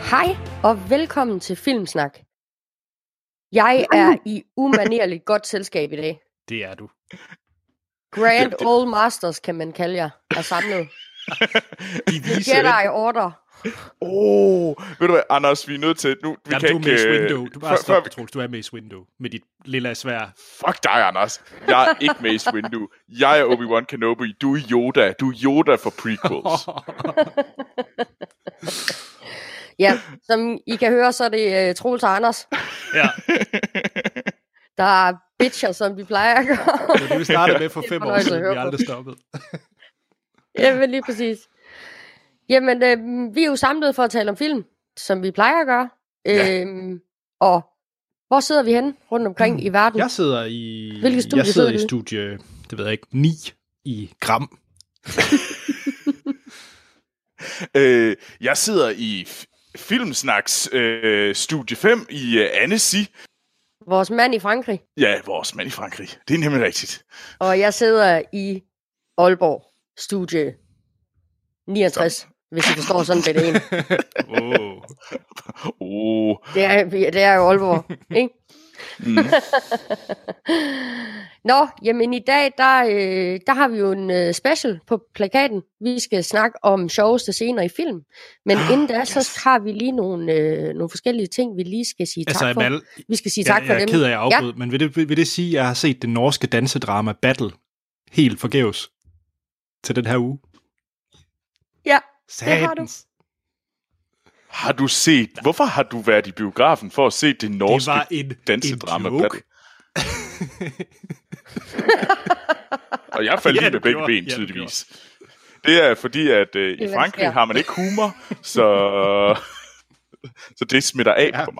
Hej og velkommen til Filmsnak. Jeg er i umanerligt godt selskab i dag. Det er du. Grand Old Masters, kan man kalde jer, er samlet. Jedi Order. Ved du hvad, Anders, vi er nødt til... Nu, vi ja, kan du er ikke, Mace Windu. Du bare stop, Troels. Du er Mace Windu med dit lille svær. Fuck dig, Anders. Jeg er ikke Mace Windu. Jeg er Obi-Wan Kenobi. Du er Yoda. Du er Yoda for prequels. Ja, som I kan høre, så er det Troels og Anders. Ja. Der er bitcher, som vi plejer at gøre. Det er det, vi startede med for 5 år siden. Vi er aldrig stoppet. Jamen lige præcis. Jamen, vi er jo samlet for at tale om film, som vi plejer at gøre. Ja. Og hvor sidder vi henne rundt omkring i verden? Jeg sidder i... Hvilket studie jeg sidder i du? studie, det ved jeg ikke, 9 i Gram. Jeg sidder i Filmsnaks studie 5 i Annecy. Vores mand i Frankrig. Ja, vores mand i Frankrig. Det er nemlig rigtigt. Og jeg sidder i Aalborg, studie 69, hvis I forstår sådan det ene. Det er jo Aalborg, ikke? Mm. Nå, jamen i dag, der har vi jo en special på plakaten. Vi skal snakke om sjoveste scener i film. Men inden da, så har vi lige nogle forskellige ting, vi lige skal sige tak for. Vi skal sige tak for dem. Jeg er ked af at afbryde, men vil det sige, at jeg har set det norske dansedrama Battle helt forgæves til den her uge? Ja, Satans. det har du. Har du set... Hvorfor har du været i biografen for at se det norske dansedrama Battle? Og jeg faldt lige med begge ben, tydeligvis. Det er fordi, at i Frankrig har man ikke humor, så det smitter af på mig.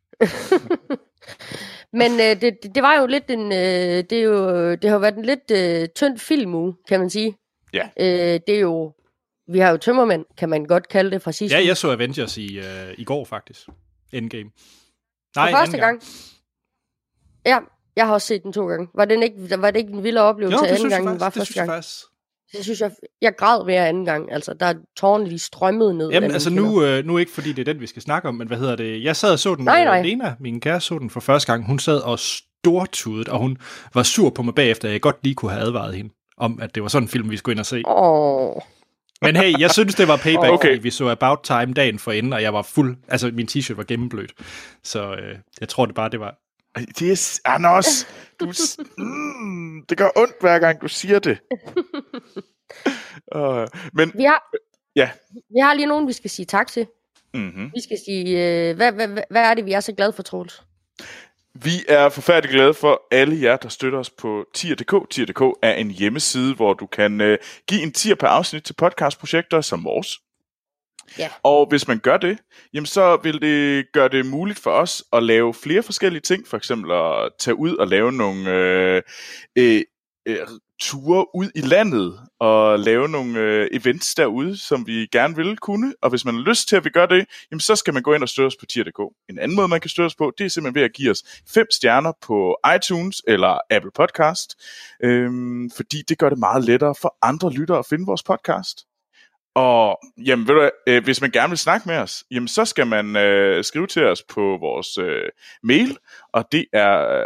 Men det var jo lidt en... det har jo været en lidt tynd filmuge, kan man sige. Ja. Det er jo... Vi har jo tømmermænd, kan man godt kalde det fra sidste uge. Ja, jeg så Avengers i går faktisk. Endgame. Nej, for første gang. Ja, jeg har også set den 2 gange. Var det ikke en vild oplevelse anden gang, den var første gang? Det synes jeg græd ved anden gang. Altså, der er tårerne, de strømmede ned. Jamen, altså nu ikke, fordi det er den, vi skal snakke om, men jeg sad og så den. Lena, min kæreste, så den for første gang. Hun sad og stortudet, og hun var sur på mig bagefter, at jeg godt lige kunne have advaret hende om, at det var sådan en film, vi skulle ind og se. Men hey, jeg synes, det var payback, fordi vi så About Time dagen forinden, og jeg var min t-shirt var gennemblødt. Så jeg tror det var... Det er... Anders, det gør ondt, hver gang du siger det. Men... Vi har lige nogen, vi skal sige tak til. Mm-hmm. Vi skal sige, hvad er det, vi er så glade for, Troels? Vi er forfærdeligt glade for alle jer, der støtter os på tier.dk. Tier.dk er en hjemmeside, hvor du kan give en tier per afsnit til podcastprojekter som vores. Ja. Og hvis man gør det, jamen så vil det gøre det muligt for os at lave flere forskellige ting. For eksempel at tage ud og lave nogle ture ud i landet og lave nogle events derude, som vi gerne vil kunne. Og hvis man har lyst til, at vi gør det, jamen så skal man gå ind og støtte os på tier.dk. En anden måde, man kan støtte os på, det er simpelthen ved at give os 5 stjerner på iTunes eller Apple Podcast. Fordi det gør det meget lettere for andre lyttere at finde vores podcast. Og jamen, ved du, hvis man gerne vil snakke med os, jamen, så skal man skrive til os på vores mail, og det er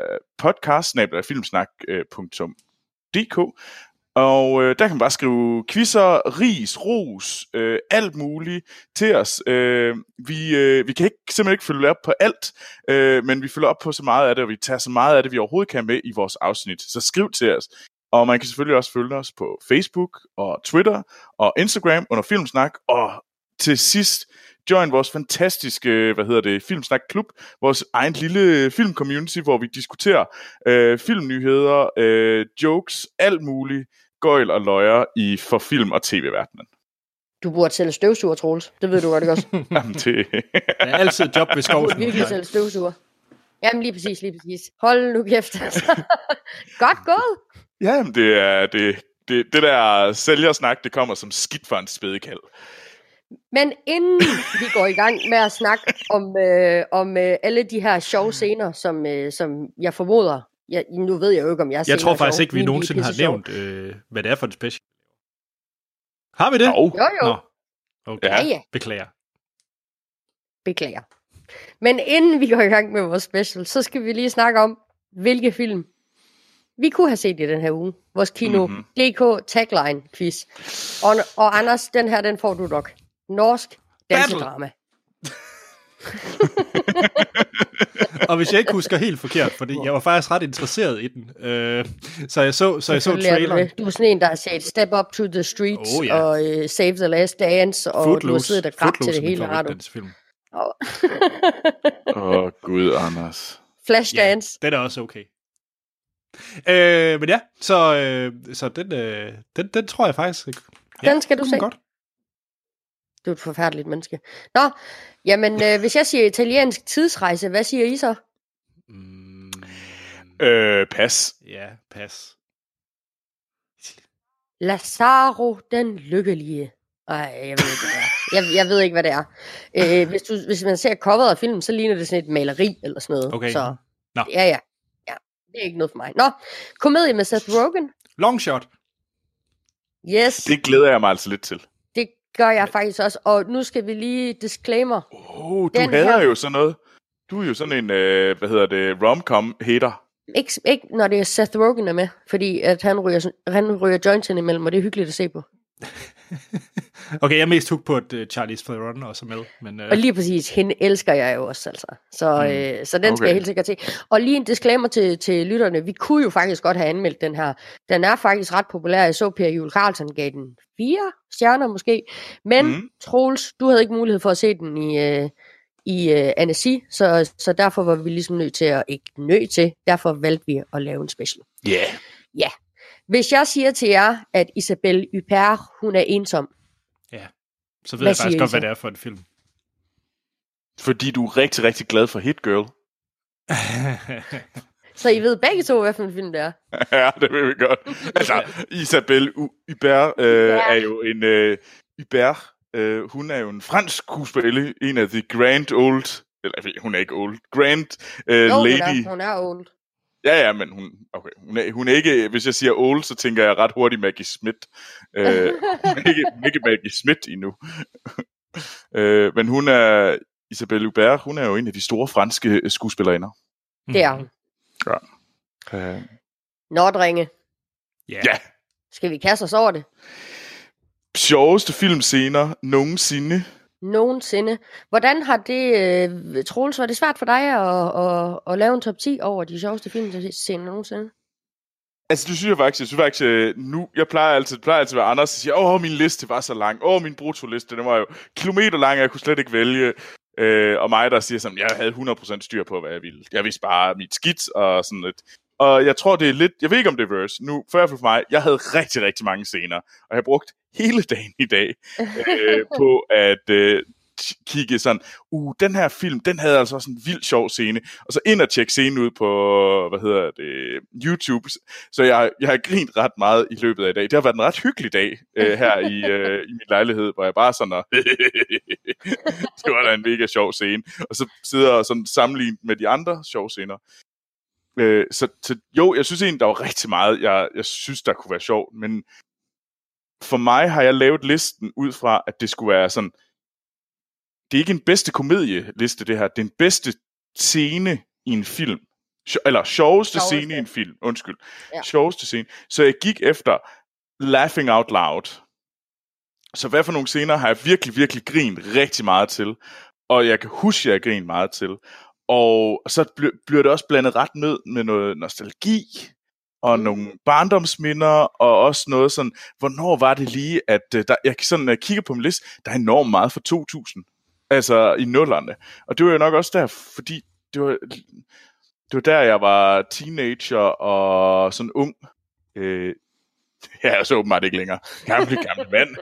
podcast@filmsnak.dk. Og der kan man bare skrive quizzer, ris, ros, alt muligt til os. Vi kan simpelthen ikke følge op på alt, men vi følger op på så meget af det, og vi tager så meget af det, vi overhovedet kan med i vores afsnit. Så skriv til os. Og man kan selvfølgelig også følge os på Facebook og Twitter og Instagram under Filmsnak. Og til sidst, join vores fantastiske, Filmsnak Klub, vores egen lille filmcommunity, hvor vi diskuterer filmnyheder, jokes, alt muligt, gøjl og løjer for film- og tv-verdenen. Du burde sælge støvsuger, Troels. Det ved du godt, ikke også? Jamen, det... Det er altid et job ved skovsen. Du burde virkelig sælge støvsuger. Jamen, lige præcis. Hold nu kæft. Godt gået. Ja, men det der sælgersnak, det kommer som skidt for en spædekald. Men inden vi går i gang med at snakke om alle de her sjove scener, som jeg formoder, nu ved jeg jo ikke, om jeg tror faktisk ikke, vi nogensinde har nævnt, hvad det er for en special. Har vi det? Jo. Nå. Okay. Ja. Beklager. Beklager. Men inden vi går i gang med vores special, så skal vi lige snakke om, hvilke film vi kunne have set i den her uge. Vores Kino DK tagline quiz. Og Anders, den her, den får du nok. Norsk dansedrama. Og hvis jeg ikke husker helt forkert, fordi jeg var faktisk ret interesseret i den, så jeg så traileren. Du er sådan en, der har set Step Up to the Streets og Save the Last Dance, og Footloose. Du har siddet og grædt til det hele, har du? Gud, Anders. Flashdance. Ja, den er også okay. Men ja, så den tror jeg faktisk. Ja, den skal du se. Godt. Du er et forfærdeligt menneske. Nå, jamen, hvis jeg siger italiensk tidsrejse, hvad siger I så? Pas. Ja, pas. Lazaro den lykkelige. Ej, jeg ved ikke, hvad det er. Jeg ved ikke, hvad det er. Hvis man ser coveret af filmen, så ligner det sådan et maleri eller sådan noget. Okay. Så, no. Ja, det er ikke noget for mig. Nå, komedie med Seth Rogen. Long shot. Yes. Det glæder jeg mig altså lidt til. Det gør jeg faktisk også. Og nu skal vi lige disclaimer. Du hader jo sådan noget. Du er jo sådan en, rom-com hater. Ikke når det er Seth Rogen er med, fordi at han ryger joints ind imellem, og det er hyggeligt at se på. Okay, jeg er mest hooked på, at Charlize Theron også er med. Men, Og lige præcis, hende elsker jeg jo også, altså. Så den skal jeg helt sikkert se. Og lige en disclaimer til lytterne. Vi kunne jo faktisk godt have anmeldt den her. Den er faktisk ret populær. Jeg så Per Juel Carlsen gav den 4 stjerner måske. Men Troels, du havde ikke mulighed for at se den i Annecy, så derfor var vi ligesom derfor valgte vi at lave en special. Ja. Hvis jeg siger til jer, at Isabelle Huppert, hun er ensom. Ja, så ved jeg faktisk godt, hvad det er for en film. Fordi du er rigtig, rigtig glad for Hit Girl. Så I ved begge to, hvad for en film det er? Ja, det ved vi godt. Altså, Isabelle Huppert er jo en... Huppert, hun er jo en fransk skuespiller, en af the grand old... Eller, hun er ikke old. Grand lady. Hun er old. Ja, men hun er ikke, hvis jeg siger old, så tænker jeg ret hurtigt Maggie Smith. Ikke Maggie Smith endnu. Men hun er, Isabelle Huppert, hun er jo en af de store franske skuespillerinder. Det er hun. Ja. Nå, drenge. Ja. Skal vi kaste os over det? Sjoveste filmscener nogensinde. Hvordan har det, Troels, var det svært for dig at lave en top 10 over de sjoveste filmscener nogensinde? Altså, det synes jeg faktisk nu, jeg plejer altid at være Anders, og siger, min liste var så lang, min brutoliste, den var jo kilometer lang, jeg kunne slet ikke vælge, og mig, der siger sådan, jeg havde 100% styr på, hvad jeg ville. Jeg vidste bare mit skidt, og sådan lidt. Og jeg tror, det er lidt, jeg ved ikke om det er verse, nu, for mig, jeg havde rigtig, rigtig mange scener, og jeg har brugt hele dagen i dag på at kigge sådan, den her film, den havde altså også en vild sjov scene, og så ind og tjekke scenen ud på, YouTube, så jeg har grint ret meget i løbet af i dag. Det har været en ret hyggelig dag her i min lejlighed, hvor jeg bare sådan, det var da en mega sjov scene, og så sidder og sådan sammenlignet med de andre sjove scener. Så jo, jeg synes egentlig, der var rigtig meget, jeg synes, der kunne være sjovt, men for mig har jeg lavet listen ud fra, at det skulle være sådan, det er ikke en bedste komedieliste, det her, det er en bedste scene i en film, eller sjoveste scene i en film, undskyld, sjoveste scene, så jeg gik efter laughing out loud, så hvad for nogle scener har jeg virkelig, virkelig grint rigtig meget til, og jeg kan huske, at jeg griner meget til, og så bliver det også blandet ret med noget nostalgi, og nogle barndomsminder, og også noget sådan, hvornår var det lige, at jeg sådan, når jeg kigger på min liste, der er enormt meget for 2000, altså i nullerne. Og det var jo nok også der, fordi det var der, jeg var teenager og sådan ung. Jeg er så åbenbart ikke længere. Gamle mand.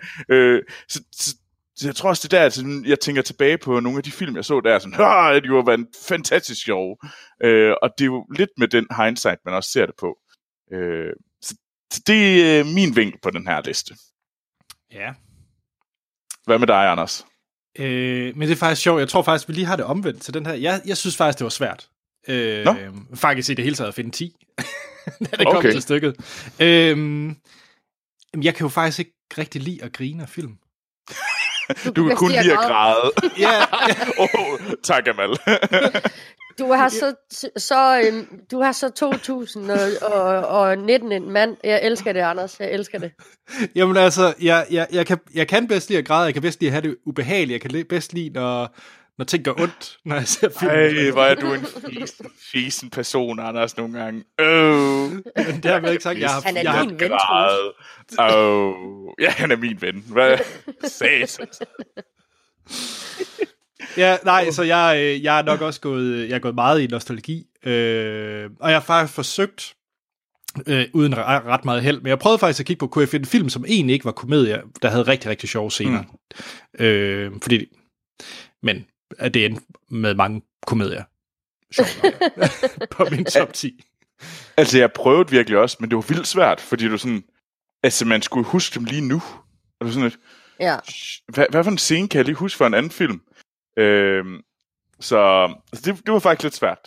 Så jeg tror også, det er der, at jeg tænker tilbage på nogle af de film, jeg så der, sådan, de var været fantastisk sjove. Og det er jo lidt med den hindsight, man også ser det på. Så det er min vinkel på den her liste. Ja. Hvad med dig, Anders? Men det er faktisk sjovt. Jeg tror faktisk, vi lige har det omvendt til den her. Jeg synes faktisk, det var svært. Faktisk i det hele taget at finde 10. Da det kom til stykket. Jeg kan jo faktisk ikke rigtig lide at grine af film. Du kan kun lide at græde. Ja. Tak, Amal. Du har så 2019 en mand. Jeg elsker det, Anders. Jeg elsker det. Jamen altså, jeg kan bedst lide at græde. Jeg kan bedst lide at have det ubehageligt. Jeg kan bedst lide, når ting gør ondt, når jeg ser film. Ej, hvor er du en fisen person, Anders, nogle gange. Men det har jeg ikke sagt. Han er din ven, Ja, han er min ven. Hvad? Sats. Ja, nej, så jeg er nok også gået meget i nostalgi, og jeg har faktisk forsøgt, uden ret meget held, men jeg prøvede faktisk at kigge på, kunne jeg finde en film, som egentlig ikke var komedie, der havde rigtig, rigtig sjove scener. Men det endte med mange komedier. På min top 10. Altså, jeg prøvede virkelig også, men det var vildt svært, fordi du sådan, altså, man skulle huske dem lige nu. Og sådan et, ja. Hvad for en scene kan jeg lige huske fra en anden film? Så altså, det var faktisk lidt svært.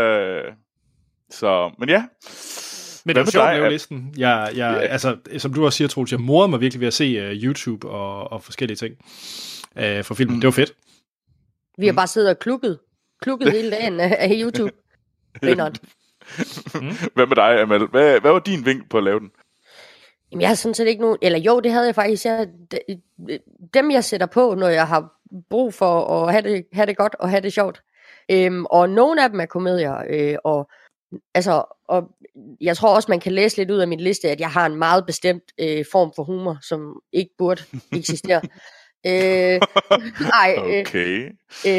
Men ja. Men det var sjovt at lave listen. Altså, som du også siger, Troels, jeg morede mig virkelig ved at se YouTube og forskellige ting for filmen. Det var fedt. Vi har bare siddet og klukket hele dagen af YouTube. Hvad med dig, Amal? Hvad var din vinkel på at lave den? Jamen, jeg har sådan set ikke nogen... Eller jo, det havde jeg faktisk. Dem, jeg sætter på, når jeg har brug for at have det godt og have det sjovt. Og nogle af dem er komedier. Og jeg tror også, man kan læse lidt ud af min liste, at jeg har en meget bestemt form for humor, som ikke burde eksistere. Okay.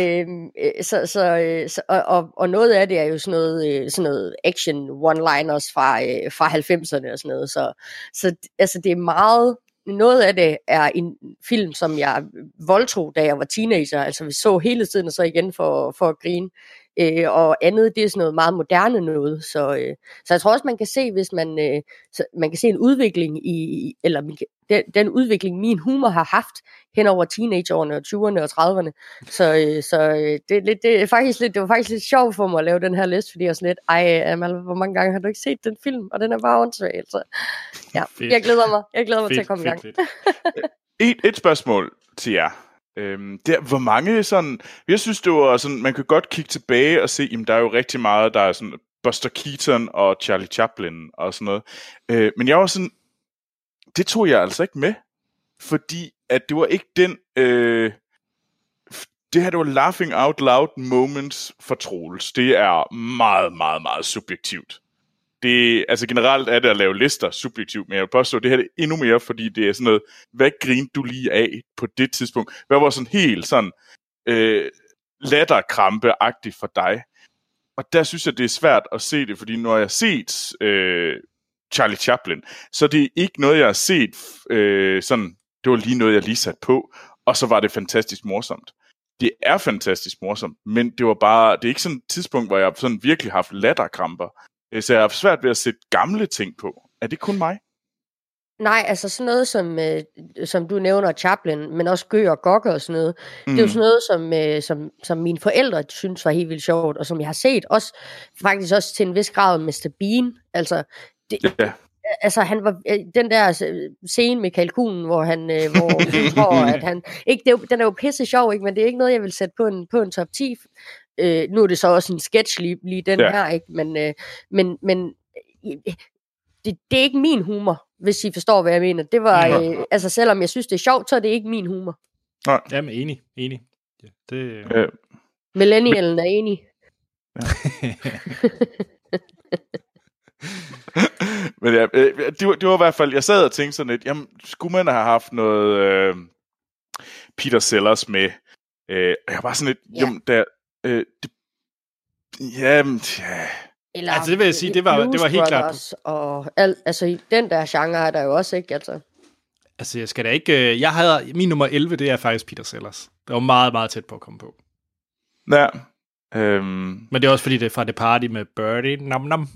Og noget af det er jo sådan noget action one-liners fra 90'erne og sådan noget. Så altså det er meget. Noget af det er en film, som jeg voldtog, da jeg var teenager. Altså vi så hele tiden og så igen for at grine. Og andet, det er sådan noget meget moderne noget. Så jeg tror også, man kan se, hvis man kan se en udvikling den udvikling, min humor har haft hen over teenageårene og 20'erne og 30'erne. Så det var faktisk lidt sjovt for mig at lave den her liste, fordi jeg er sådan lidt, Amal, hvor mange gange har du ikke set den film? Og den er bare åndssvag. Så ja, jeg glæder mig til at komme i gang. Et spørgsmål til jer. Hvor mange sådan, jeg synes det var sådan, man kan godt kigge tilbage og se, jamen der er jo rigtig meget, der er sådan Buster Keaton og Charlie Chaplin og sådan noget, men jeg var sådan, det tog jeg altså ikke med, fordi at det var ikke den, det her det var laughing out loud moments for Troels, det er meget, meget, meget subjektivt. Det, altså generelt er det at lave lister subjektivt, men jeg vil påstå, det her er endnu mere, fordi det er sådan noget, hvad grinte du lige af på det tidspunkt? Hvad var sådan helt sådan latterkrampe-agtigt for dig? Og der synes jeg, det er svært at se det, fordi når jeg har set Charlie Chaplin, så det er ikke noget, jeg har set sådan, det var lige noget, jeg lige satte på, og så var det fantastisk morsomt. Det er fantastisk morsomt, men det var bare, det er ikke sådan et tidspunkt, hvor jeg sådan virkelig har haft latterkramper. Så jeg har svært ved at sætte gamle ting på. Er det kun mig? Nej, altså sådan noget som du nævner, Chaplin, men også Gø og Gokke og sådan noget. Det er jo sådan noget, som mine forældre synes var helt vildt sjovt, og som jeg har set også, faktisk også til en vis grad Mr. Bean. Altså, altså han var den der scene med kalkunen, hvor du tror, at han... den er jo pisse sjov, ikke? Men det er ikke noget, jeg vil sætte på en top 10. Nu er det så også en sketch lige den her, ikke? Men det er ikke min humor, hvis I forstår, hvad jeg mener. Det var, altså selvom jeg synes, det er sjovt, så er det ikke min humor. Nej. Jamen, enig. Ja, det... Millennialen er enig. Ja. Men ja, det var i hvert fald, jeg sad og tænkte sådan lidt, jamen, skulle man have haft noget Peter Sellers med? Jeg var sådan lidt, jamen, der... Eller altså det vil jeg sige, det var helt klart. Og altså i den der genre er der jo også, ikke? Altså jeg skal da ikke... min nummer 11, det er faktisk Peter Sellers. Det var meget, meget tæt på at komme på. Ja. Men det er også fordi, det er fra The Party med Birdie. Nam. Nå.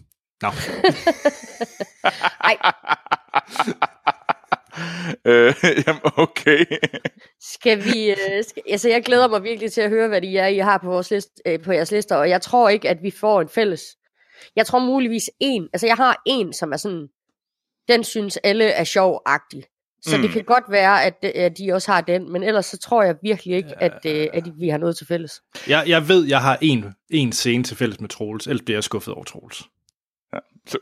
Ej. Jamen, okay. Skal vi... altså, jeg glæder mig virkelig til at høre, hvad I har på vores liste, på jeres lister, og jeg tror ikke, at vi får en fælles... Jeg tror muligvis en... Altså, jeg har en, som er sådan... Den synes alle er sjov-agtig. Så det kan godt være, at de også har den, men ellers så tror jeg virkelig ikke, at vi har noget til fælles. Jeg ved, jeg har en scene til fælles med Troels, ellers bliver jeg skuffet over Troels. Ja. Så,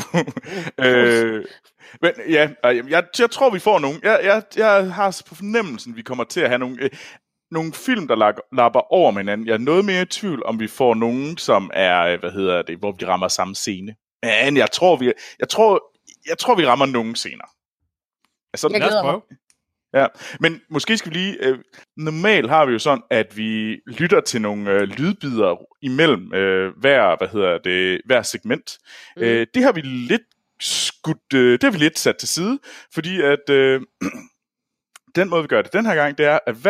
men ja, jeg tror, vi får nogle... Jeg har på fornemmelsen, vi kommer til at have nogle film, der lapper over med hinanden. Jeg er noget mere i tvivl, om vi får nogen, som er, hvor vi rammer samme scene. Men jeg tror, vi rammer nogle scener. Altså, jeg glæder mig. Ja, men måske skal vi lige... normalt har vi jo sådan, at vi lytter til nogle lydbider imellem hver segment. Det har vi lidt det har vi lidt sat til side, fordi at den måde, vi gør det den her gang, det er, at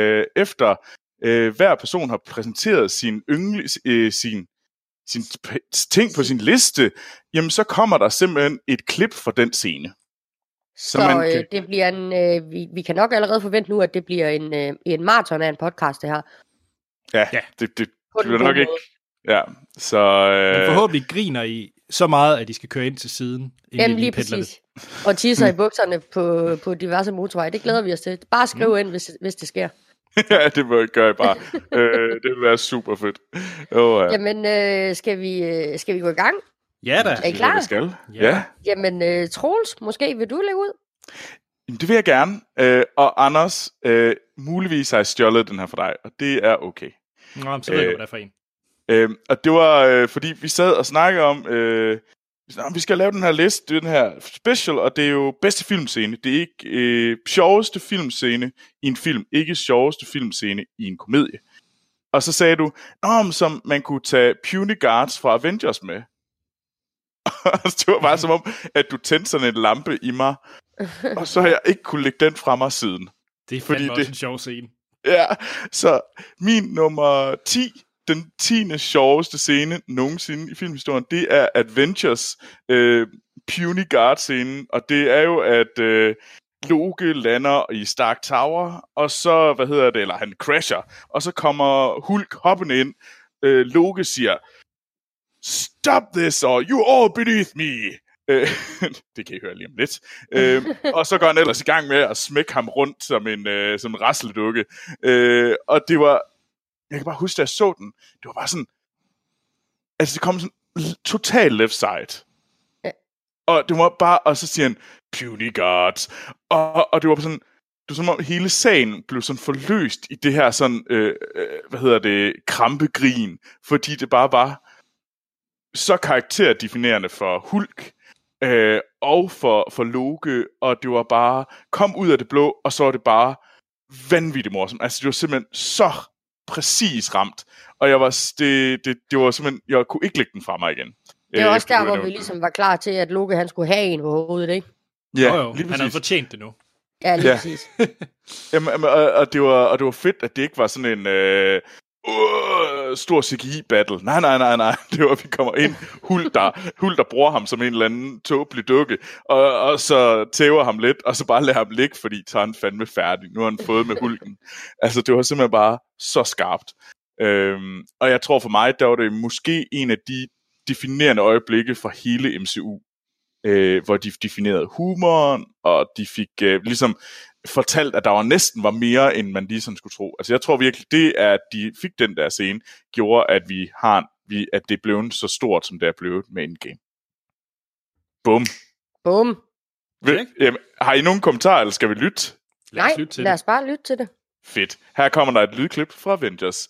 hver person har præsenteret sin ting på sin liste, jamen så kommer der simpelthen et klip fra den scene. Så det bliver vi kan nok allerede forvente nu, at det bliver en maraton af en podcast, det her. Ja, det bliver nok ikke. Ja, så... Men forhåbentlig griner I så meget, at de skal køre ind til siden. Jamen lige præcis. Og tisser i bukserne på diverse motorveje. Det glæder vi os til. Bare skriv ind, hvis det sker. Ja, det gør jeg bare. Det vil være super fedt. Ja. Jamen, skal vi gå i gang? Ja da. Er I klar? Det skal. Ja. Jamen, Troels, måske vil du lægge ud? Jamen, det vil jeg gerne. Og Anders, muligvis har jeg stjålet den her for dig, og det er okay. Nå, så ved jeg, hvad det er for en. Og det var, fordi vi sad og snakkede om, vi skal lave den her liste, den her special, og det er jo bedste filmscene. Det er ikke sjoveste filmscene i en film, ikke sjoveste filmscene i en komedie. Og så sagde du, som man kunne tage Puny Guards fra Avengers med. Og det var bare som om, at du tændte sådan en lampe i mig, og så har jeg ikke kunne lægge den fra mig siden. Det er fandme også en sjov scene. Ja, så min nummer 10, den 10. sjoveste scene nogensinde i filmhistorien, det er Avengers Puny Guard-scenen, og det er jo, at Loke lander i Stark Tower, og så, eller han crasher, og så kommer Hulk hoppende ind. Loke siger, "Stop this, or you all beneath me." Det kan I høre lige om lidt. Og så går han ellers i gang med at smække ham rundt som en rasledukke. Og det var... Jeg kan bare huske, da jeg så den. Det var bare sådan... Altså, det kom sådan total left side. Ja. Og det var bare... Og så siger han, Puny Guards. Og det var sådan... Det var som om hele sagen blev sådan forløst i det her sådan... krampegrin. Fordi det bare var så karakterdefinerende for Hulk. Og for Loke, og det var bare kom ud af det blå, og så var det bare vanvittigt morsomt. Altså det var simpelthen så præcis ramt, og jeg var det var simpelthen, jeg kunne ikke lægge den fra mig igen. Det var også der, hvor vi ligesom var klar til, at Loke han skulle have en på hovedet, ikke? Ja, jo. Han havde fortjent det nu. Ja, lige præcis. Jamen, og det var fedt, at det ikke var sådan en stor CGI-battle. Nej. Det var, vi kommer ind. Hulk, der bruger ham som en eller anden tåbelig dukke, og så tæver ham lidt, og så bare lader ham ligge, fordi så er han fandme færdig. Nu har han fået med Hulken. Altså, det var simpelthen bare så skarpt. Og jeg tror for mig, der var det måske en af de definerende øjeblikke for hele MCU, hvor de definerede humoren, og de fik ligesom fortalt, at der næsten var mere, end man lige sådan skulle tro. Altså jeg tror virkelig, det er, at de fik den der scene, gjorde, at at det blev så stort, som det er blevet med Endgame. Bum. Jamen, har I nogen kommentarer, eller skal vi lytte? Lad os bare lytte til det. Fedt. Her kommer der et lydklip fra Avengers.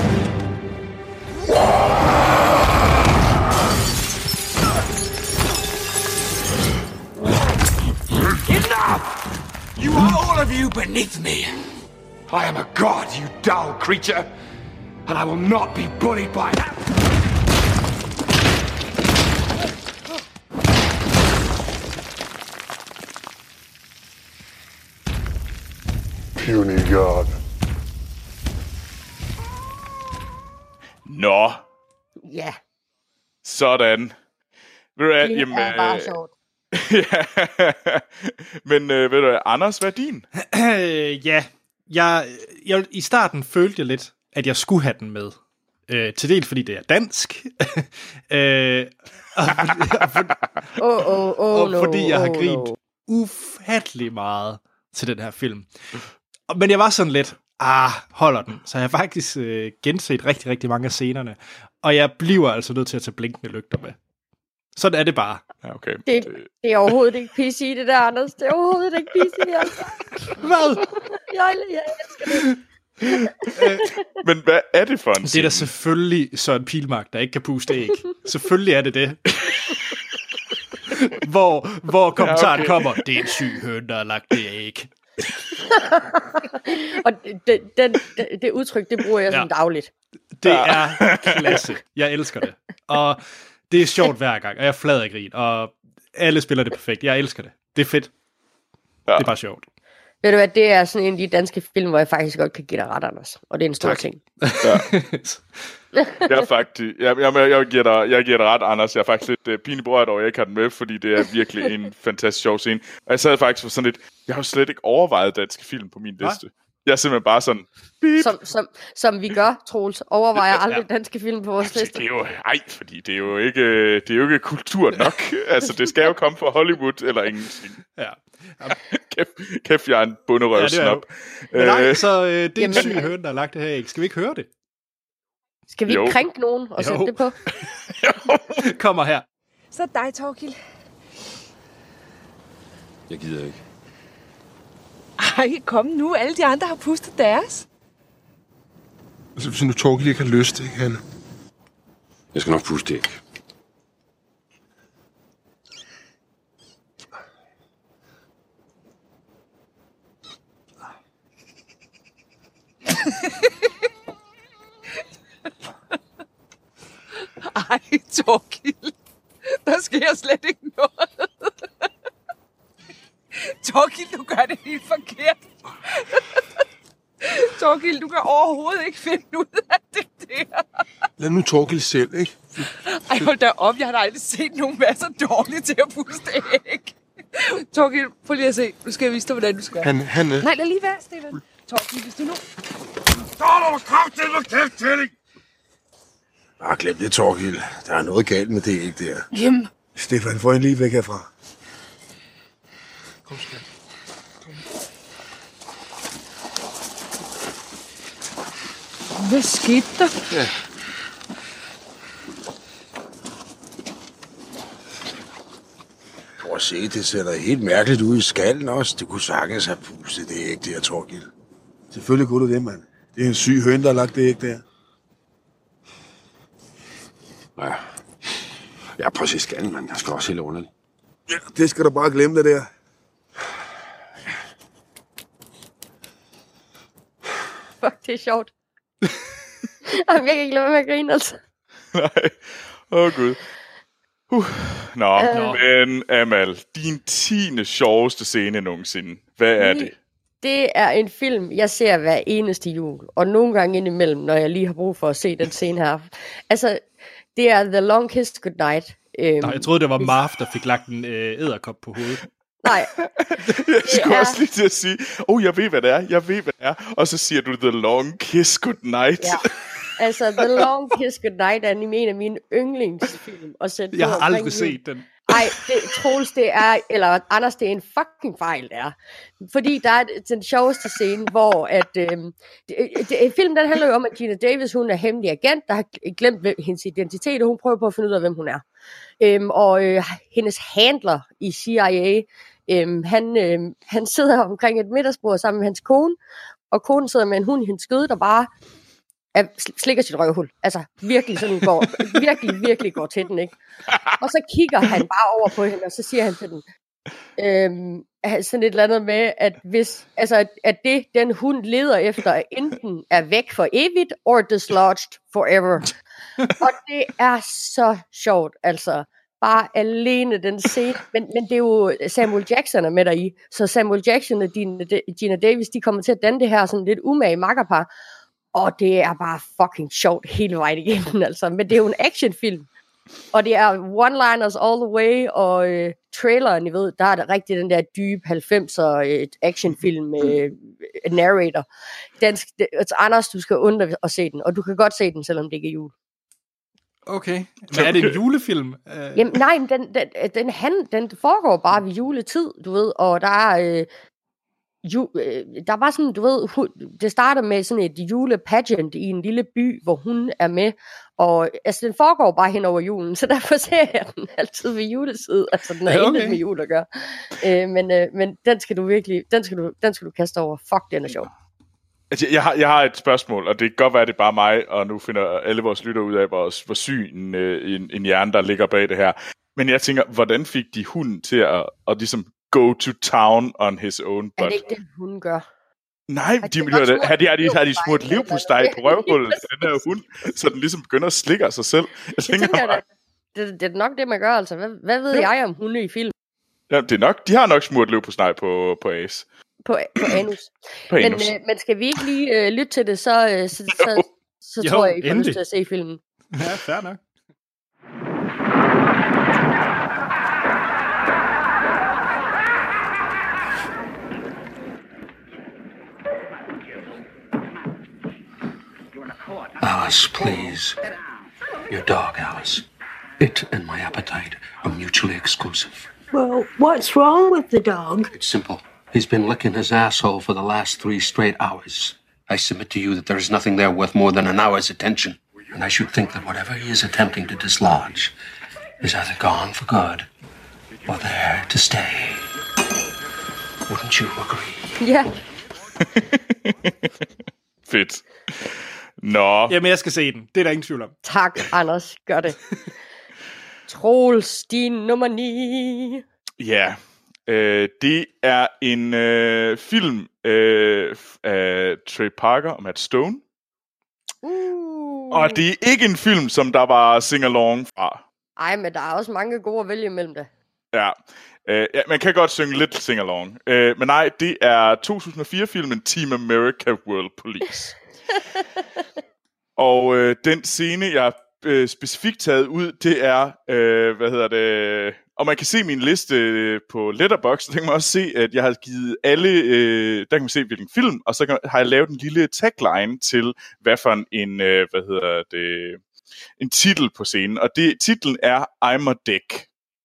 Enough! You are all of you beneath me. I am a god, you dull creature, and I will not be bullied by that. Puny god. Nå. Ja. Sådan. Det er bare sjovt. Men ved du, Anders, hvad er din? Ja, jeg i starten følte jeg lidt, at jeg skulle have den med. Til dels fordi det er dansk. Og fordi jeg har grint ufattelig meget til den her film. Men jeg var sådan lidt, holder den. Så jeg har faktisk genset rigtig, rigtig mange af scenerne. Og jeg bliver altså nødt til at tage blinkende lygter med. Sådan er det bare. Ja, okay. Det er overhovedet ikke PC, det der, Anders. Det er overhovedet ikke PC, altså. Hvad? Jeg elsker det. Men hvad er det for en Det er da selvfølgelig Søren Pilmark, der ikke kan puste æg. Selvfølgelig er det det. Hvor kommentaren kommer, det er en syg høne, der har lagt det æg. Og det udtryk, det bruger jeg sådan dagligt. Det er klasse. Jeg elsker det. Og det er sjovt hver gang, og jeg flader grin, og alle spiller det perfekt. Jeg elsker det. Det er fedt. Ja. Det er bare sjovt. Ved du hvad, det er sådan en af de danske film, hvor jeg faktisk godt kan give dig ret, Anders. Og det er en stor ting. Ja. Jeg giver dig ret, Anders. Jeg er faktisk lidt pinligt berørt over, at jeg ikke har den med, fordi det er virkelig en fantastisk sjov scene. Og jeg sad faktisk for sådan lidt, jeg har jo slet ikke overvejet danske film på min liste. Jeg er simpelthen bare sådan... Som vi gør, Troels. Overvejer aldrig danske film på vores liste. Det er jo... fordi det er jo ikke kultur nok. Altså, det skal jo komme fra Hollywood eller ingenting. Ja. Kæft, jeg er en bunderøvsnop. Men nej, så det er en syg høne, der har lagt det her æg. Skal vi ikke høre det? Skal vi ikke krænke nogen og sætte det på? Kommer her. Så dig, Torkild. Jeg gider ikke. Ej, kom nu. Alle de andre har pustet deres. Altså, hvis nu Torkild ikke har lyst, ikke, Hanne? Jeg skal nok puste ikke. Ej, Torkild. Der sker slet ikke noget. Torkild, du gør det helt forkert. Torkild, du kan overhovedet ikke finde ud af det der. Lad nu Torkild selv, ikke? Ej, hold da op. Jeg har aldrig set nogen være så dårlige til at puste æg. Torkild, prøv lige at se. Nu skal jeg vise dig, hvordan du skal. Han Nej, lad lige være, Stefan. Torkild, hvis du nu... Bare glem det, Torkild. Der er noget galt med det æg der. Jamen. Stefan, få en lige væk herfra. Kom, skat. Hvad skete der? Ja. Prøv at se, det ser da helt mærkeligt ud i skallen også. Det kunne sagtens have pustet det æg der, Torkild. Selvfølgelig kunne du det, mand. Det er en syg høne, der har lagt det æg der. Ja. Ja, prøv at se skallen, mand. Jeg skal også helt underligt. Ja, det skal du bare glemme det der. Fuck, det er sjovt. Jeg kan ikke lade være med at grine, altså. Nej. Gud. Nå, men Amal, din 10. sjoveste scene nogensinde. Hvad er det? Det er en film, jeg ser hver eneste jul. Og nogle gange indimellem, når jeg lige har brug for at se den scene her. Altså, det er The Long Kiss Goodnight. Nej, jeg troede, det var Marv, der fik lagt en edderkop på hovedet. Nej. Jeg skulle også lige til at sige, jeg ved, hvad det er. Og så siger du The Long Kiss Goodnight. Ja. Altså, The Long Kiss Goodnight er en af mine yndlingsfilm. Jeg har aldrig set den. Nej, Troels, det er, eller Anders, det er en fucking fejl, det er. Fordi der er den sjoveste scene, hvor at, filmen den handler jo om, at Geena Davis, hun er hemmelig agent, der har glemt hendes identitet, og hun prøver på at finde ud af, hvem hun er. Hendes handler i CIA, han sidder omkring et middagsbord sammen med hans kone, og konen sidder med en hund i hendes skød, der bare slikker sit røvhul. Altså virkelig sådan virkelig går til den, ikke? Og så kigger han bare over på hende, og så siger han til den, sådan et eller andet med, at hvis, altså, at det, den hund leder efter, enten er væk for evigt, or dislodged forever. Og det er så sjovt, altså. Bare alene den scene. Men det er jo Samuel Jackson er med der i. Så Samuel Jackson og Geena Davis, de kommer til at danne det her sådan lidt umage makkerpar. Og det er bare fucking sjovt hele vejen igennem, altså. Men det er jo en actionfilm. Og det er one-liners all the way, og traileren, I ved, der er der rigtig den der dybe 90'er actionfilm med narrator. Anders, du skal undre at se den, og du kan godt se den, selvom det ikke er jul. Okay, men er det en julefilm? Jamen, nej, men den foregår bare ved juletid, du ved, og der er... der var sådan, du ved, det starter med sådan et julepageant i en lille by, hvor hun er med, og altså den foregår bare hen over julen, så derfor ser jeg den altid ved juletid, altså den har intet med jul at gøre, men den skal du virkelig, den skal du kaste over, fuck, den er sjov. Altså, jeg har et spørgsmål, og det kan godt være, at det er bare mig, og nu finder alle vores lytter ud af, hvor syg en hjerne, der ligger bag det her, men jeg tænker, hvordan fik de hunden til at ligesom go to town on his own butt? Er det ikke det, hunden gør? Nej, har de smurt leverpostej på røvhullet af den her hund, så den ligesom begynder at slikke sig selv. Jeg tænker det er nok det, man gør, altså. Hvad ved jeg om hunde i film? Ja, det er nok. De har nok smurt leverpostej på as. På anus. Men skal vi ikke lige lytte til det, så tror jeg, I får lyst til at se filmen. Ja, fair nok. Alice, please. Your dog, Alice. It and my appetite are mutually exclusive. Well, what's wrong with the dog? It's simple. He's been licking his asshole for the last 3 straight hours. I submit to you that there is nothing there worth more than an hour's attention. And I should think that whatever he is attempting to dislodge is either gone for good or there to stay. Wouldn't you agree? Ja. Fedt. Nå. Jamen, jeg skal se den. Det er der ingen tvivl om. Tak, Anders. Gør det. Troels, din nummer 9. Ja. Det er en film af Trey Parker og Matt Stone. Og det er ikke en film, som der var sing-along fra. Ej, men der er også mange gode at vælge imellem det. Ja. Man kan godt synge lidt sing-along. Men nej, det er 2004-filmen Team America World Police. Og den scene, jeg har specifikt taget ud, det er, og man kan se min liste på Letterboxd, så kan man også se, at jeg har givet alle, der kan man se, hvilken film, og så har jeg lavet en lille tagline til, hvad for en titel på scenen, og titlen er I'm a Dick.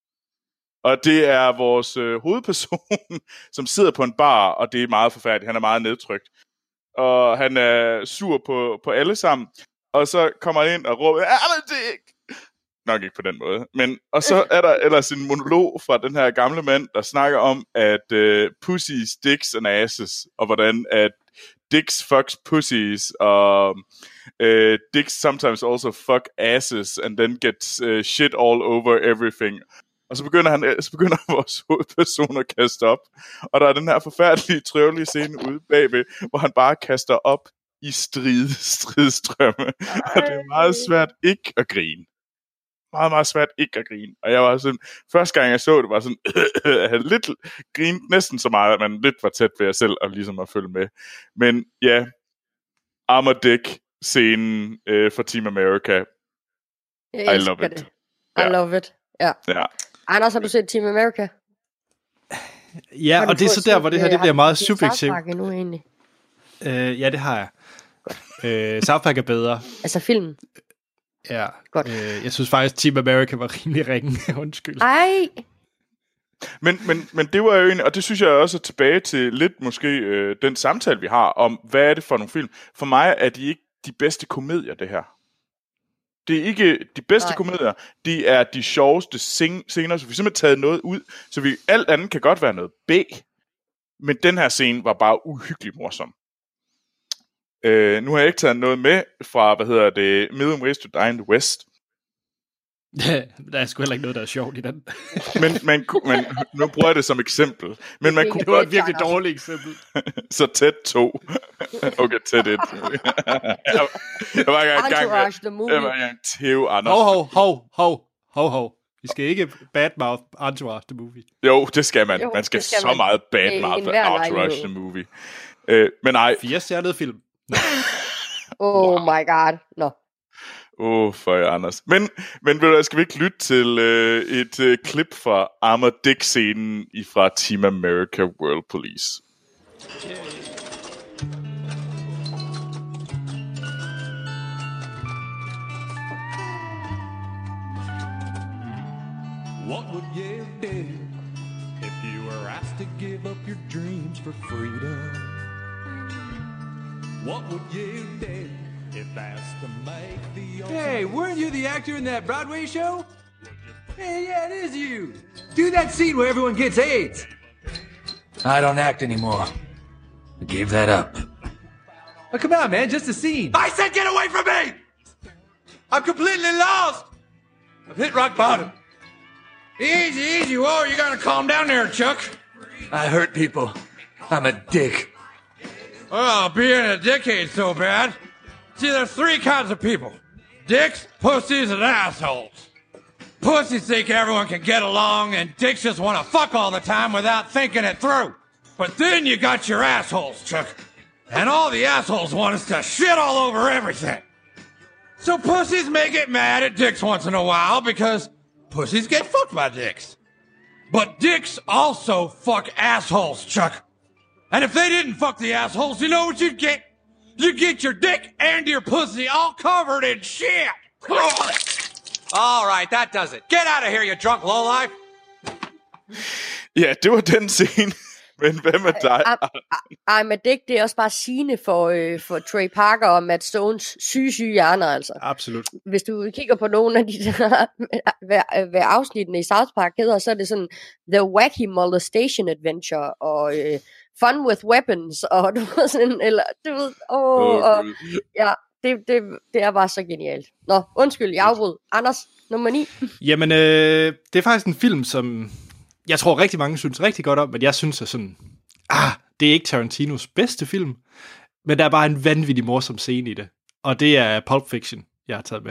Og det er vores hovedperson, som sidder på en bar, og det er meget forfærdeligt. Han er meget nedtrykt. Og han er sur på alle sammen. Og så kommer han ind og råber, I'm a dick! Nok ikke på den måde. Og så er der ellers en monolog fra den her gamle mand, der snakker om, at pussies, dicks and asses, og hvordan at dicks fucks pussies, og dicks sometimes also fuck asses, and then get shit all over everything. Og så begynder vores hovedperson at kaste op. Og der er den her forfærdelige, trøvlige scene ude bagved, hvor han bare kaster op i stridstrømme. Og det er meget svært ikke at grine. Meget, meget svært ikke at grine. Og jeg var sådan, første gang jeg så det, var sådan, jeg havde lidt grinet næsten så meget, at man lidt var tæt ved jer selv, og ligesom at følge med. Men ja, I'm a Dick scenen for Team America. I love it. I love it. Ja. Anders, har du set Team America? Ja, og det er så der, hvor det her det bliver meget subjektivt. South Park nu egentlig? Ja, det har jeg. South Park er bedre. Altså filmen? Ja. Godt. Jeg synes faktisk, Team America var rimelig ringe. Undskyld. Ej! Men det var jo en, og det synes jeg også er tilbage til lidt måske den samtale, vi har om, hvad er det for nogle film. For mig er de ikke de bedste komedier, det her. Det er ikke de bedste komedier, de er de sjoveste scener, så vi simpelthen taget noget ud, så alt andet kan godt være noget B, men den her scene var bare uhyggelig morsom. Nu har jeg ikke taget noget med fra, Million Ways to Die in the West. Der er sgu heller ikke noget, der er sjovt i den. men nu bruger jeg det som eksempel. Men man kunne det var et virkelig dårligt eksempel. Så tæt 2. Okay, tæt 1. Jeg var engang Theo Anders. Hov. Vi skal ikke badmouth Entourage the Movie. Jo, det skal man. Man skal så meget badmouth Entourage the Movie. Men ej. 4-stjernede film. Oh my god. No. For Anders. Men skal vi ikke lytte til et klip fra I'm a Dick-scenen fra Team America World Police? What would you do if you were asked to give up your dreams for freedom? What would you do if asked to make the... Hey, weren't you the actor in that Broadway show? Hey, yeah, it is you. Do that scene where everyone gets AIDS. I don't act anymore. I gave that up. Oh, come on, man, just a scene. I said get away from me! I'm completely lost. I've hit rock bottom. Easy, easy. Whoa, you gotta calm down there, Chuck. I hurt people. I'm a dick. Oh, being a dick ain't so bad. See, there's 3 kinds of people. Dicks, pussies, and assholes. Pussies think everyone can get along, and dicks just want to fuck all the time without thinking it through. But then you got your assholes, Chuck. And all the assholes want us to shit all over everything. So pussies may get mad at dicks once in a while because pussies get fucked by dicks. But dicks also fuck assholes, Chuck. And if they didn't fuck the assholes, you know what you'd get? You'd get your dick and your pussy all covered in shit. All right, that does it. Get out of here, you drunk lowlife. Ja, det var den scene. Men hvad med dig? I'm a Dick, det er også bare sigende for Trey Parker og Matt Stones syge hjerner, altså. Absolut. Hvis du kigger på nogle af de der hver afsnittene i South Park hedder, så er det sådan The Wacky Molestation Adventure og Fun with Weapons og du ved sådan, eller du ved, og ja, det er bare så genialt. Nå, undskyld, jeg afbrød. Anders, nummer 9. Jamen, det er faktisk en film, som jeg tror rigtig mange synes rigtig godt om, men jeg synes er sådan, det er ikke Tarantinos bedste film, men der er bare en vanvittig morsom scene i det, og det er Pulp Fiction, jeg har taget med.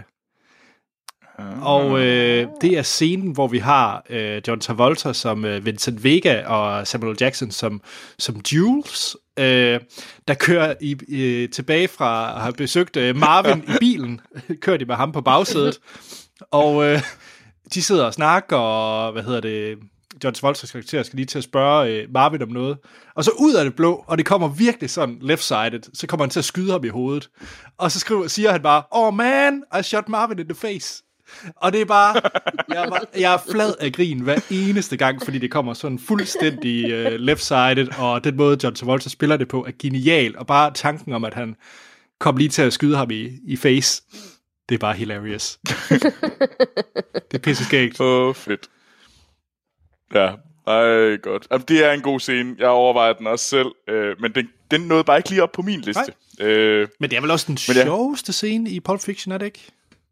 Og det er scenen, hvor vi har John Travolta som Vincent Vega og Samuel Jackson som Jules, der kører tilbage fra at have besøgt Marvin i bilen, kører de med ham på bagsædet, og de sidder og snakker, og John Travoltas karakter skal lige til at spørge Marvin om noget, og så ud af det blå, og det kommer virkelig sådan left-sided, så kommer han til at skyde ham i hovedet, og så siger han bare, oh man, I shot Marvin in the face. Og det er bare, jeg er flad af grin hver eneste gang, fordi det kommer sådan fuldstændig left-sided, og den måde John Travolta spiller det på er genial, og bare tanken om, at han kom lige til at skyde ham i face, det er bare hilarious. Det er pisseskægt. Fedt. Ja, godt. Jamen, det er en god scene. Jeg overvejer den også selv, men den nåede bare ikke lige op på min liste. Men det er vel også den sjoveste scene i Pulp Fiction, er det ikke?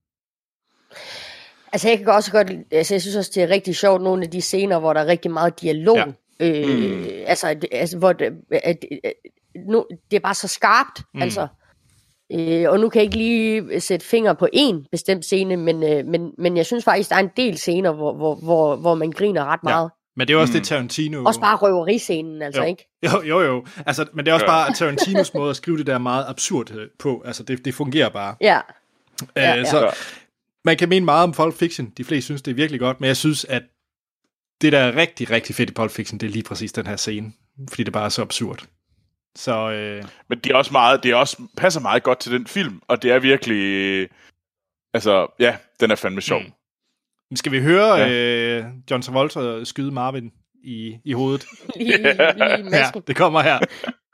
Altså jeg kan også godt, altså jeg synes også det er rigtig sjovt nogle af de scener, hvor der er rigtig meget dialog. Ja. Altså hvor det er bare så skarpt, altså. Og nu kan jeg ikke lige sætte fingre på en bestemt scene, men jeg synes faktisk der er en del scener, hvor man griner ret meget. Men det er også det Tarantino... Også bare røveriscenen, altså, ikke? Jo. Altså, men det er også bare Tarantinos måde at skrive det der meget absurd på. Altså, det fungerer bare. Ja. Så man kan mene meget om Pulp Fiction. De fleste synes, det er virkelig godt. Men jeg synes, at det, der er rigtig, rigtig fedt i Pulp Fiction, det er lige præcis den her scene. Fordi det bare er så absurd. Så, Men det er også meget, passer meget godt til den film. Og det er virkelig... altså, ja, den er fandme sjov. Skal vi høre John Travolta skyde Marvin i hovedet? Ja, det kommer her.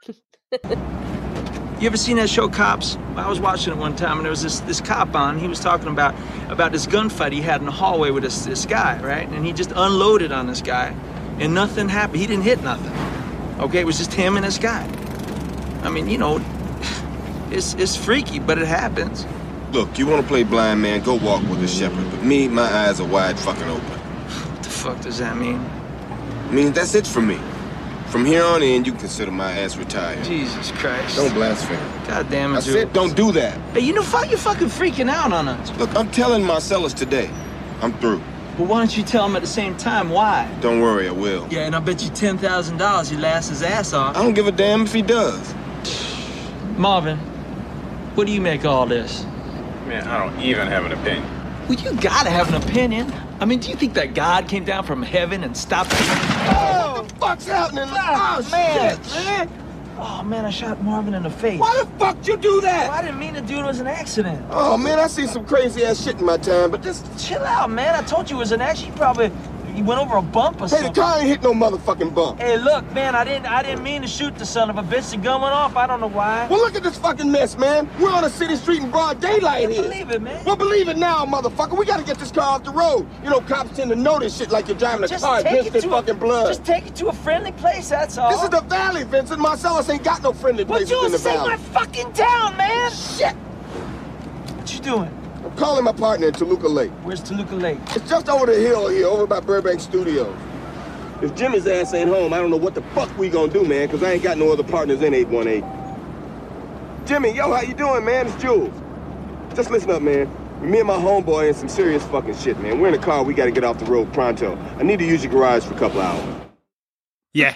You ever seen that show Cops? I was watching it one time and there was this cop on. He was talking about this gunfight he had in the hallway with this guy, right? And he just unloaded on this guy and nothing happened. He didn't hit nothing. Okay, it was just him and this guy. I mean, you know, it's freaky, but it happens. Look, you want to play blind man, go walk with the shepherd. But me, my eyes are wide fucking open. What the fuck does that mean? I mean, that's it for me. From here on in, you consider my ass retired. Jesus Christ. Don't blaspheme. God damn it, I said don't do that. Hey, you know, you're fucking freaking out on us. Look, I'm telling Marcellus today. I'm through. Well, why don't you tell him at the same time why? Don't worry, I will. Yeah, and I bet you $10,000 he'll ass his ass off. I don't give a damn if he does. Marvin, what do you make of all this? Man, I don't even have an opinion. Well, you gotta have an opinion. I mean, do you think that God came down from heaven and stopped... Oh, what the fuck's happening? Oh, man, shit. man. Oh, man, I shot Marvin in the face. Why the fuck you do that? Well, I didn't mean to do it. It was an accident. Oh, man, I seen some crazy ass shit in my time, but just... Chill out, man. I told you it was an accident. You probably He went over a bump or something. Hey, the car ain't hit no motherfucking bump. Hey, look, man, I didn't mean to shoot the son of a bitch. The gun went off. I don't know why. Well, look at this fucking mess, man. We're on a city street in broad daylight here. Believe it, man. Well, believe it now, motherfucker. We gotta get this car off the road. You know, cops tend to know this shit like you're driving a car against their fucking blood. Just take it to a friendly place, that's all. This is the valley, Vincent. Marcellus ain't got no friendly places in the valley. Well, you my fucking town, man. Shit. What you doing? I'm calling my partner in Toluca Lake. Where's Toluca Lake? It's just over the hill here, over by Burbank Studios. If Jimmy's ass ain't home, I don't know what the fuck we gonna do, man, because I ain't got no other partners in 818. Jimmy, yo, how you doing, man? It's Jules. Just listen up, man. Me and my homeboy in some serious fucking shit, man. We're in a car, we gotta get off the road pronto. I need to use your garage for a couple hours. Ja.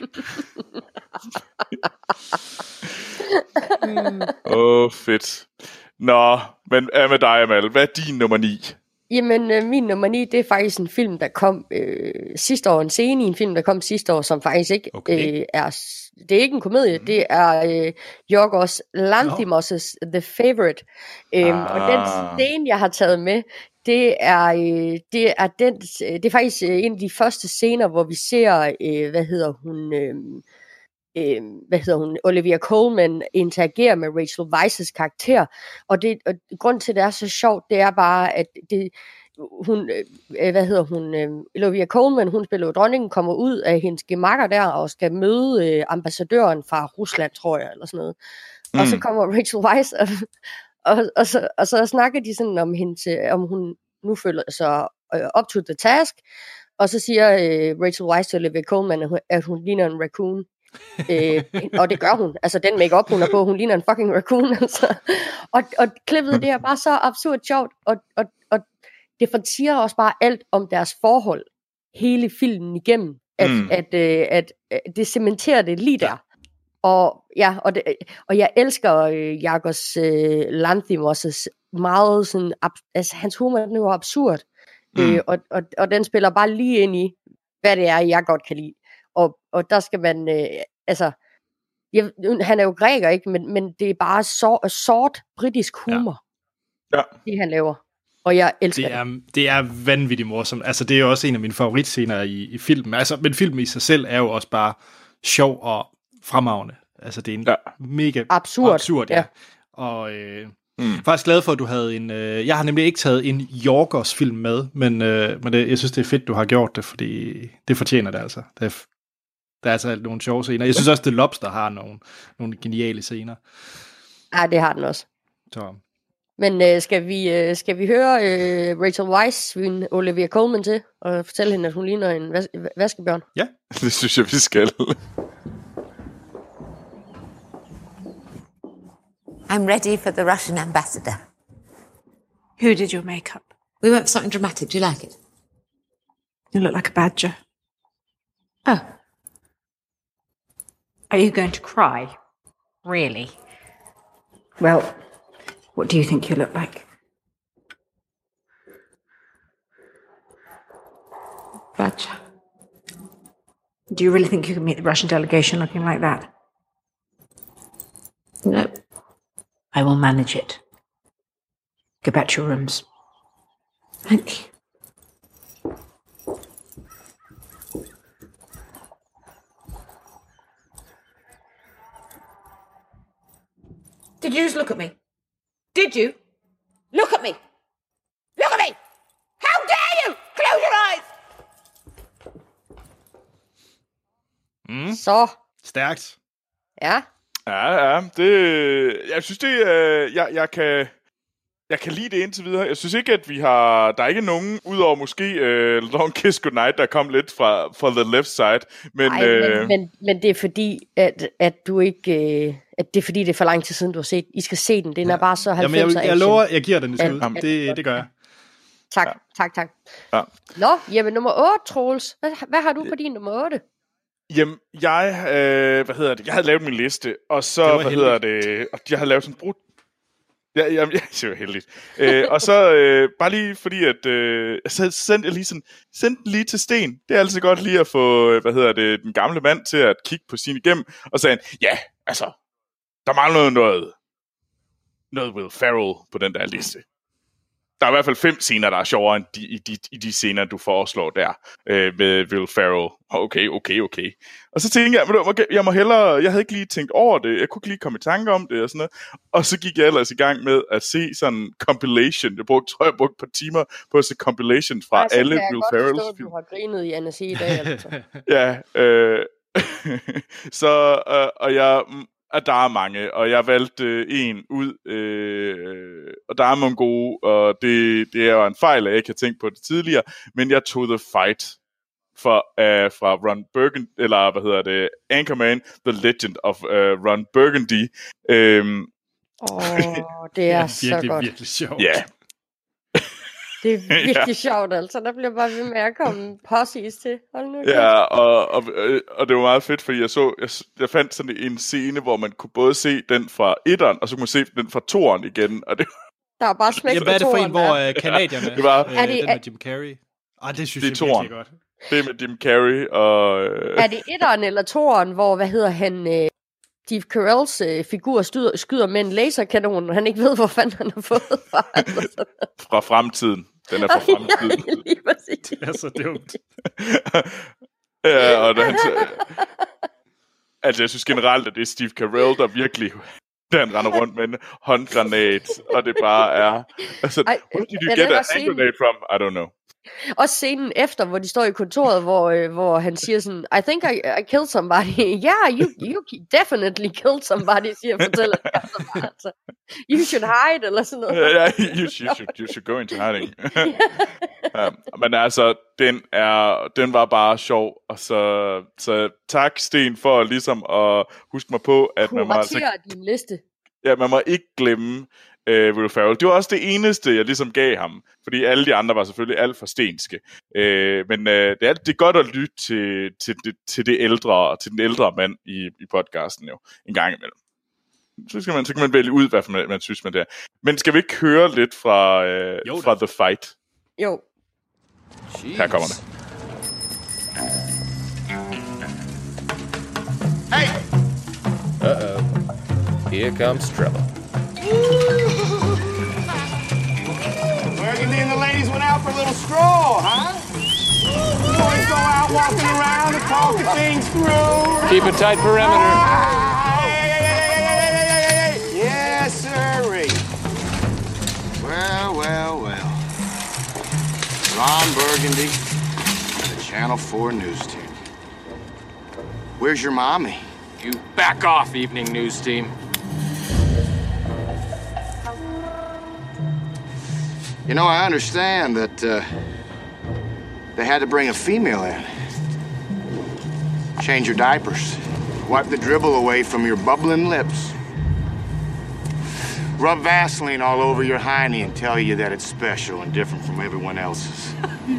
Fedt. Nå, men med dig, Amal, hvad er din nummer 9? Jamen, min nummer 9, det er faktisk en film, der kom sidste år, en scene i en film, der kom sidste år, som faktisk ikke er... Det er ikke en komedie, det er Yorgos Lanthimos' The Favourite. Og den scene, jeg har taget med, det er faktisk en af de første scener, hvor vi ser, Olivia Colman interagere med Rachel Weisz's karakter, og grund til, det er så sjovt, det er bare, at Olivia Colman, hun spiller jo dronningen, kommer ud af hendes gemakker der, og skal møde ambassadøren fra Rusland, tror jeg, eller sådan noget. Og så kommer Rachel Weisz, og så snakker de sådan om hendes, om hun nu føler sig up to the task, og så siger Rachel Weisz til Olivia Colman, at hun ligner en raccoon. Og det gør hun. Altså den make-up hun er på, hun ligner en fucking raccoon, altså. Og klippet, det er bare så absurd sjovt, og det fortæller også bare alt om deres forhold hele filmen igennem, at det cementerer det lige der. Og ja, og jeg elsker Yorgos Lanthimos' meget sådan, altså hans humor den er jo absurd, og den spiller bare lige ind i, hvad det er, jeg godt kan lide. Og der skal man, han er jo græker, ikke? Men det er bare sort britisk humor, det han laver. Og jeg elsker det. Det er vanvittigt morsomt. Altså, det er jo også en af mine favoritscener i filmen. Altså, men filmen i sig selv er jo også bare sjov og fremragende. Altså, det er en mega absurd ja. Og faktisk glad for, at du havde en... jeg har nemlig ikke taget en Yorgos film med, men jeg synes, det er fedt, du har gjort det, fordi det fortjener det altså. Der er altså nogle sjove scener. Jeg synes også, The Lobster har nogle geniale scener. Ja, det har den også. Så. Men skal vi høre Rachel Weisz svine Olivia Colman til og fortælle hende, at hun ligner en vaskebjørn? Ja, det synes jeg, vi skal. I'm ready for the Russian ambassador. Who did your makeup? We went for something dramatic. Do you like it? You look like a badger. Oh. Are you going to cry? Really? Well, what do you think you look like? Badger. Do you really think you can meet the Russian delegation looking like that? No. I will manage it. Go back to your rooms. Thank you. Did you just look at me? Did you? Look at me! Look at me! How dare you! Close your eyes! Så. Stærkt. Ja. Ja, jeg synes det, jeg kan lide det indtil videre. Jeg synes ikke, at der er ikke nogen, udover måske Long Kiss Goodnight, der kom lidt fra The Left Side. Men det er fordi, at du ikke, at det er fordi, det er for lang tid siden, du har set. I skal se den, den er bare så 90'er action. Jeg lover, jeg giver den et skud. Det gør jeg. Tak. Ja. Nå, jamen nummer 8, Troels. Hvad har du på din nummer 8? Jamen, jeg havde lavet min liste, og så, og jeg havde lavet sådan en brud. Ja, det var heldigt. Og så, bare lige fordi, at jeg sendte lige til Sten. Det er altid godt lige at få, den gamle mand til at kigge på sin igennem, og sagde han, ja, altså, der mangler noget Will Ferrell på den der liste. der er i hvert fald 5 scener, der er sjovere end i de scener, du foreslår der med Will Ferrell. Okay. Og så tænkte jeg havde ikke lige tænkt over det, jeg kunne ikke lige komme i tanke om det og sådan noget. Og så gik jeg ellers i gang med at se sådan en compilation. Jeg brugte et par timer på at se compilation fra alle Will Ferrells film. Du har grinet i NSC i dag, altså. Ja, så, og der er mange, og jeg valgte en ud, og der er nogle gode, og det er jo en fejl, at jeg ikke har tænkt på det tidligere, men jeg tog The Fight fra Ron Burgundy, eller hvad hedder det, Anchorman, The Legend of Ron Burgundy. Det er så godt. Virkelig sjovt. Ja. Det er virkelig sjovt, altså. Der bliver bare ved med at komme possis til. Hold nu. Ja, og det var meget fedt, fordi jeg fandt sådan en scene, hvor man kunne både se den fra 1'eren, og så kunne man se den fra 2'eren igen. Og det der er bare smæk på 2'eren. Hvad er det for en, hvor kanadierne, det var, den med Jim Carrey? Det synes det jeg virkelig godt. Det er med Jim Carrey, og... Er det 1'eren eller 2'eren, hvor, hvad hedder han... Steve Carells figur skyder med en laserkanon, og han ikke ved, hvor fanden han har fået fra. Fra fremtiden. Den er fra fremtiden. Ja, lige præcis. Det er så dumt. Ja, og altså, jeg synes generelt, at det er Steve Carell, der virkelig... Han render rundt med en håndgranat, og det bare er... Altså, where did you get a hand grenade from? I don't know. Også scenen efter, hvor de står i kontoret, hvor han siger sådan, I think I killed somebody. Yeah, you definitely killed somebody, fortæller han. You should hide, eller sådan noget. Yeah, you should go into hiding. Men altså, den var bare sjov, og så tak, Sten, for ligesom at huske mig på, at man må din liste. Ja, man må ikke glemme Will Ferrell. Det var også det eneste, jeg ligesom gav ham, fordi alle de andre var selvfølgelig alt for stenske. Men det er godt at lytte til det ældre, til den ældre mand i podcasten jo, en gang imellem. Så kan man vælge ud, hvad man synes med det. Men skal vi ikke høre lidt fra The Fight? Jo. Her kommer det. Hey! Uh-oh. Here comes trouble. Burgundy and the ladies went out for a little stroll, huh? Boys go out walking around and talking things through. Keep a tight perimeter. Yes, sirree. Well. Ron Burgundy, the Channel 4 news team. Where's your mommy? You back off, evening news team. You know, I understand that they had to bring a female in. Change your diapers. Wipe the dribble away from your bubbling lips. Rub Vaseline all over your hiney and tell you that it's special and different from everyone else's.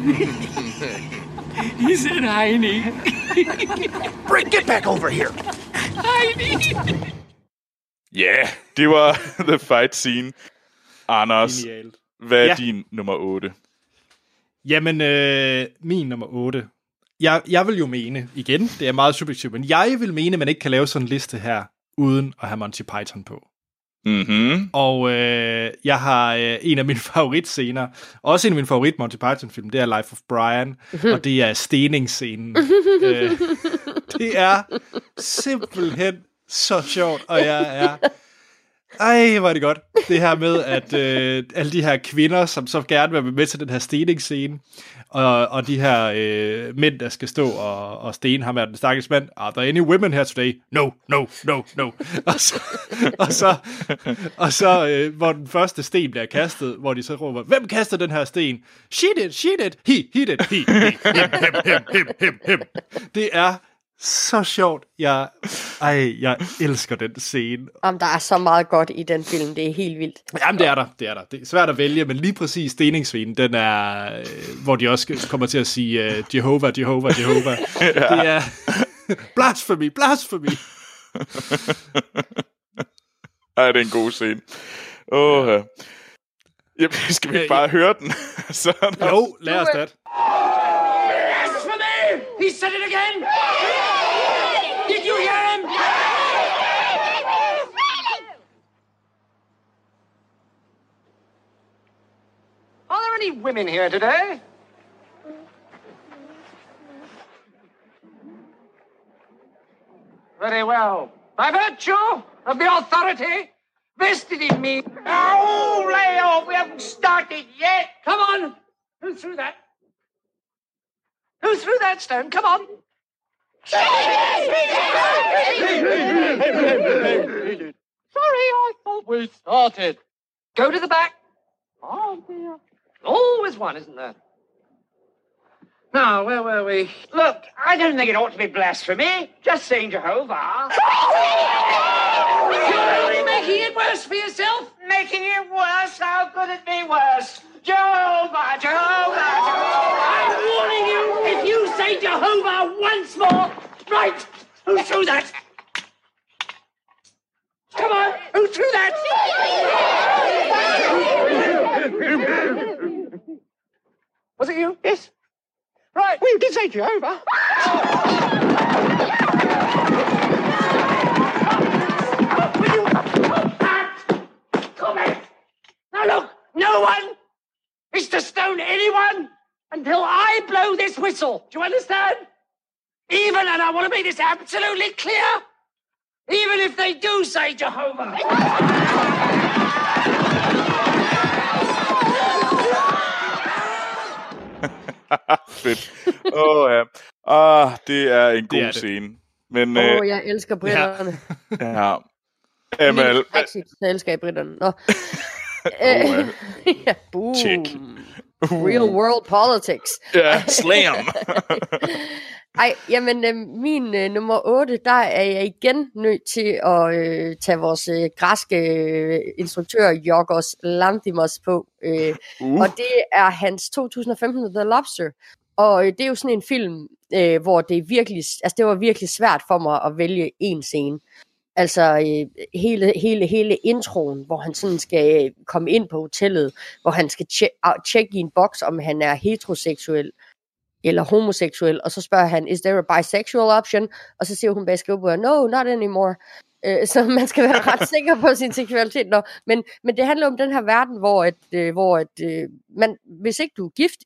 He said hiney. Get back over here. Hiney. Ja, det var The Fight Scene. Anders, Genialt. hvad er din nummer 8? Jamen, min nummer 8. Jeg vil jo mene, igen, det er meget subjektivt, men jeg vil mene, at man ikke kan lave sådan en liste her, uden at have Monty Python på. Mm-hmm. Og jeg har en af mine favoritscener, også en af mine favorit Monty Python-film, det er Life of Brian, og det er steningsscenen. Det er simpelthen så sjovt, og jeg er... Ej, hvor er det godt. Det her med, at alle de her kvinder, som så gerne vil være med til den her steningsscene, og de her mænd, der skal stå og stene ham, er den stakkels mand. Are there any women here today? No. Og så hvor den første sten bliver kastet, hvor de så råber, hvem kaster den her sten? She did, he did, him. Det er så sjovt. Jeg elsker den scene. Jamen, der er så meget godt i den film. Det er helt vildt. Jamen, det er der. Det er svært at vælge, men lige præcis steningsscenen, den er, hvor de også kommer til at sige Jehovah. Ja. Det er blasphemy. Ej, det er en god scene. Skal vi bare høre den? Jo, lad os det. He said it again! Did you hear him? any women here today? Very well. By virtue of the authority vested in me. Oh, lay off. We haven't started yet. Come on. Who threw that? Who threw that stone? Come on. Sorry, I thought we started. Go to the back. Oh, dear. Always one, isn't there? Now, where were we? Look, I don't think it ought to be blasphemy. Just saying Jehovah. You're only making it worse for yourself. Making it worse? How could it be worse? Jehovah, Jehovah, Jehovah. I'm warning you, if you say Jehovah once more. Right, who threw that? Come on, who threw that? Was it you? Yes. Right, well, you did say Jehovah. Will you come in? Now look, no one is to stone anyone until I blow this whistle. Do you understand? Even, and I want to make this absolutely clear, even if they do say Jehovah. Fedt. Det er en god scene. Men, jeg elsker britterne. Ja. Amal. Jeg elsker britterne. Nå. Ja, boom. Check. Real world politics. Ja, slam. Ej, jamen min nummer 8, der er jeg igen nødt til at tage vores græske instruktør Yorgos Lanthimos på. Og det er hans 2015 The Lobster. Og det er jo sådan en film, hvor det var virkelig svært for mig at vælge en scene. Altså hele introen, hvor han sådan skal komme ind på hotellet, hvor han skal tjekke i en boks, om han er heteroseksuel eller homoseksuel, og så spørger han, is there a bisexual option? Og så siger hun bag skrivebordet, no, not anymore. Så man skal være ret sikker på sin seksualitet. Men det handler om den her verden, hvor man, hvis ikke du er gift,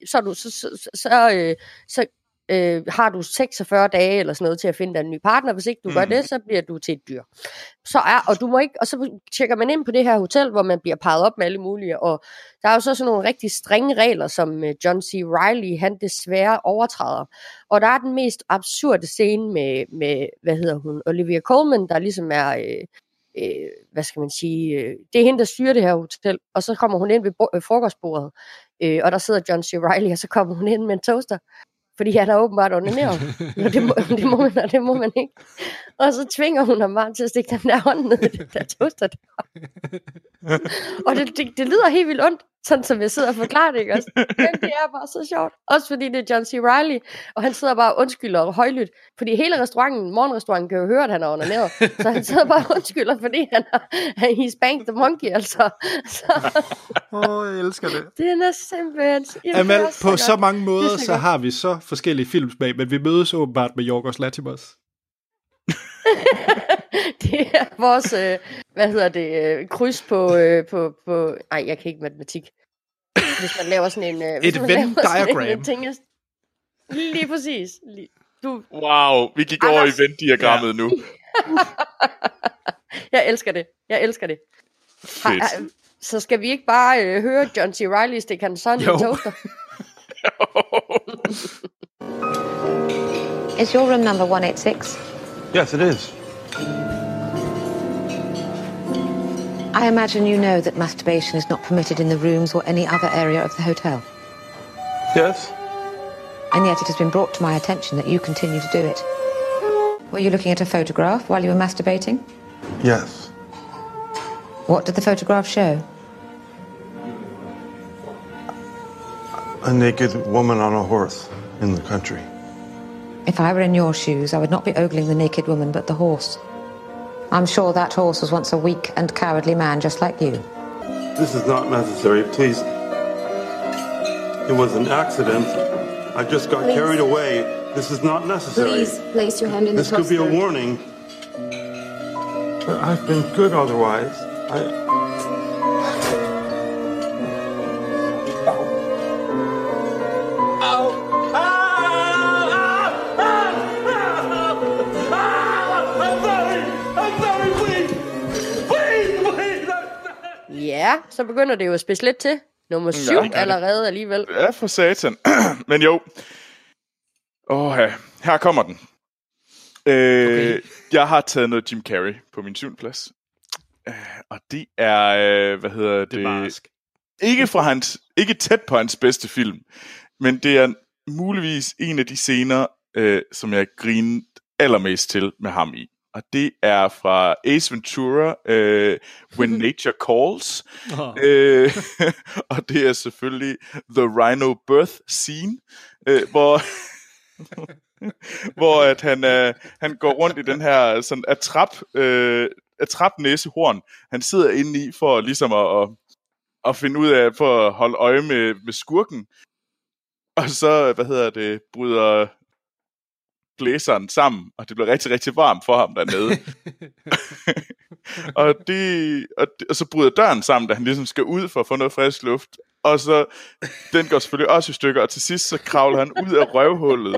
så har du 46 dage eller sådan noget til at finde dig en ny partner. Hvis ikke du gør det, så bliver du til et dyr. Og du må ikke, og så tjekker man ind på det her hotel, hvor man bliver parret op med alle mulige, og der er jo så sådan nogle rigtig strenge regler, som John C. Reilly, han desværre overtræder. Og der er den mest absurde scene med Olivia Colman, der ligesom er, hvad skal man sige, det er hende, der styrer det her hotel, og så kommer hun ind ved frokostbordet, og der sidder John C. Reilly, og så kommer hun ind med en toaster. Fordi han er åbenbart ordineret. Det må man ikke. Og så tvinger hun ham bare til at stikke den der hånd ned i det der toaster der. Og det lyder helt vildt ondt, sådan som jeg sidder og forklarer det, ikke også? Men det er bare så sjovt. Også fordi det er John C. Reilly, og han sidder bare og undskylder højlydt. Fordi hele morgenrestauranten kan jo høre, at han er ordineret. Så han sidder bare og undskylder, fordi he spanked the monkey, altså. Jeg elsker det. Det er simpelthen... Amal, på så mange måder, så har vi så forskellige filmsmag, men vi mødes åbenbart med Yorgos Lanthimos. Det er vores, kryds på... Ej, jeg kan ikke matematik. Hvis man laver sådan en... Et Venn-diagram. Lige præcis. Wow, vi gik over i Venn-diagrammet nu. Jeg elsker det. Fedt. Så skal vi ikke bare høre John C. Reilly stikke hans hånd i en toaster? Is your room number 186? Yes, it is. I imagine you know that masturbation is not permitted in the rooms or any other area of the hotel. Yes. And yet it has been brought to my attention that you continue to do it. Were you looking at a photograph while you were masturbating? Yes. What did the photograph show? A naked woman on a horse in the country. If I were in your shoes, I would not be ogling the naked woman, but the horse. I'm sure that horse was once a weak and cowardly man just like you. This is not necessary, please. It was an accident. I just got carried away. This is not necessary. Please place your hand in the This could be a warning. But I've been good otherwise. Ja, så begynder det jo at spidse lidt til. Nummer 7 allerede alligevel. Ja, for satan. Men jo. Her kommer den. Okay. Jeg har taget noget Jim Carrey på min 7. plads. Og det er, hvad hedder det? Ikke tæt på hans bedste film, men det er muligvis en af de scener, som jeg grinede allermest til med ham i. Og det er fra Ace Ventura, When Nature Calls. Og det er selvfølgelig The Rhino Birth Scene, hvor at han går rundt i den her sådan atrap næsehorn. Han sidder inde i for ligesom at finde ud af, for at holde øje med skurken. Og så, bryder blæseren sammen, og det bliver rigtig, rigtig varmt for ham dernede. og så bryder døren sammen, da han ligesom skal ud for at få noget frisk luft. Og så, den går selvfølgelig også i stykker, og til sidst så kravler han ud af røvhullet.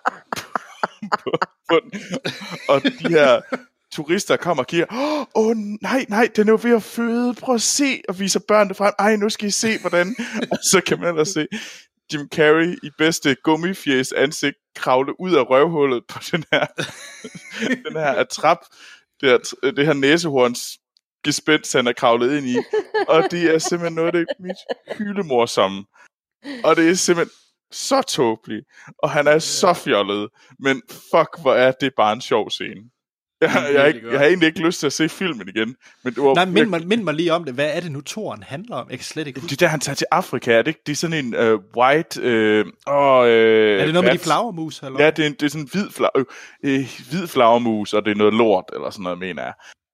Og de her turister kommer og kigger, nej, den er jo ved at føde, prøv at se, og viser børnene frem, nu skal I se, hvordan. Og så kan man ellers se Jim Carrey i bedste gummifjæs ansigt kravle ud af røvhullet på den her atrap, det her næsehorns gespænds, han er kravlet ind i, og det er simpelthen noget af det mit hylemorsomme, og det er simpelthen så tåbeligt, og han er så fjollet, men fuck, hvor er det bare en sjov scene. Jeg har egentlig ikke lyst til at se filmen igen. Men det var mind mig lige om det. Hvad er det nu, toren handler om? Jeg kan slet ikke. Det er der, han tager til Afrika, er det ikke? Det er sådan en white... er det noget med de flagermus? Eller? Ja, det er sådan en hvid flagermus, og det er noget lort, eller sådan noget, mener jeg.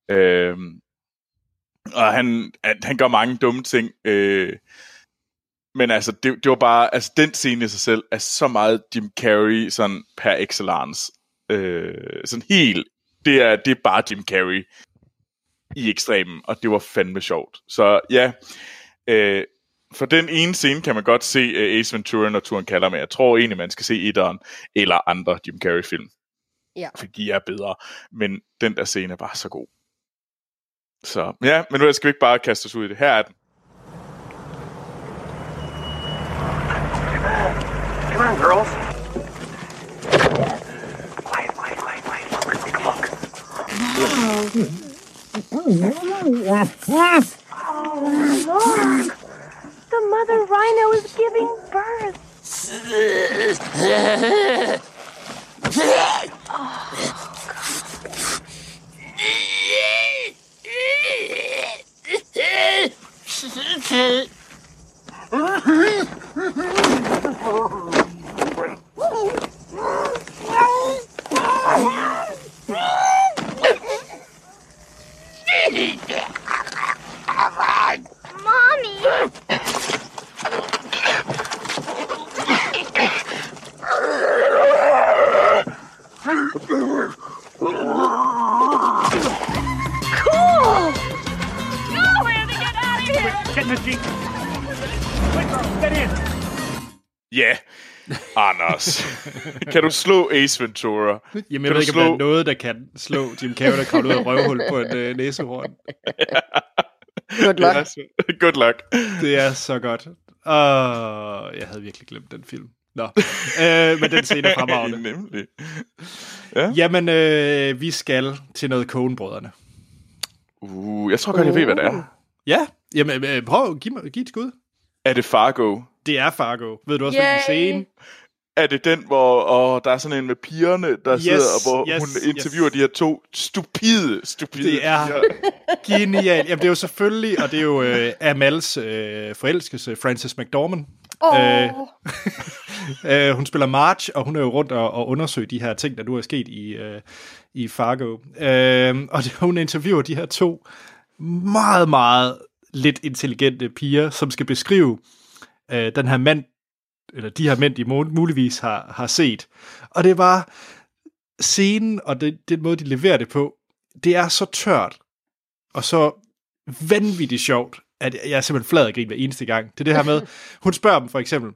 Og han gør mange dumme ting. Men altså, det var bare... Altså, den scene i sig selv er så meget Jim Carrey, sådan per excellence. Sådan helt... Det er bare Jim Carrey i ekstremen, og det var fandme sjovt. Så ja, for den ene scene kan man godt se Ace Ventura, når turen kalder med. Jeg tror egentlig, man skal se etteren eller andre Jim Carrey-film. Ja. For de er bedre. Men den der scene er bare så god. Så ja, men nu skal vi ikke bare kaste os ud i det. Her er den. Come on, girls. Oh, Lord! The mother rhino is giving birth. Mommy! Cool! No, we have to get out of here! Get in the Jeep! Quick, girl, get in! Ja, Anders. Kan du slå Ace Ventura? Jamen, jeg ved ikke, om der er noget, der kan slå Jim Carrey, der kravler ud af røvhul på en næsehorn. Good luck. Good luck. Det er så godt. Jeg havde virkelig glemt den film. Nå, men den scene er fremragende. Nemlig. Ja. Jamen, vi skal til noget Coen-brødrene. Jeg tror godt, jeg ved, hvad det er. Ja, jamen, prøv, giv et skud. Er det Fargo? Det er Fargo. Ved du også, hvilken scene? Er det den, hvor der er sådan en med pigerne, der sidder, og hvor hun interviewer de her to stupide det er genialt. Jamen, det er jo selvfølgelig, og det er jo Amals forelskelse, Frances McDormand. Hun spiller Marge, og hun er jo rundt og undersøger de her ting, der nu er sket i Fargo. Og hun interviewer de her to meget, meget lidt intelligente piger, som skal beskrive den her mand, eller de her mænd, de muligvis har set. Og det var scenen, og den måde, de leverer det på, det er så tørt, og så vanvittigt sjovt, at jeg er simpelthen flad af grin hver eneste gang. Det er det her med, hun spørger dem for eksempel,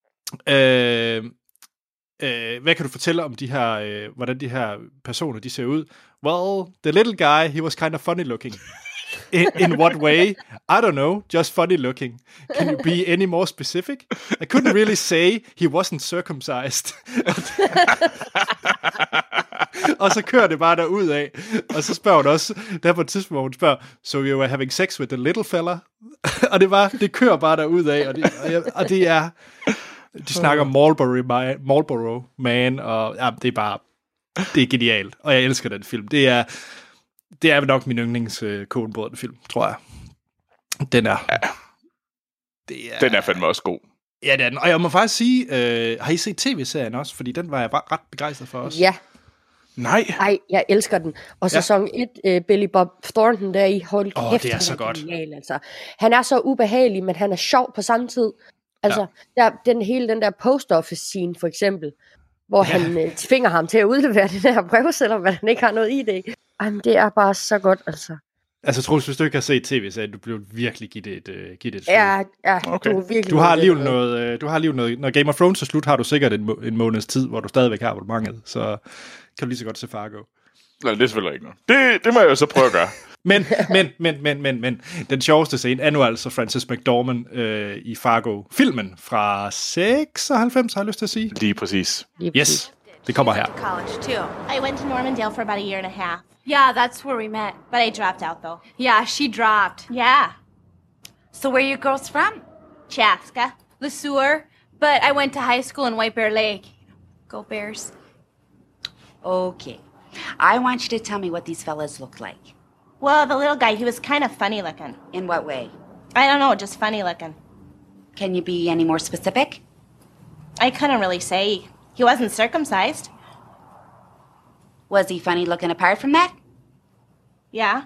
hvad kan du fortælle om de her, hvordan de her personer, de ser ud? Well, the little guy, he was kind of funny looking. In what way? I don't know. Just funny looking. Can you be any more specific? I couldn't really say he wasn't circumcised. Og så kører det bare derudad. Og så spørger hun også, der på et tidspunkt, hvor hun spørger, so you were having sex with the little fella? Og det kører bare derudad. Og det er... De snakker om Marlboro Man, og ja, det er bare... Det er genialt, og jeg elsker den film. Det er nok min yndlings Coen film, tror jeg. Den er fandme også god. Ja, det er den. Og jeg må faktisk sige, har I set tv-serien også? Fordi den var jeg ret begejstret for også. Ja. Nej. Ej, jeg elsker den. Og sæson 1, Billy Bob Thornton der i, hold kæft, det er så godt. Genial, altså. Han er så ubehagelig, men han er sjov på samme tid. Altså, hele den der post office scene, for eksempel, hvor han tvinger ham til at udlevere det der brev, selvom han ikke har noget ID. Jamen, det er bare så godt, altså. Altså, Troels, hvis du ikke har set tv-serien, du bliver virkelig give det et ja, okay. Du virkelig. Du har alligevel noget, når Game of Thrones er slut, har du sikkert en måneds tid, hvor du stadigvæk har abonnementet, så kan du lige så godt se Fargo. Nej, det er selvfølgelig ikke noget. Det må jeg jo så prøve at gøre. Men den sjoveste scene er nu altså Frances McDormand i Fargo-filmen fra 96, har jeg lyst til at sige. Lige præcis. Yes, det kommer her. College too. I went to Normandale for about a year and a half. Yeah, that's where we met. But I dropped out though. Yeah, she dropped. Yeah. So where are you girls from? Chaska, LeSueur. But I went to high school in White Bear Lake. Go Bears. Okay. I want you to tell me what these fellas look like. Well, the little guy, he was kind of funny looking. In what way? I don't know, just funny looking. Can you be any more specific? I couldn't really say. He wasn't circumcised. Was he funny looking apart from that? Yeah.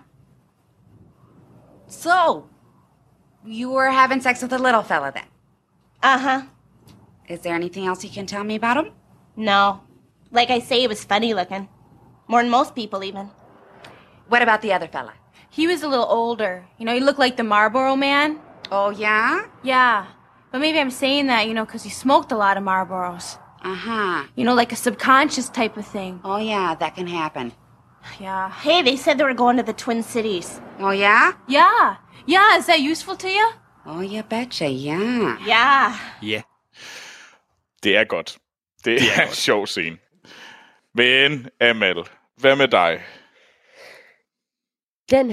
So, you were having sex with a little fella then? Uh-huh. Is there anything else you can tell me about him? No. Like I say, he was funny looking. More than most people, even. What about the other fella? He was a little older. You know, he looked like the Marlboro Man. Oh, yeah? Yeah. But maybe I'm saying that, you know, because he smoked a lot of Marlboros. Uh-huh. You know, like a subconscious type of thing. Oh, yeah, that can happen. Yeah. Hey, they said they were going to the Twin Cities. Oh, yeah? Yeah. Yeah, is that useful to you? Oh, you betcha, yeah. Yeah. Ja. Det er godt. Det er en sjov scene. Men, Amal, hvad med dig? Den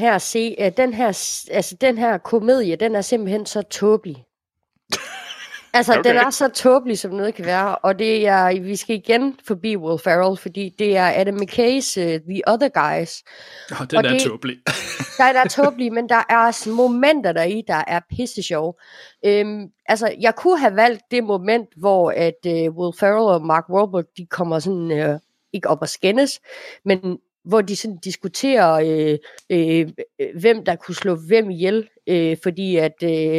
her komedie, den er simpelthen så tåbelig. Altså, okay. Den er så tåbelig, som noget kan være, og vi skal igen forbi Will Ferrell, fordi det er Adam McKay's The Other Guys. Den er tåbelig. Den er tåbelig, men der er momenter deri, der er pisse sjov. Altså, jeg kunne have valgt det moment, hvor at Will Ferrell og Mark Wahlberg, de kommer sådan, ikke op og skændes, men hvor de sådan diskuterer, hvem der kunne slå hvem ihjel, fordi at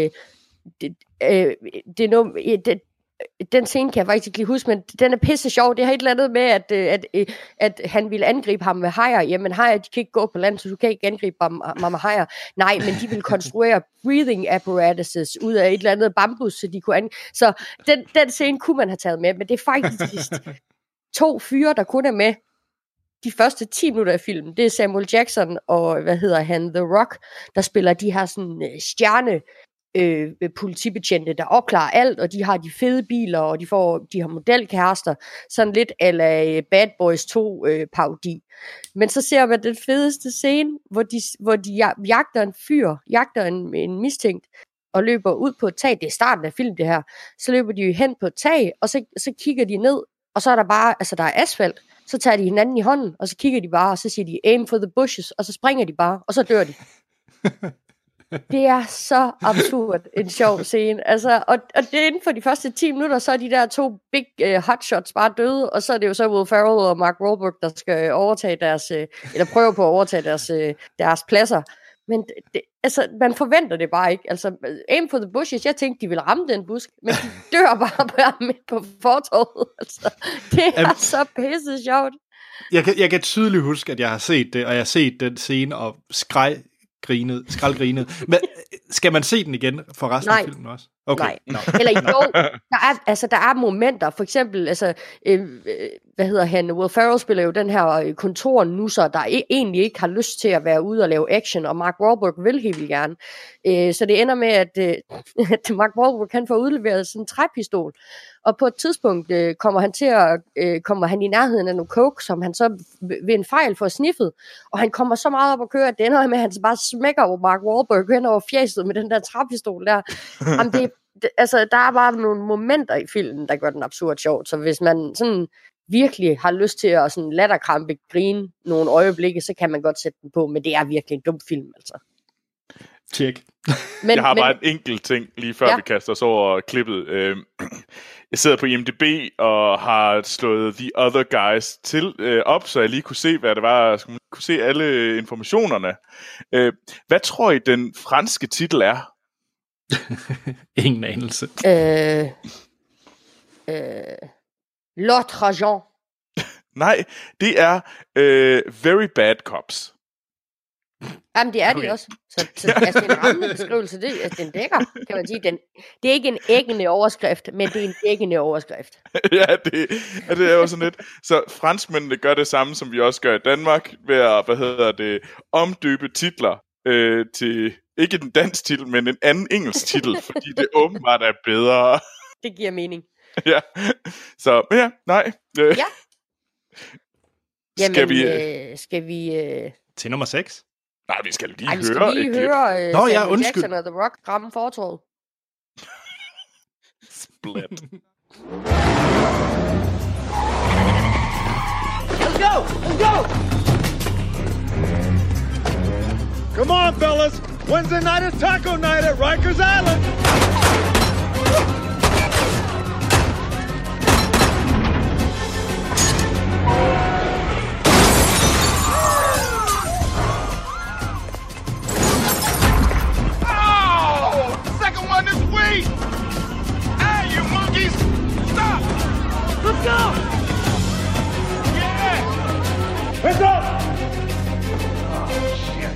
den scene kan jeg faktisk ikke lige huske, men den er pisse sjov. Det har et eller andet med, at han ville angribe ham med hajer. Jamen hajer, de kan ikke gå på land, så du kan ikke angribe ham med hajer. Nej, men de vil konstruere breathing apparatuses ud af et eller andet bambus, så de kunne Så den scene kunne man have taget med, men det er faktisk 2 fyre, der kun er med de første 10 minutter af filmen. Det er Samuel Jackson og, The Rock, der spiller de her sådan politibetjente, der opklarer alt, og de har de fede biler, og de har modelkærester, sådan lidt a Bad Boys 2 parodi. Men så ser man den fedeste scene, hvor de jagter en mistænkt, og løber ud på et tag. Det er starten af filmen, det her. Så løber de hen på et tag, og så kigger de ned, og så er der bare, der er asfalt. Så tager de hinanden i hånden, og så kigger de bare, og så siger de, aim for the bushes, og så springer de bare, og så dør de. Det er så absurd en sjov scene. Altså, og det er inden for de første 10 minutter, så er de der 2 big hotshots bare døde, og så er det jo så Will Ferrell og Mark Wahlberg, der skal overtage eller prøve på at overtage deres pladser. Men man forventer det bare ikke. Altså, aim for the bushes, jeg tænkte, de ville ramme den busk, men de dør bare midt på fortorvet. Altså, det er så pisse sjovt. Jeg kan tydeligt huske, at jeg har set det, og jeg har set den scene og skraldgrinet. Men skal man se den igen for resten af filmen også? Okay. Nej. Eller jo, der er momenter, for eksempel, Will Ferrell spiller jo den her kontornusser, der egentlig ikke har lyst til at være ude og lave action, og Mark Wahlberg vil helt vildt gerne. Så det ender med, at Mark Wahlberg kan få udleveret sådan en træpistol, og på et tidspunkt kommer han i nærheden af noget coke, som han så ved en fejl får sniffet, og han kommer så meget op at køre, at det ender med, at han bare smækker over Mark Wahlberg hen over fjeset med den der træpistol der. Jamen, der er bare nogle momenter i filmen, der gør den absurd sjovt, så hvis man sådan virkelig har lyst til at sådan latterkrampe grine nogle øjeblikke, så kan man godt sætte den på, men det er virkelig en dum film, altså. Tjek. Jeg har bare en enkelt ting, lige før vi kaster os over klippet. Jeg sidder på IMDb og har slået The Other Guys op, så jeg lige kunne se, hvad det var. Jeg kunne se alle informationerne. Hvad tror I, den franske titel er? Ingen anelse. L'autre agent. Nej, det er Very Bad Cops. Jamen, det er det også. Så altså, en rammende beskrivelse, den dækker, kan man sige. Det er ikke en æggende overskrift, men det er en dækkende overskrift. Ja, det er jo sådan lidt. Så franskmændene gør det samme, som vi også gør i Danmark, ved at, omdøbe titler til, ikke en dansk titel, men en anden engelsk titel, fordi det åbenbart er bedre. Det giver mening. Ja, så ja, nej. Ja. Jamen, skal vi... Til nummer 6? Nej, vi skal lige høre. Skal lige høre Samuel Jackson og The Rock ramme fortorvet. Split. Let's go! Let's go! Come on, fellas! Wednesday night is taco night at Rikers Island! Let's go! Yeah! Let's up! Oh, shit.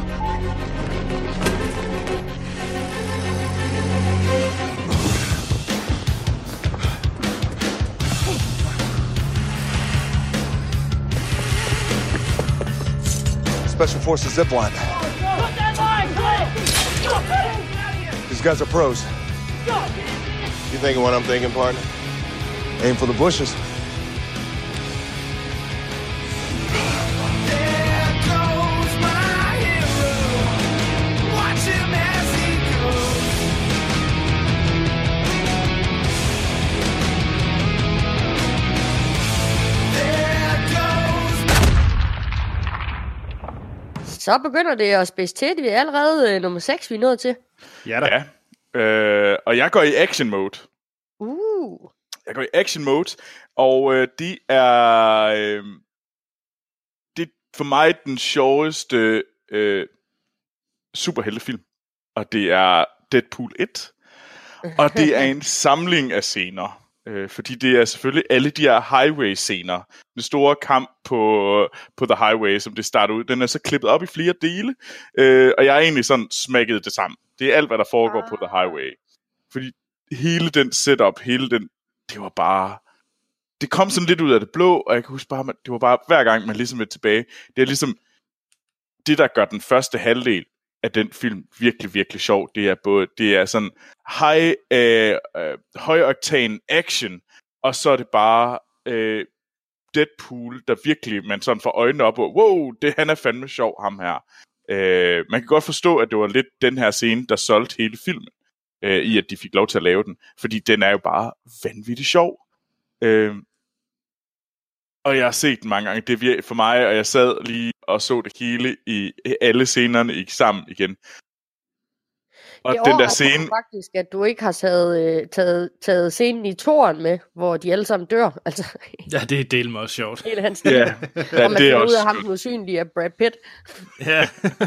Special Forces zipline. Put that line, go! These guys are pros. You thinking what I'm thinking, partner? Aim for the bushes. Så begynder det at spidse til. Vi er allerede nummer 6, vi er nået til. Ja da. Ja. Og jeg går i action mode. Jeg går i action mode, og det er for mig den sjoveste superheltefilm. Og det er Deadpool 1. Og det er en samling af scener. Fordi det er selvfølgelig alle de her highway-scener. Den store kamp på The Highway, som det starter ud. Den er så klippet op i flere dele. Og jeg er egentlig sådan smækket det sammen. Det er alt, hvad der foregår på The Highway. Fordi hele den setup, det var bare... Det kom sådan lidt ud af det blå, og jeg kan huske bare, det var bare hver gang, man ligesom er tilbage. Det er ligesom det, der gør den første halvdel af den film virkelig, virkelig sjov. Det er sådan høj-oktan action, og så er det bare Deadpool, der virkelig, man sådan får øjnene op, og wow, han er fandme sjov, ham her. Man kan godt forstå, at det var lidt den her scene, der solgte hele filmen, i at de fik lov til at lave den, fordi den er jo bare vanvittigt sjov. Og jeg har set den mange gange, det er for mig, og jeg sad lige og så det hele i alle scenerne sammen igen. Og det den der scene... faktisk, at du ikke har taget scenen i toren med, hvor de alle sammen dør. Altså, ja, det er del også sjovt. Hele hans liv. Ja, og man finder ud af ham den usynlige af Brad Pitt. Ja.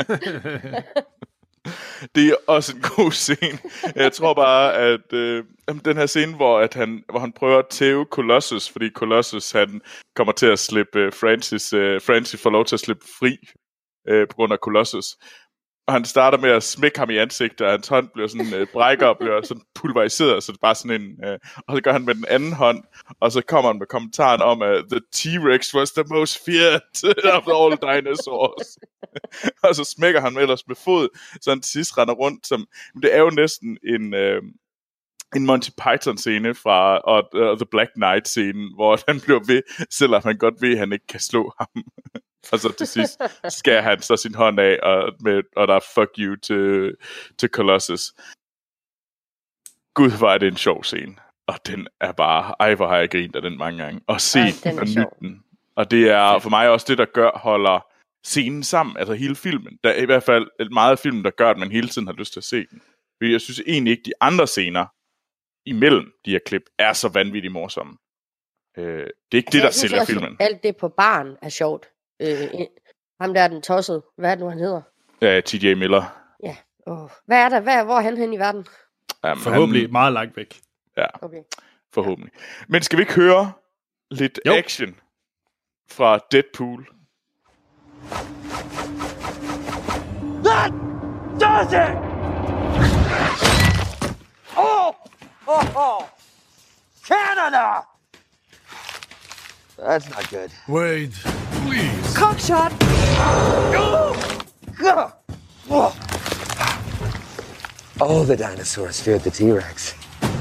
Det er også en god scene. Jeg tror bare, at den her scene, hvor han prøver at tæve Colossus, fordi Colossus han kommer til at slippe Francis får lov til at slippe fri på grund af Colossus. Og han starter med at smække ham i ansigtet, og hans hånd bliver sådan brækker og bliver sådan pulveriseret, så det er bare sådan en... og så gør han med den anden hånd, og så kommer han med kommentaren om, at the T-Rex was the most feared of all dinosaurs. Og så smækker han ellers med fod, så han til sidst render rundt som... Det er jo næsten en Monty Python-scene fra The Black Knight-scenen, hvor han bliver ved, selvom han godt ved, at han ikke kan slå ham. Og så til sidst skærer han så sin hånd af, og der er fuck you til Colossus. Gud, hvor er det en sjov scene. Og den er bare, hvor har jeg grint af den mange gange. Og se den og nyt den. Og det er for mig også det, der holder scenen sammen, altså hele filmen. Der er i hvert fald meget af filmen, der gør, at man hele tiden har lyst til at se den. Fordi jeg synes egentlig ikke, de andre scener imellem de her klip er så vanvittigt morsomme. Det er ikke det, der sælger filmen. Alt det på baren er sjovt. Ham der er den tossede. Hvad er det nu, han hedder? Ja, T.J. Miller. Ja. Hvad er der? Hvor er han hen i verden? Jamen, forhåbentlig meget langt væk. Ja, okay. Forhåbentlig. Men skal vi ikke høre lidt action fra Deadpool? That does it! Oh! Canada! That's not good. Wade, please. Cockshot! All the dinosaurs feared the T-Rex.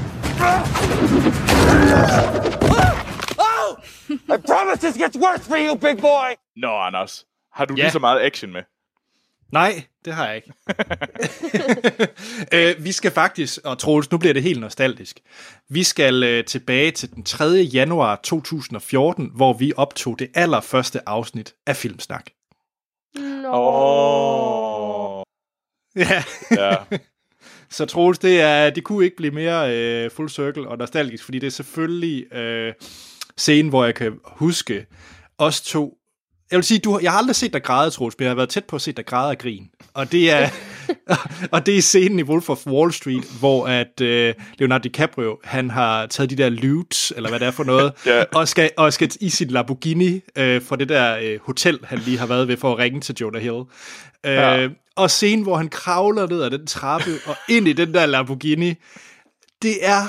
Oh! I promise this gets worse for you, big boy! Nå, Anders. Har du lige så meget action med? Nej, det har jeg ikke. Vi skal faktisk, og Troels, nu bliver det helt nostalgisk. Vi skal tilbage til den 3. januar 2014, hvor vi optog det allerførste afsnit af Filmsnak. Ja. Så Troels, det kunne ikke blive mere full circle og nostalgisk, fordi det er selvfølgelig scenen, hvor jeg kan huske os to. Jeg vil sige, jeg har aldrig set dig græde, Troels, men jeg har været tæt på at se dig græde af grin. Og det er, og det er scenen i Wolf of Wall Street, hvor at Leonardo DiCaprio, han har taget de der lutes, eller hvad det er for noget, og skal i sin Lamborghini fra det der hotel, han lige har været ved for at ringe til Jonah Hill. Og scenen, hvor han kravler ned ad den trappe og ind i den der Lamborghini, det er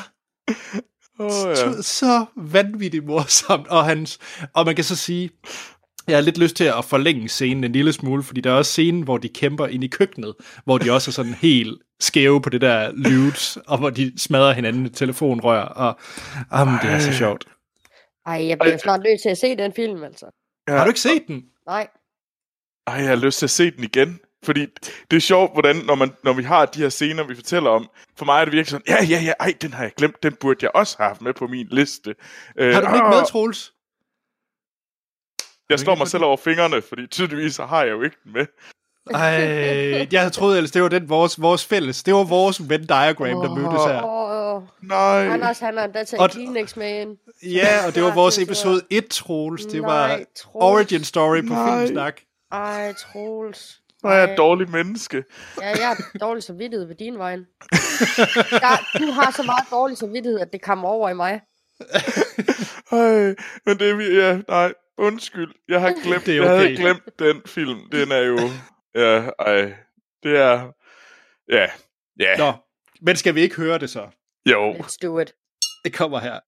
så vanvittigt morsomt. Og man kan så sige, jeg har lidt lyst til at forlænge scenen en lille smule, fordi der er også scenen, hvor de kæmper ind i køkkenet, hvor de også er sådan helt skæve på det der lute, og hvor de smadrer hinanden med telefonrør, og det er så sjovt. Ej, jeg bliver snart nødt til at se den film, altså. Ja. Har du ikke set den? Nej. Ej, jeg har lyst til at se den igen. Fordi det er sjovt, hvordan, når vi har de her scener, vi fortæller om, for mig er det virkelig sådan, ja, ej, den har jeg glemt, den burde jeg også have haft med på min liste. Har du den ikke med, Troels? Jeg slår mig selv over fingrene, fordi tydeligvis så har jeg jo ikke den med. Ej, jeg troede ellers, det var vores fælles. Det var vores Venn diagram, der mødtes her. Nej. Anders, han har endda taget Kleenex med ind. Ja, og det var vores episode 1, Troels. Det var Origin Story på Filmsnak. Ej, Troels. Jeg er et dårligt menneske. Ja, jeg er dårlig samvittighed ved din vej. Du har så meget dårlig samvittighed, at det kommer over i mig. Ej, men det er nej. Undskyld, jeg har glemt, jeg havde glemt den film. Den er jo, det er, ja. Nå, men skal vi ikke høre det så? Jo. Let's do it. Det kommer her.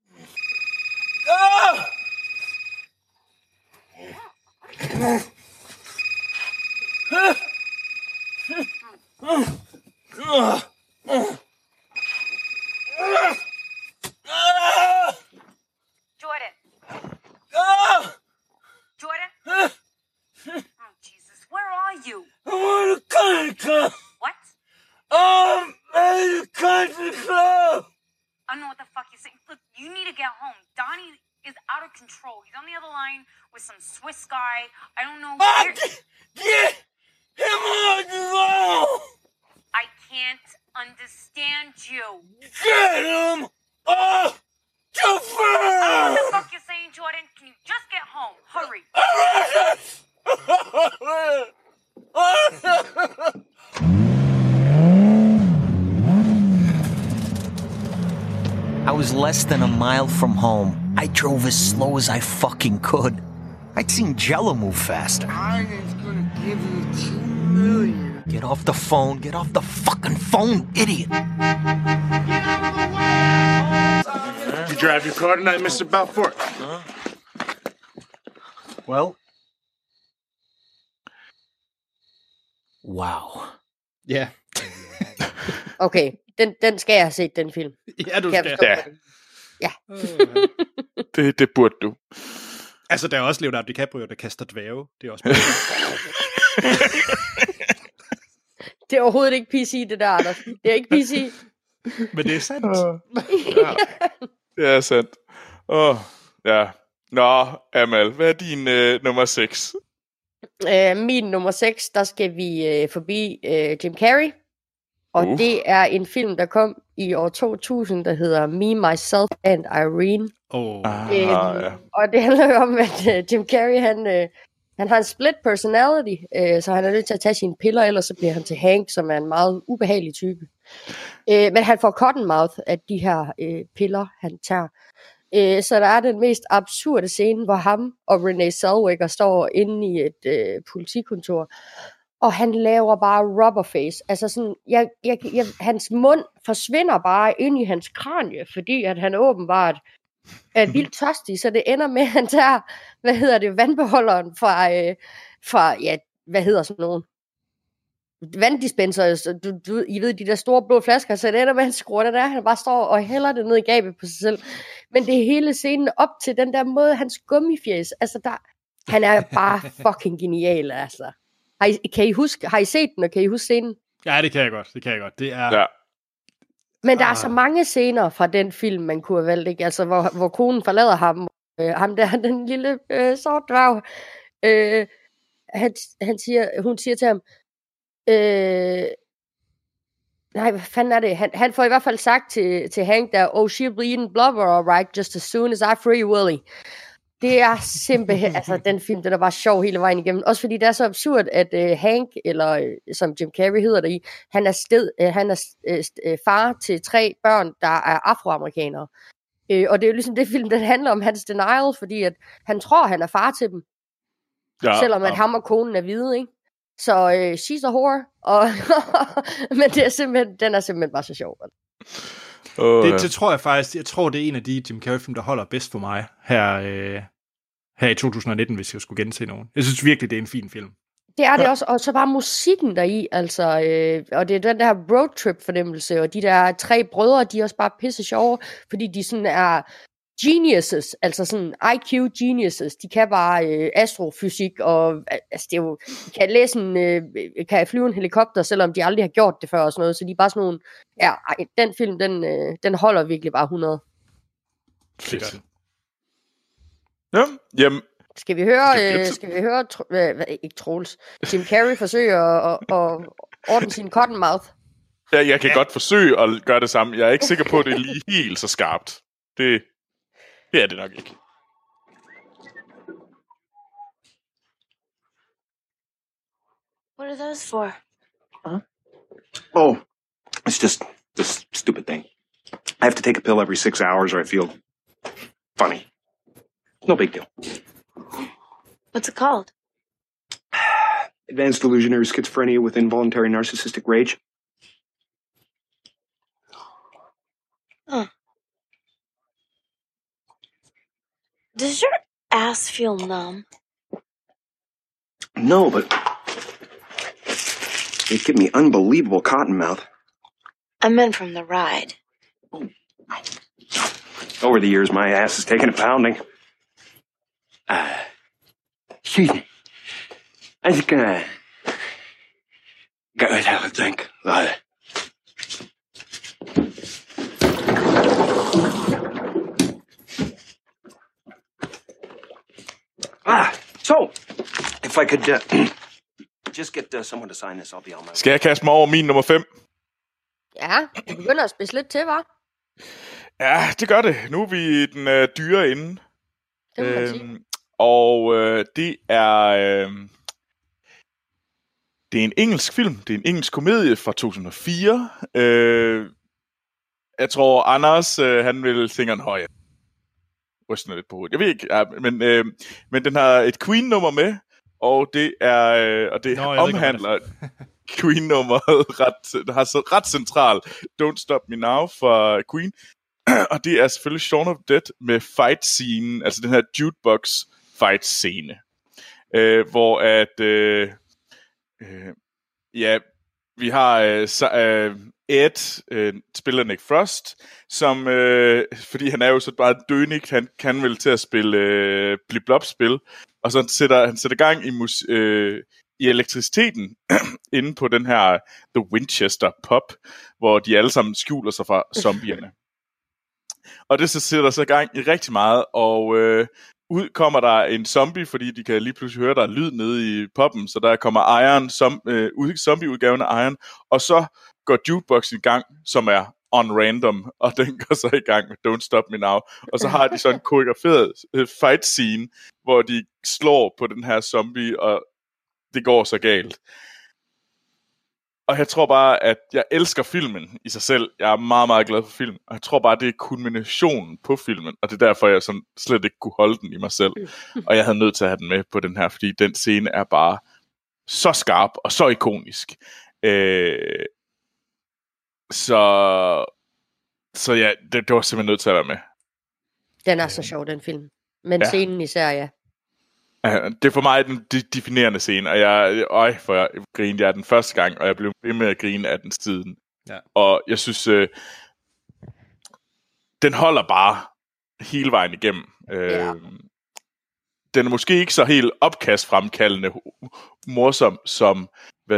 Jordan. Jordan? Oh, Jesus. Where are you? I'm at a country club. What? I'm at a country club. I don't know what the fuck you're saying. Look, you need to get home. Donnie is out of control. He's on the other line with some Swiss guy. I don't know. Get him on the phone. I can't understand you. Get him off the phone. I don't know what the fuck you're saying, Jordan. Can you just get home? Hurry. I was less than a mile from home. I drove as slow as I fucking could. I'd seen Jello move faster. I was gonna give you $2 million Get off the phone. Get off the fucking phone, idiot. Did you drive your car tonight, Mr. Balfour? Well? Wow. Ja. Okay, den skal jeg have set, den film. Ja, du skal. Ja. Det burde du. Altså, der er også Leonardo DiCaprio, der kaster dvæve. Det er også Det er overhovedet ikke PC, det der, Anders. Det er ikke PC. Men det er sandt. Ja. Det er sandt. Ja. Nå, Amal, hvad er din nummer 6? Min nummer 6, der skal vi forbi Jim Carrey. Og det er en film, der kom i år 2000, der hedder Me, Myself and Irene. Ja. Og det handler jo om, at Jim Carrey, han har en split personality, så han er nødt til at tage sine piller, ellers så bliver han til Hank, som er en meget ubehagelig type. Men han får cottonmouth af de her piller, han tager. Så der er den mest absurde scene, hvor ham og Renee Zellweger står inde i et politikontor, og han laver bare rubberface. Altså sådan, hans mund forsvinder bare ind i hans kranie, fordi at han åbenbart er vildt tørstig, så det ender med, at han tager, vandbeholderen fra hvad hedder sådan nogen? Vanddispenser, I ved, de der store blå flasker, så det ender med, at han skruer det der, han bare står og hælder det ned i gabet på sig selv. Men det er hele scenen op til den der måde, hans gummifjæs, altså han er bare fucking genial, altså. Har I set den, og kan I huske scenen? Ja, det kan jeg godt. Det er... Ja. Men der er så mange scener fra den film, man kunne have valgt, ikke? Altså, hvor konen forlader ham, ham der, den lille sort dværg, hun siger til ham, nej, hvad fanden er det? Han får i hvert fald sagt til Hank der, oh, she'll be eating blubber, alright, just as soon as I free Willy. Det er simpelthen, altså den film, den er bare sjov hele vejen igennem. Også fordi det er så absurd, at Hank, eller som Jim Carrey hedder det i, han er far til 3 børn, der er afroamerikanere. Og det er jo ligesom det film, den handler om hans denial, fordi at han tror, han er far til dem. Ja, selvom at ham og konen er hvide, ikke? Så she's a whore. Men den er simpelthen bare så sjov. Det tror jeg faktisk, det er en af de Jim Carrey-film, der holder bedst for mig her i 2019, hvis jeg skulle gense nogen. Jeg synes virkelig, det er en fin film. Det er det også, og så bare musikken deri, altså, og det er den der roadtrip-fornemmelse, og de der 3 brødre, de er også bare pisse sjove, fordi de sådan er geniuses, altså sådan IQ geniuses, de kan bare astrofysik, og altså det er jo, de kan flyve en helikopter, selvom de aldrig har gjort det før og sådan noget, så de er bare sådan nogle, ja, den film, den holder virkelig bare 100. Fedt. Ja, jamen. Skal vi høre ikke Troels, Jim Carrey forsøge at ordne sin cottonmouth? Ja, jeg kan godt forsøge at gøre det samme. Jeg er ikke sikker på, at det er lige helt så skarpt. Det er det nok ikke. What are those for? Huh? Oh, it's just this stupid thing. I have to take a pill every 6 hours or I feel funny. No big deal. What's it called? Advanced delusionary schizophrenia with involuntary narcissistic rage. Huh. Does your ass feel numb? No, but it give me unbelievable cottonmouth. I meant from the ride. Over the years, my ass has taken a pounding. Excuse me. I think, I'd have a think. So, if I could just get someone to sign this, I'll be on my way. Skal jeg kaste mig over min nummer 5? Ja, det begynder at spidse lidt til, hva'? Ja, det gør det. Nu er vi den dyre inde. Det må man sige. Og det er det er en engelsk film. Det er en engelsk komedie fra 2004. Jeg tror, Anders, han vil fingeren højere. Rysten lidt på hovedet. Jeg ved ikke, ja, men den har et Queen-nummer med, og det er omhandler Queen-nummeret ret central. Don't Stop Me Now for Queen. Og det er selvfølgelig Shaun of the Dead med fight-scenen, altså den her jukebox fight-scene. Hvor at... vi har Ed, spiller Nick Frost, som, fordi han er jo så bare dønig, han kan vel til at spille blip-blop-spil, og så han sætter gang i elektriciteten inde på den her The Winchester pub, hvor de alle sammen skjuler sig fra zombierne. Og det så sætter sig gang i rigtig meget, og ud kommer der en zombie, fordi de kan lige pludselig høre, der er lyd nede i poppen, så der kommer Iron, zombie-udgaven af Iron, og så går jukeboxen i gang, som er on random, og den går så i gang med Don't Stop Me Now, og så har de sådan en koreograferet fight scene, hvor de slår på den her zombie, og det går så galt. Og jeg tror bare, at jeg elsker filmen i sig selv. Jeg er meget, meget glad for filmen. Og jeg tror bare, det er kulminationen på filmen. Og det er derfor, jeg sådan slet ikke kunne holde den i mig selv. Og jeg havde nødt til at have den med på den her, fordi den scene er bare så skarp og så ikonisk. Så ja, det var simpelthen nødt til at være med. Den er så sjov, den film. Men scenen især, ja. Det er for mig den definerende scene, og jeg grinede jeg den første gang, og jeg blev ved med at grine af den siden. Ja. Og jeg synes, den holder bare hele vejen igennem. Den er måske ikke så helt opkastfremkaldende morsom som,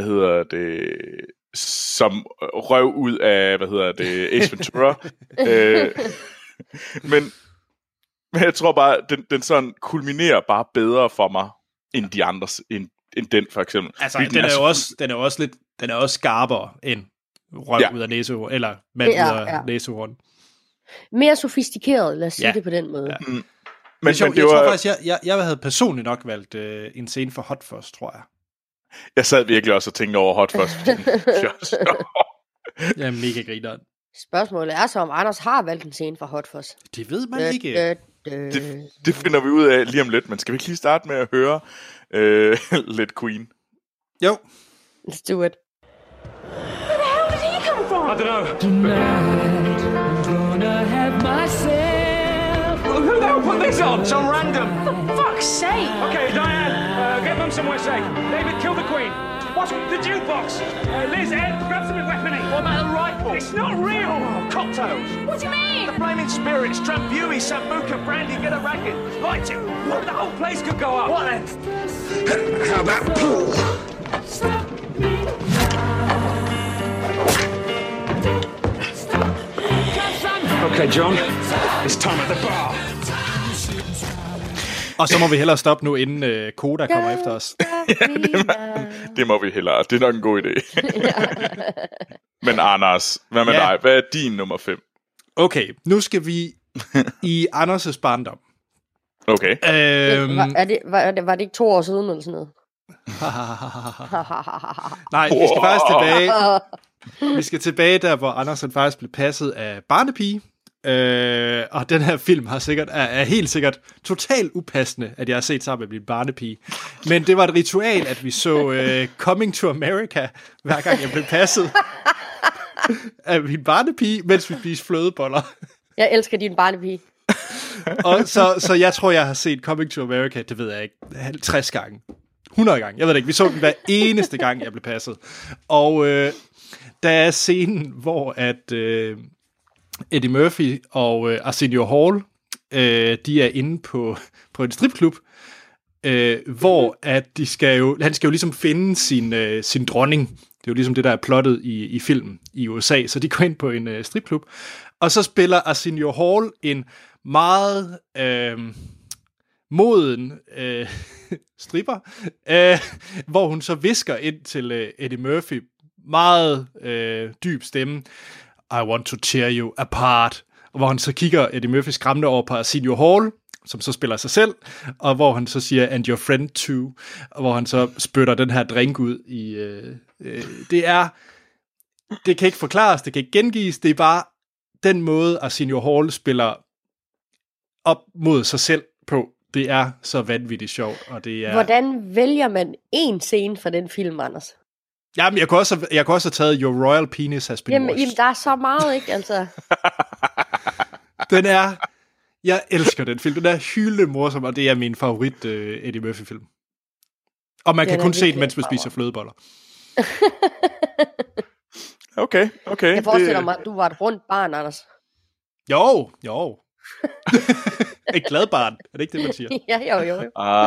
som røv ud af, Ace Ventura. Men jeg tror bare, den sådan kulminerer bare bedre for mig, end de andres, end den for eksempel. Altså, den er også skarpere end røv ud af næsehorn, eller mand ud af næsehorn. Mere sofistikeret, lad os sige det på den måde. Ja. Men jeg tror faktisk, jeg havde personligt nok valgt en scene for Hot Fuzz, tror jeg. Jeg sad virkelig også og tænkte over Hot Fuzz. Jeg er mega grineren. Spørgsmålet er så, om Anders har valgt en scene for Hot Fuzz. Det ved man ikke. Det finder vi ud af lige om lidt, men skal vi ikke lige starte med at høre lidt Queen? Jo. Let's do it. Where the hell did he come from? I don't know. Tonight, I'm gonna have myself. Well, who the hell put this on? Some random. For fuck's sake. Okay, Diane, get them somewhere safe. David, kill the Queen. What's with the jukebox? Liz, Ed, grab some weaponry. What about the rifle? It's not real. Oh, cocktails. What do you mean? The flaming spirits, Drambuie, Sambuca, brandy, get a racket. Light it. What, the whole place could go up. What then? How about pool? Okay, John. It's time at the bar. Og så må vi hellere stoppe nu, inden Koda kommer efter os. Det må vi hellere. Det er nok en god idé. Men Anders, hvad med dig? Hvad er din nummer 5? Okay, nu skal vi i Anders' barndom. Okay. Var det ikke 2 år siden eller sådan noget? Nej, vi skal faktisk tilbage. Vi skal tilbage der, hvor Anders faktisk blev passet af barnepige. Og den her film er helt sikkert totalt upassende, at jeg har set sammen med min barnepige. Men det var et ritual, at vi så Coming to America, hver gang jeg blev passet af min barnepige, mens vi spiste flødeboller. Jeg elsker din barnepige. Og så jeg tror, jeg har set Coming to America, det ved jeg ikke, 50 gange. 100 gange, jeg ved det ikke. Vi så den hver eneste gang, jeg blev passet. Og der er scenen, hvor at Eddie Murphy og Arsenio Hall, de er inde på en stripklub, hvor at han skal jo ligesom finde sin dronning. Det er jo ligesom det, der er plottet i filmen i USA. Så de går ind på en stripklub, og så spiller Arsenio Hall en meget moden stripper, hvor hun så visker ind til Eddie Murphy, meget dyb stemme, I want to tear you apart. Og hvor han så kigger Eddie Murphy skræmmende over på Arsenio Hall, som så spiller sig selv, og hvor han så siger, and your friend too, og hvor han så spytter den her drink ud i... Det kan ikke forklares, det kan ikke gengives, det er bare den måde, Arsenio Hall spiller op mod sig selv på. Det er så vanvittigt sjovt, og det er... Hvordan vælger man en scene fra den film, Anders? Jamen, jeg kunne også have taget Your Royal Penis Has Been Washed. Jamen, der er så meget, ikke? Altså. Jeg elsker den film. Den er hyldende morsom, og det er min favorit Eddie Murphy-film. Og man kan kun se den, mens man spiser flødeboller. Okay. Jeg forestiller mig, at du var et rundt barn, Anders. Jo. Et glad barn. Er det ikke det, man siger? Ja, jo.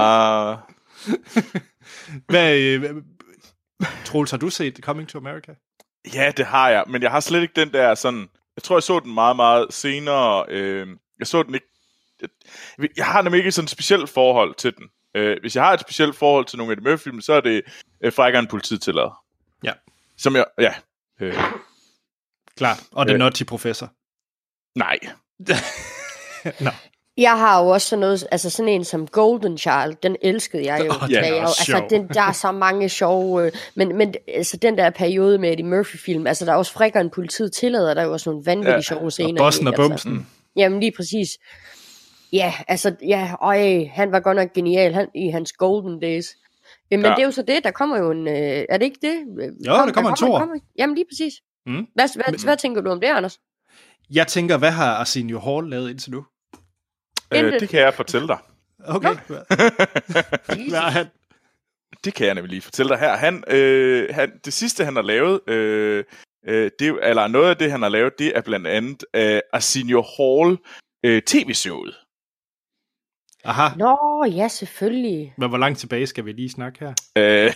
Hvad, Troels, har du set Coming to America? Ja, det har jeg, men jeg har slet ikke den der sådan... Jeg tror, jeg så den meget, meget senere. Jeg så den ikke... Jeg har nemlig ikke sådan et specielt forhold til den. Hvis jeg har et specielt forhold til nogle af de Murphy-film, så er det Frækkeren politiet tillader. Ja. Som jeg... Ja. Klart. Og den Nutty Professor. Nej. Nå. Jeg har jo også sådan noget, altså sådan en som Golden Child, den elskede jeg jo. Der er så mange sjove, men altså den der periode med Eddie Murphy-film, altså der er også Frækkeren politiet tillader, der er jo også nogle vanvittige sjove scener. Og Bossen og Bumsen. Jamen lige præcis. Ja, altså, han var godt nok genial i hans Golden Days. Men det er jo så det, der kommer jo en, er det ikke det? Jo, der kommer en toer. Jamen lige præcis. Hvad tænker du om det, Anders? Jeg tænker, hvad har Arsenio Hall lavet indtil nu? Det kan jeg fortælle dig. Okay. Hvad er han? Det kan jeg nemlig lige fortælle dig her. Han, det sidste, han har lavet, eller noget af det, han har lavet, det er blandt andet Arsenio Hall tv-showet. Aha. Nå, ja, selvfølgelig. Men hvor langt tilbage skal vi lige snakke her?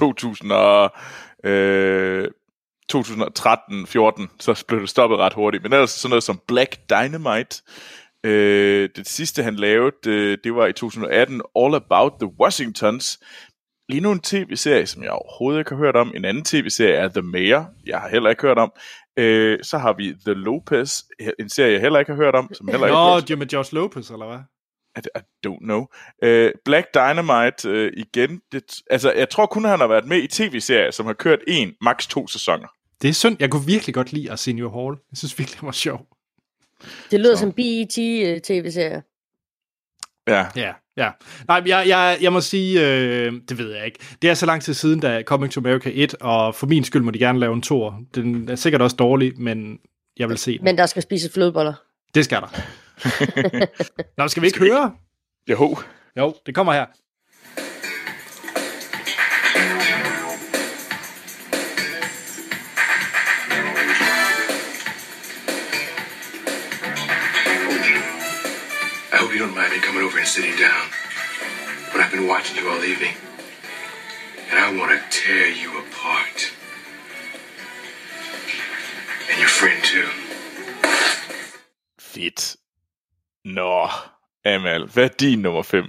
2013-14, så blev det stoppet ret hurtigt. Men ellers sådan noget som Black Dynamite. Det sidste, han lavede, det var i 2018, All About the Washingtons. Lige nu en tv-serie, som jeg overhovedet ikke har hørt om. En anden tv-serie er The Mayor. Jeg har heller ikke hørt om. Så har vi The Lopez, en serie, jeg heller ikke har hørt om. Som heller ikke det er med George Lopez, eller hvad? I don't know. Black Dynamite igen. Altså, jeg tror kun, han har været med i tv-serier, som har kørt maks 2 sæsoner. Det er synd. Jeg kunne virkelig godt lide Arsenio Hall. Jeg synes virkelig, det var sjov. Det lyder som BET tv-serie. Ja. Nej, jeg må sige, det ved jeg ikke. Det er så lang tid siden, da Coming to America 1, og for min skyld må de gerne lave en 2. Den er sikkert også dårlig, men jeg vil se den. Men der skal spises flødeboller. Det skal der. Nå, skal vi ikke høre? Jo, det kommer her. I hope you don't mind me coming over and sitting down, but I've been watching you all evening, and I want to tear you apart. And your friend too. Fedt. Nå, Amal, hvad er din nummer 5?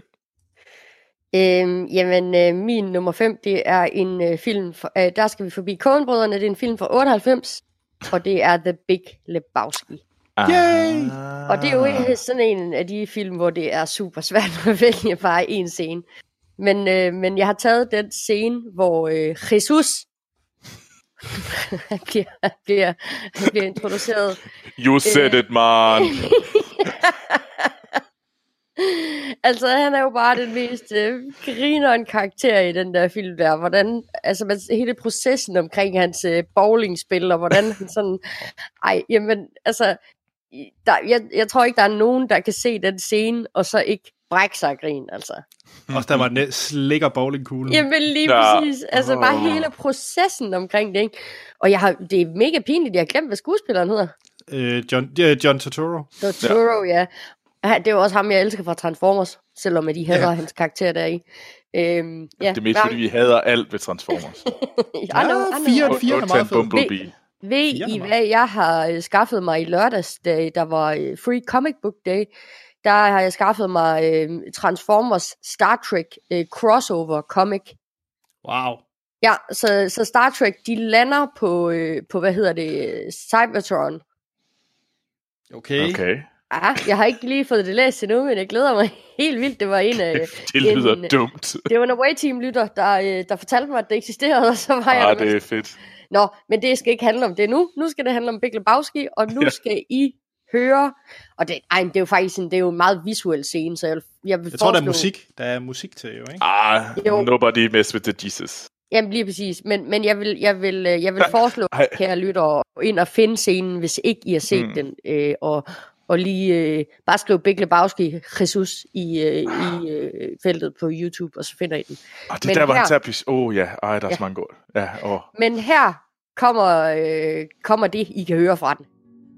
Min nummer 5, det er en film, der skal vi forbi Coen-brødrene, det er en film fra 98, og det er The Big Lebowski. Yay! Og det er jo sådan en af de film, hvor det er super svært at vælge bare en scene. Men jeg har taget den scene, hvor Jesus bliver introduceret. You said it, man. Altså, han er jo bare den mest grineren karakter i den der film der. Hvordan, altså, hele processen omkring hans bowlingspil, og hvordan han sådan... jeg tror ikke, der er nogen, der kan se den scene, og så ikke brække sig af grin, altså. Også der var slikker bowlingkuglen. Jamen lige præcis. Altså bare hele processen omkring det, ikke? Og det er mega pinligt, jeg har glemt, hvad skuespilleren hedder. John Turturro. Turturro, ja. Det er jo også ham, jeg elsker fra Transformers, selvom de hader hans karakter deri. Det er mest fordi, vi hader alt ved Transformers. Fire er meget fedt. Ved I, hvad jeg har skaffet mig i lørdags, da der var Free Comic Book Day? Der har jeg skaffet mig Transformers Star Trek crossover comic. Wow. Ja, så Star Trek, de lander på Cybertron. Okay. Ja, jeg har ikke lige fået det læst endnu, men jeg glæder mig helt vildt. Det var det lyder dumt. Det var en Away Team lytter, der fortalte mig, at det eksisterede, og så var jeg... det er fedt. Nå, men det skal ikke handle om det nu. Nu skal det handle om Big Lebowski, og nu skal I høre... Og det er jo faktisk det er jo en meget visuel scene, så jeg tror, der er musik. Der er musik til jo, ikke? Nobody mess with the Jesus. Jamen lige præcis, men jeg vil foreslå, kære lyttere, ind og finde scenen, hvis ikke I har set den, og lige bare skrive Big Lebowski Jesus i feltet på YouTube, og så finder I den. Og det der, hvor han tager der er så mange godt. Ja, Men her kommer det, I kan høre fra den.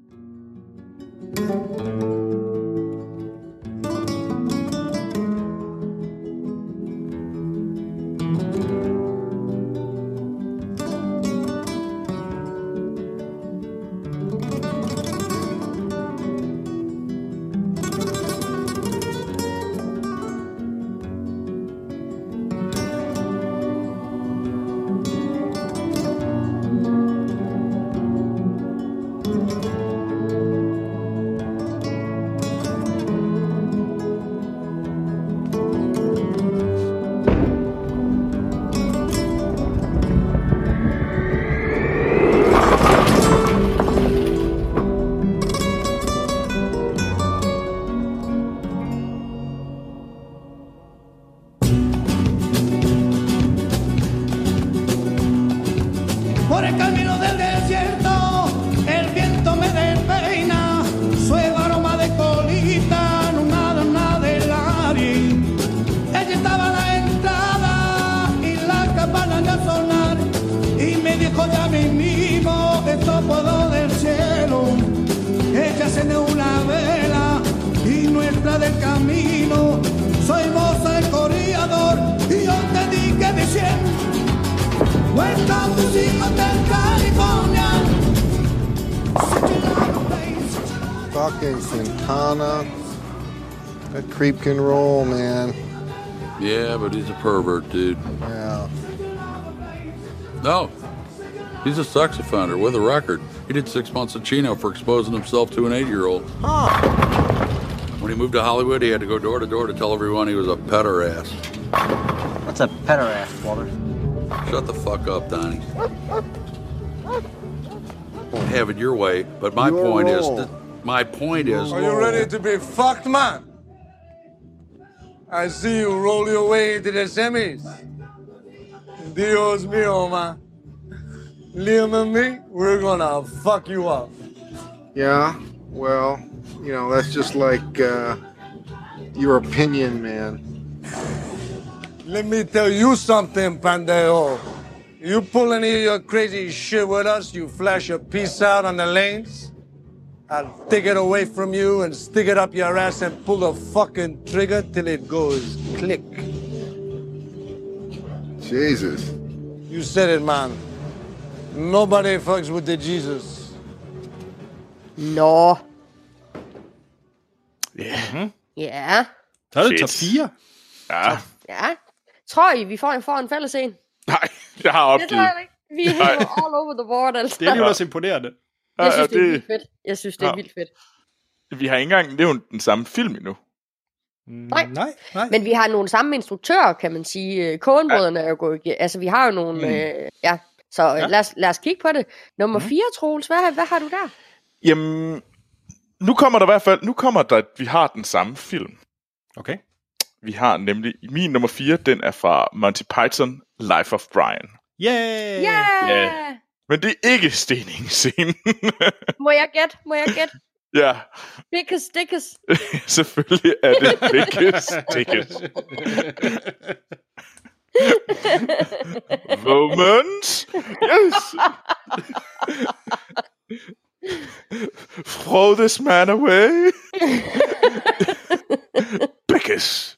Por el camino del desierto, el viento me despeina, suave aroma de colita, una del aire. Ella estaba a la entrada y la campana de sonar, y me dijo ya mismo, esto puedo del cielo. Ella encendeu una vela y nuestra del camino, soy moza el corredor y yo te dije diciendo, welcome to the Hotel California. Fucking Santana. That creep can roll, man. Yeah, but he's a pervert, dude. Yeah. No. He's a sex offender with a record. He did 6 months of Chino for exposing himself to an 8-year-old. Huh. When he moved to Hollywood, he had to go door to door to tell everyone he was a pederast. What's a pederast, Walter? Shut the fuck up, Donnie. Won't have it your way, but my point is Are you ready to be fucked, man? I see you roll your way into the semis. Dios mío, man. Liam and me, we're gonna fuck you up. Yeah, well, you know, that's just like your opinion, man. Let me tell you something, Pandejo. You pull any of your crazy shit with us, you flash a piece out on the lanes, I'll take it away from you and stick it up your ass and pull the fucking trigger till it goes click. Jesus. You said it, man. Nobody fucks with the Jesus. Nå. Ja. Ja. Så er det top 4. Ja. Ja. Tror I, vi får en fælles en? Nej, jeg har opgivet. Det tror jeg ikke. Vi er all over the board, altså. Det er jo også imponerende. Jeg synes, det er vildt fedt. Jeg synes, det er vildt fedt. Vi har ikke engang nævnt den samme film endnu. Nej. Men vi har nogle samme instruktører, kan man sige. Coen-brødrene er jo gået. Altså, vi har jo nogle... Så lad os kigge på det. Nummer 4, Troels. Hvad har du der? Jamen, nu kommer der, at vi har den samme film. Okay. Vi har nemlig, min nummer 4, den er fra Monty Python, Life of Brian. Yeah! Yeah! Men det er ikke steningsscenen. Må jeg gætte? Ja. Dickus. Selvfølgelig er det Dickus. Romans. Yes. Throw this man away. Dickus.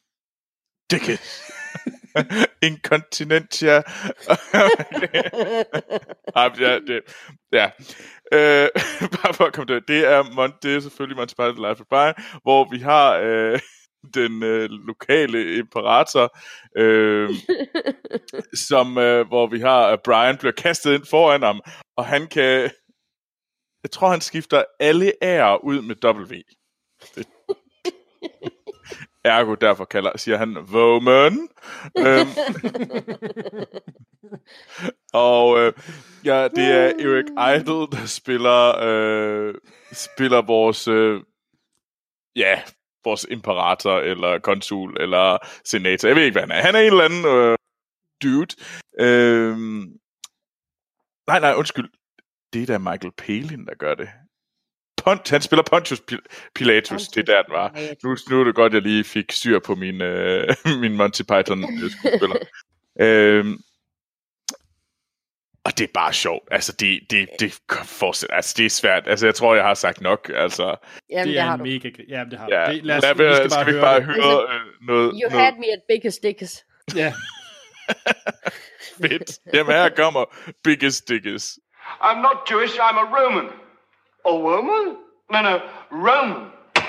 Incontinentia. Ja. Bare for at komme til det er selvfølgelig Monty Python Life of Brian, hvor vi har den lokale imperator, hvor vi har Brian bliver kastet ind foran ham, og han kan, jeg tror han skifter alle R'er ud med W. Ergo derfor siger han woman. Og det er Eric Idle, der spiller vores imperator, eller konsul, eller senator. Jeg ved ikke, hvad han er. Han er en eller anden dude. Nej, undskyld. Det er da Michael Palin, der gør det. Han spiller Pontius Pilatus, det er der, den var. Nu er det godt, jeg lige fik styr på min Monty Python-skuespiller. Og det er bare sjovt. Altså, det fortsætter. Altså, det er svært. Altså, jeg tror, jeg har sagt nok. Altså, jamen, det er en mega... Jamen, det har du. Skal vi bare høre noget... You had me at Biggest Dickus. Ja. Fedt. Jamen, her kommer Biggest Dickus. I'm not Jewish, I'm a Roman. A woman? No, Roman.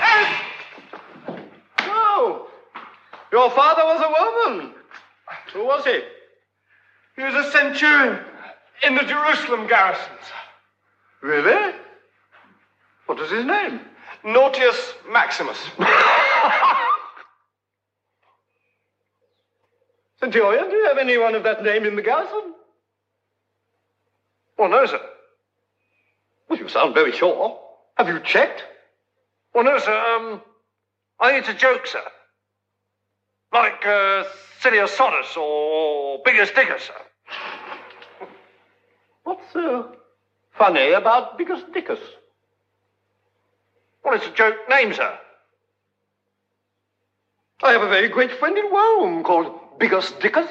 No! Your father was a woman. Who was he? He was a centurion in the Jerusalem garrisons. Really? What was his name? Nautius Maximus. Centurion, do you have anyone of that name in the garrison? Oh, no, sir. Well, you sound very sure. Have you checked? Well, no, sir. I think it's a joke, sir. Like Siliosotus or Biggest Dickus, sir. What's funny about Biggest Dickus? Well, it's a joke name, sir. I have a very great friend in Rome called Biggest Dickus.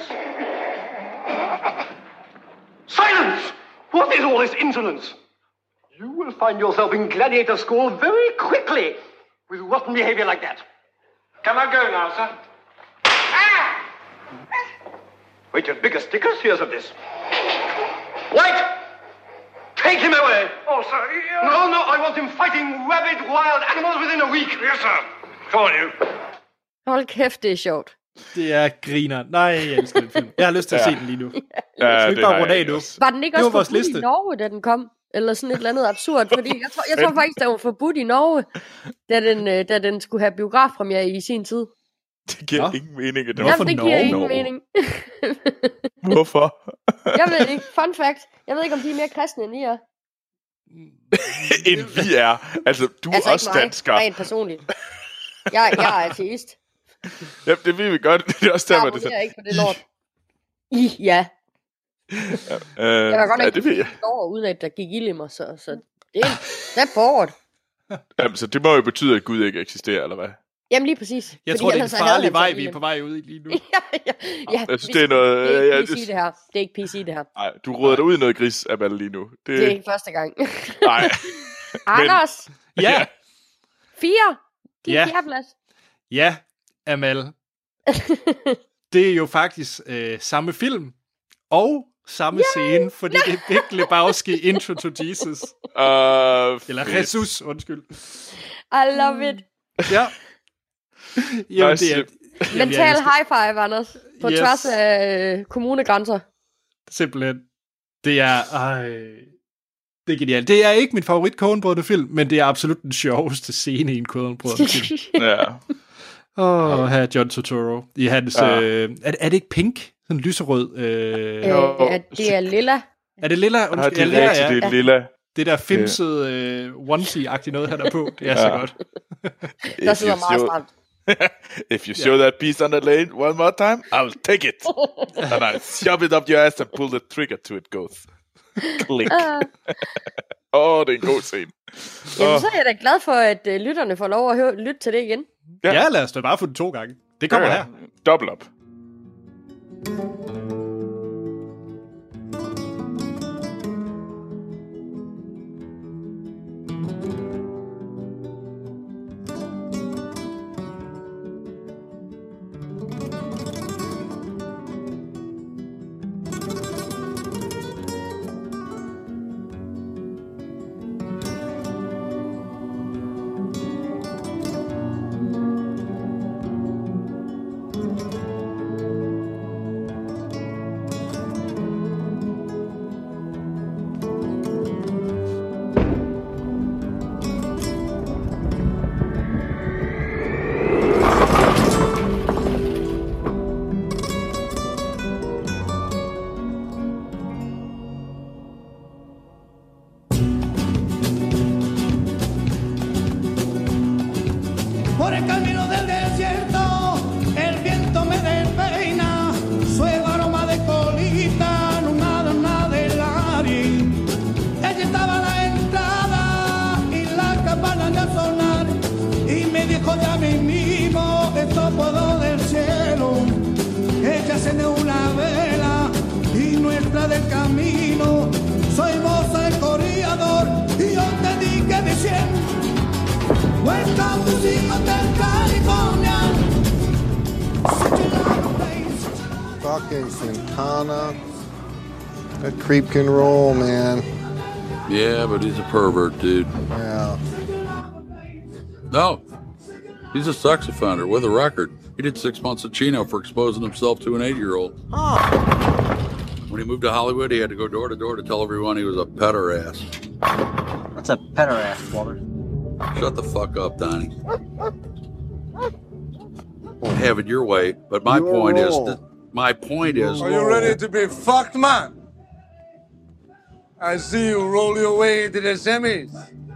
Silence! What is all this insolence? You will find yourself in gladiator school very quickly with rotten behavior like that. Can I go now, sir? Ah! Wait till Biggest Dickus hears of this. Wait! Take him away! Oh, sir. No, I want him fighting rabid wild animals within a week. Yes, sir. Come on, you. Hold kæft, det er sjovt. Det er griner. Nej, jeg elsker den film. Jeg har lyst til at se den lige nu. Ja, det bare runde af nu. Var den ikke også forbudt i Norge, da den kom? Eller sådan et eller andet absurd? Fordi jeg tror faktisk, den var forbudt i Norge, da den skulle have biografpremiere i sin tid. Det giver ingen mening. Det giver ingen mening. Hvorfor? Jeg ved ikke. Fun fact. Jeg ved ikke, om de er mere kristne, end I er. End vi er. Altså, du er også dansker. Rent personligt. Jeg er ateist. Ja, det vil vi godt. Det er også der, hvor det er ikke på det lort. Ja. Jeg var godt ikke det år uden at der gik ild i mig, så det er forward. Jamen, så det må jo betyde, at Gud ikke eksisterer, eller hvad? Jamen lige præcis. Jeg tror, det er en farlig vej, vi er på vej ud i lige nu. ja, jeg synes, det er noget... Det er ikke PC, det her. Det er ikke PC, det her. Nej, du råder dig ud i noget gris, Amal, lige nu. Det er ikke første gang. Nej. Anders! Ja! 4! Din fjerdeplads. Ja, Amal. Det er jo faktisk samme film og samme scene, fordi det er Big Lebowski Intro to Jesus. Eller Jesus, undskyld. I love it. Ja. Jo, det er... Mental high five, Anders. På tværs af kommunegrænser. Simpelthen. Det er... det er genialt. Det er ikke min favorit Coen-brødrene-film, men det er absolut den sjoveste scene i en Coen-brødrene-film. Ja. Her John Turturro. I hans... er det ikke pink? Sådan lyserød? Det er lilla. Er det lilla? Det er lilla. Det der femsede onesie-agtige noget, han er på. Det er så godt. Der sidder meget stramt. If you show that piece on the lane one more time, I'll take it. And I'll shove it up your ass and pull the trigger to it goes. Klik. Det er en god scene. Jamen, så er jeg da glad for, at lytterne får lov at lytte til det igen. Ja, lad os da bare få det 2 gange. Det kommer her. Double up. Por el camino del desierto, el viento me despeina, su aroma de camino. Soy voz el coreador y yo te dije de 100. Welcome to the Hotel California. Such a long place. Fucking Santana. That creep can roll, man. Yeah, but he's a pervert, dude. Yeah. No. He's a sex offender with a record. He did 6 months of Chino for exposing himself to an 8-year-old. When he moved to Hollywood, he had to go door to door to tell everyone he was a pederast. What's a pederast, Walter? Shut the fuck up, Donnie. Have it your way, but my point is... Are you ready to be fucked, man? I see you roll your way into the semis.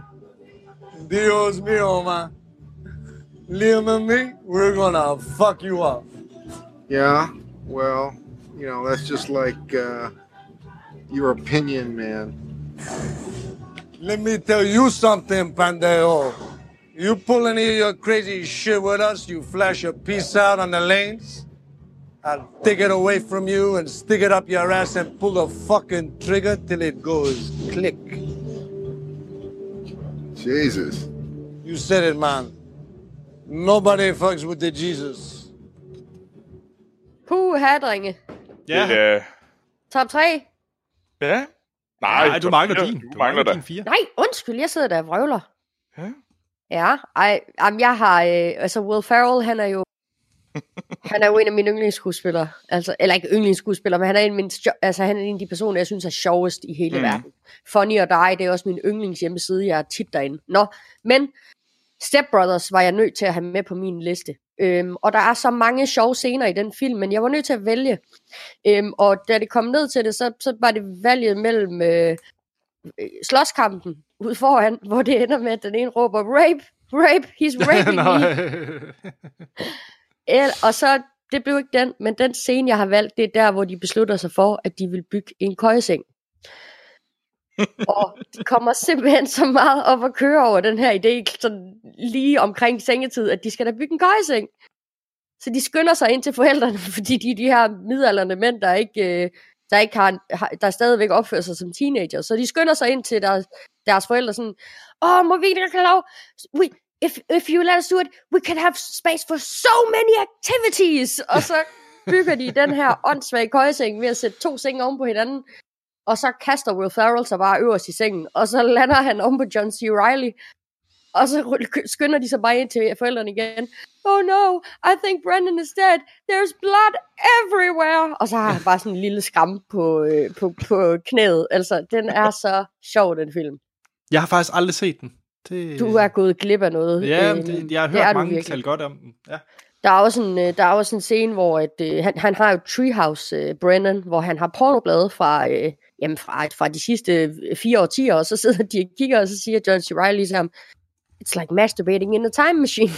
Dios mío, man. Liam and me, we're gonna fuck you up. Yeah, well, you know, that's just like your opinion, man. Let me tell you something, pendejo. You pull any of your crazy shit with us, you flash a piece out on the lanes, I'll take it away from you and stick it up your ass and pull the fucking trigger till it goes click. Jesus. You said it, man. Nobody fucks with the Jesus. Puha, drenge. Ja. Top 3? Ja. Nej, du mangler din. Du mangler din 4. Nej, undskyld, jeg sidder der og vrøvler. Ja? Ja, jeg har... altså, Will Ferrell, han er jo en af mine yndlingsskuespillere. Altså, eller ikke yndlingsskuespillere, men han er en af de personer, jeg synes er sjovest i hele verden. Funny or Die, det er også min yndlingshjemmeside, jeg er tit derinde. Men Step Brothers var jeg nødt til at have med på min liste. Og der er så mange sjove scener i den film, men jeg var nødt til at vælge. Og da det kom ned til det, så var det valget mellem slåskampen ude foran, hvor det ender med, at den ene råber, rape, he's raping me. Og så, det blev ikke den, men den scene, jeg har valgt, det er der, hvor de beslutter sig for, at de vil bygge en køjeseng. Og de kommer simpelthen så meget op at køre over den her idé, sådan lige omkring sengetid, at de skal da bygge en køjeseng. Så de skynder sig ind til forældrene, fordi de her midaldrende mænd, der stadigvæk opfører sig som teenager. Så de skynder sig ind til deres forældre sådan, må vi ikke have lov? If you let us do it, we can have space for so many activities. Og så bygger de den her åndssvage køjeseng ved at sætte 2 senge oven på hinanden. Og så kaster Will Ferrell sig bare øverst i sengen. Og så lander han om på John C. Reilly. Og så skynder de sig bare ind til forældrene igen. Oh no, I think Brendan is dead. There's blood everywhere. Og så har han bare sådan en lille skram på knæet. Altså, den er så sjov, den film. Jeg har faktisk aldrig set den. Du er gået glip af noget. Ja, jeg har hørt mange tale godt om den. Ja. Der er også en scene, hvor han har jo Treehouse, Brennan, hvor han har pornoblade fra de sidste 4 årtier, og så sidder de og kigger, og så siger John C. Reilly til ham, it's like masturbating in a time machine.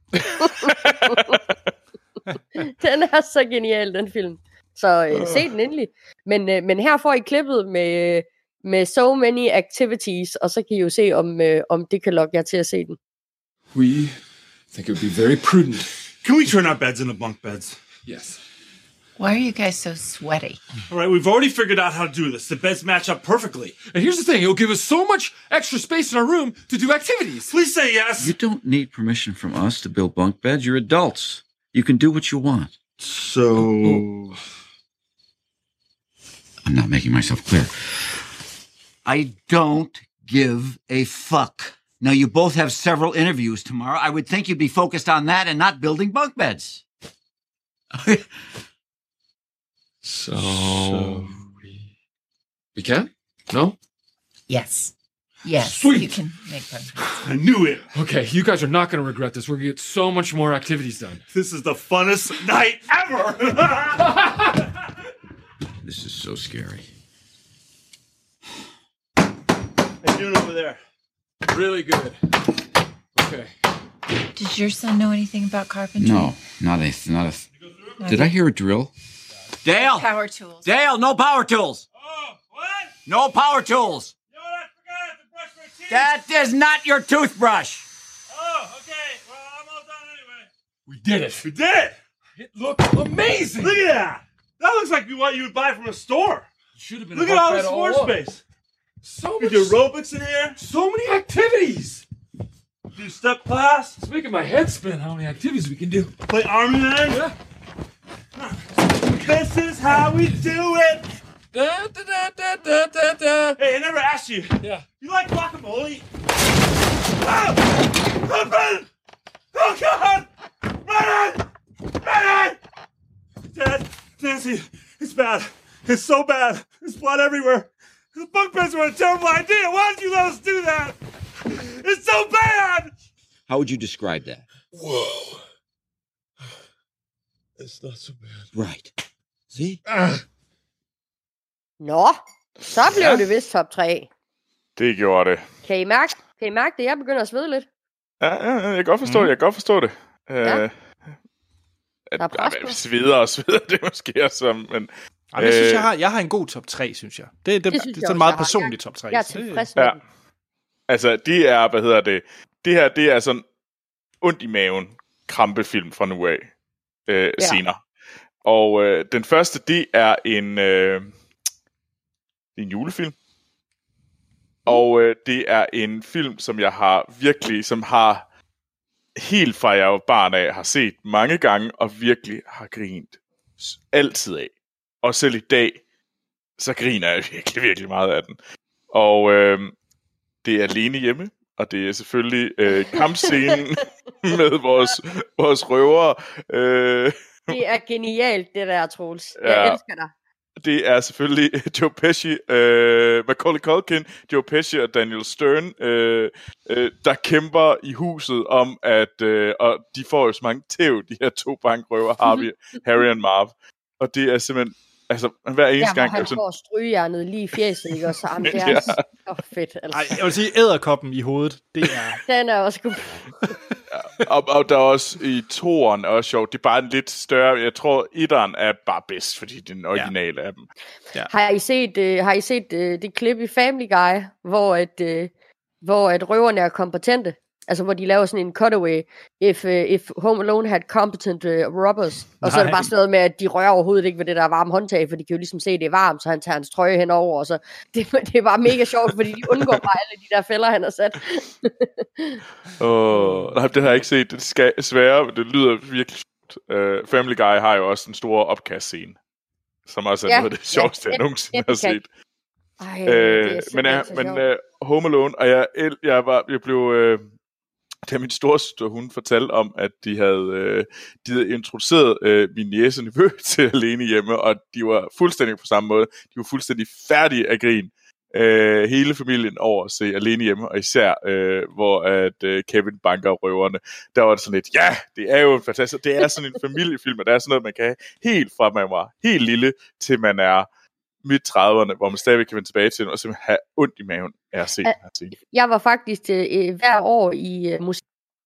Den er så genial, den film. Så se den endelig. Men her får I klippet med so many activities, og så kan I jo se, om det kan lokke jer til at se den. We think it would be very prudent. Can we turn our beds into bunk beds? Yes. Why are you guys so sweaty? All right, we've already figured out how to do this. The beds match up perfectly. And here's the thing, it'll give us so much extra space in our room to do activities. Please say yes. You don't need permission from us to build bunk beds. You're adults. You can do what you want. So... I'm not making myself clear. I don't give a fuck. Now, you both have several interviews tomorrow. I would think you'd be focused on that and not building bunk beds. So we can? No? Yes. Yes, Sweet. you can make fun. I knew it. Okay, you guys are not going to regret this. We're going to get so much more activities done. This is the funnest night ever. This is so scary. How you doing over there? Really good. Okay. Does your son know anything about carpentry? No, not a. Did I hear a drill? Dale! Power tools. Dale, no power tools! Oh, what? No power tools! You know what? I forgot I have to brush my teeth. That is not your toothbrush! Oh, okay. Well, I'm all done anyway. We did it. We did it! It looked amazing. Look at that! That looks like what you would buy from a store. Should have been Look a at all better this floor order. space. So We much. do aerobics in here. So many activities. Do step class. It's making my head spin how many activities we can do. Play Army Man. Yeah. This is how we do it. Da, da, da, da, da, da, da. Hey, I never asked you. Yeah. You like guacamole? Oh! Oh, Brennan! Oh, God! Brennan! Brennan! Dad, Nancy, it's bad. It's so bad. There's blood everywhere. The bunk beds were a terrible idea. Why did you let us do that? It's so bad! How would you describe that? Whoa. It's not so bad. Right. See? Nå, så blev det vist top 3. Det gjorde det. Kan I mærke det? Jeg begynder at svede lidt. Ja, jeg kan godt forstå det. Jeg kan godt forstå det. Der er pres på. Sveder, det er måske også, men... Jeg synes, jeg har en god top 3, synes jeg. Det er sådan en meget personlig top 3. Jeg er tilfreds med den. Altså, det er, det her, det er sådan ondt i maven krampefilm fra nu af senere. Og den første, det er en julefilm. Og det er en film, som jeg har virkelig, som har helt fra jeg var barn af, har set mange gange, og virkelig har grint altid af. Og selv i dag, så griner jeg virkelig, virkelig meget af den. Og det er Alene Hjemme, og det er selvfølgelig kampscenen med vores røvere. Det er genialt, det der, Troels. Jeg elsker dig. Det er selvfølgelig Joe Pesci, Macaulay Culkin, Joe Pesci og Daniel Stern, der kæmper i huset om, at og de får jo så mange tæv, de her 2 bankrøver, Harry og Marv. Og det er simpelthen, altså hver eneste gang... han får strygejernet lige i fjeset, ikke? Og så det er så fedt. Altså. Ej, jeg vil sige, edderkoppen i hovedet, det er... Den er også god. og der er også i 2'eren også sjovt. Det er bare en lidt større... Jeg tror, 1'eren er bare bedst, fordi det er den originale af dem. Ja. Har I set det klip i Family Guy, hvor at røverne er kompetente? Altså, hvor de laver sådan en cutaway, if Home Alone had competent robbers. Og så er det bare sådan noget med, at de rører overhovedet ikke ved det der varme håndtag, for de kan jo ligesom se, at det er varmt, så han tager hans trøje henover, og så det er bare mega sjovt, fordi de undgår bare alle de der fælder, han har sat. Nej, det har jeg ikke set. Det skal svære, men det lyder virkelig sjovt. Family Guy har jo også en stor opkastscene, som også er noget af det sjoveste, jeg nogensinde har set. Men Home Alone, og jeg blev... Da min storesøster, hun fortalte om, at de havde introduceret min niece nevø til Alene Hjemme, og de var fuldstændig på samme måde. De var fuldstændig færdige af grin. Hele familien over at se Alene Hjemme, og især hvor at Kevin banker røverne. Der var det sådan lidt, ja, det er jo fantastisk. Det er sådan en familiefilm, og det er sådan noget, man kan have helt fra man var helt lille, til man er midt 30'erne, hvor man stadigvæk kan vende tilbage til den, og simpelthen have ondt i maven af at se den her scene. Jeg var faktisk hver år i musik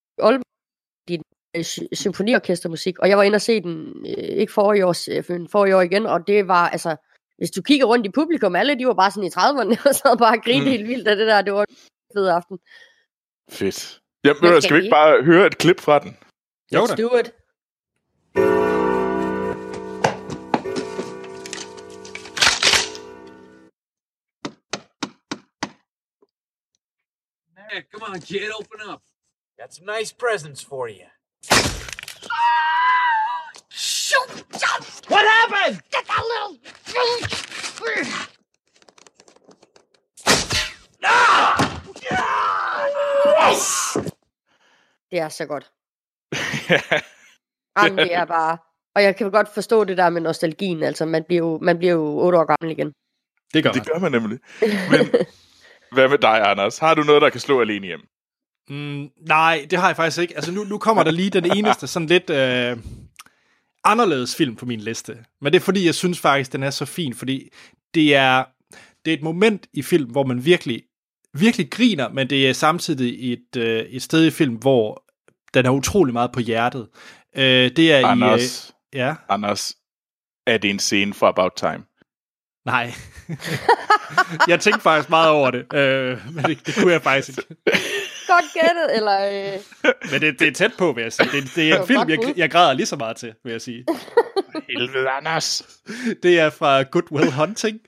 symfoniorkestermusik, og jeg var inde og se den ikke forrige år igen, og det var altså, hvis du kigger rundt i publikum, alle de var bare sådan i 30'erne, og så bare grinte helt vildt af det der, det var en fed aften. Fedt. Jamen, skal vi ikke bare høre et klip fra den? Let's do it. Hey, come on, kid, open up. Got some nice presents for you. Shoot! What happened? Get that little... Yes! Det er så godt. Jamen, det er bare... Og jeg kan godt forstå det der med nostalgien. Altså, man bliver jo 8 år gammel igen. Det gør man nemlig. Men hvad med dig, Anders? Har du noget, der kan slå Alene Hjemme? Nej, det har jeg faktisk ikke. Altså, nu kommer der lige den eneste sådan lidt anderledes film på min liste. Men det er fordi, jeg synes faktisk, den er så fin. Fordi det er et moment i film, hvor man virkelig griner, men det er samtidig et sted i film, hvor den er utrolig meget på hjertet. Det er Anders, ja? Anders, er det en scene for About Time? Nej. Jeg tænkte faktisk meget over det, men det kunne jeg faktisk ikke. Godt gættet, eller... Men det er tæt på, vil jeg sige. Det er en film, jeg græder lige så meget til, vil jeg sige. Helvede, Anders. Det er fra Good Will Hunting.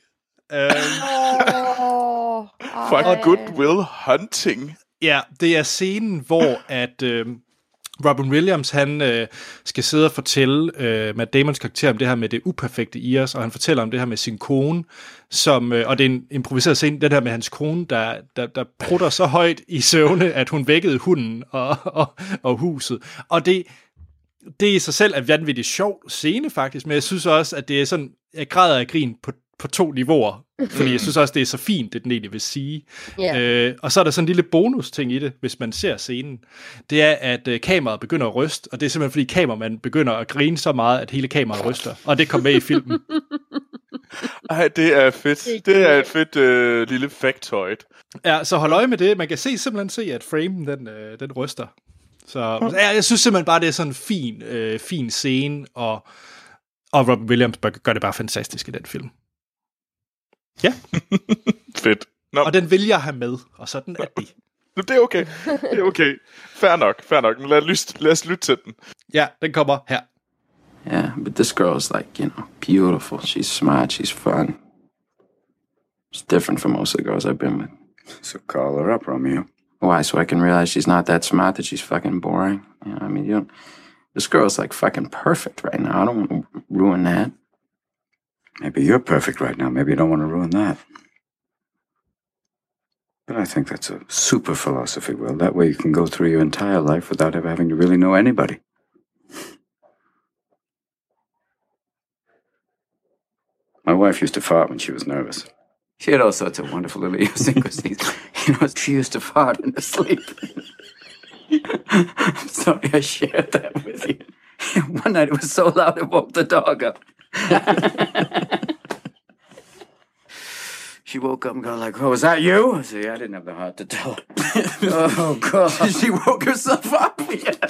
Fuck Good Will Hunting. Ja, det er scenen, hvor at Robin Williams, han skal sidde og fortælle Matt Damons karakter om det her med det uperfekte i os, og han fortæller om det her med sin kone, som, og det er en improviseret scene, den her med hans kone, der prutter så højt i søvne, at hun vækkede hunden og huset. Og det i sig selv er en vanvittigt sjov scene faktisk, men jeg synes også, at det er sådan, jeg græder af grin på 2 niveauer, fordi jeg synes også, det er så fint, det den egentlig vil sige. Yeah. Og så er der sådan en lille bonus-ting i det, hvis man ser scenen. Det er, at kameraet begynder at ryste, og det er simpelthen, fordi kameramanden begynder at grine så meget, at hele kameraet ryster. Og det kom med i filmen. Ej, det er fedt. Det er et fedt lille factoid. Ja, så hold øje med det. Man kan simpelthen se, at framen, den ryster. Så jeg synes simpelthen bare, det er sådan en fin scene, og Robin Williams gør det bare fantastisk i den film. Ja. Fedt. Nå. Og den vil jeg have med, og sådan er det. Det er okay. Det er okay. Fair nok. Lad os lytte til den. Ja, den kommer her. Yeah, but this girl's like, beautiful. She's smart. She's fun. It's different from most of the girls I've been with. So call her up, Romeo. Why? So I can realize she's not that smart, that she's fucking boring? This girl's like fucking perfect right now. I don't want to ruin that. Maybe you're perfect right now. Maybe you don't want to ruin that. But I think that's a super philosophy, Will. That way you can go through your entire life without ever having to really know anybody. My wife used to fart when she was nervous. She had all sorts of wonderful little idiosyncrasies. She used to fart in her sleep. I'm sorry I shared that with you. One night it was so loud it woke the dog up. She woke up and got like, "Oh, was that you?" I said, "Yeah, I didn't have the heart to tell her." Oh, God. She woke herself up.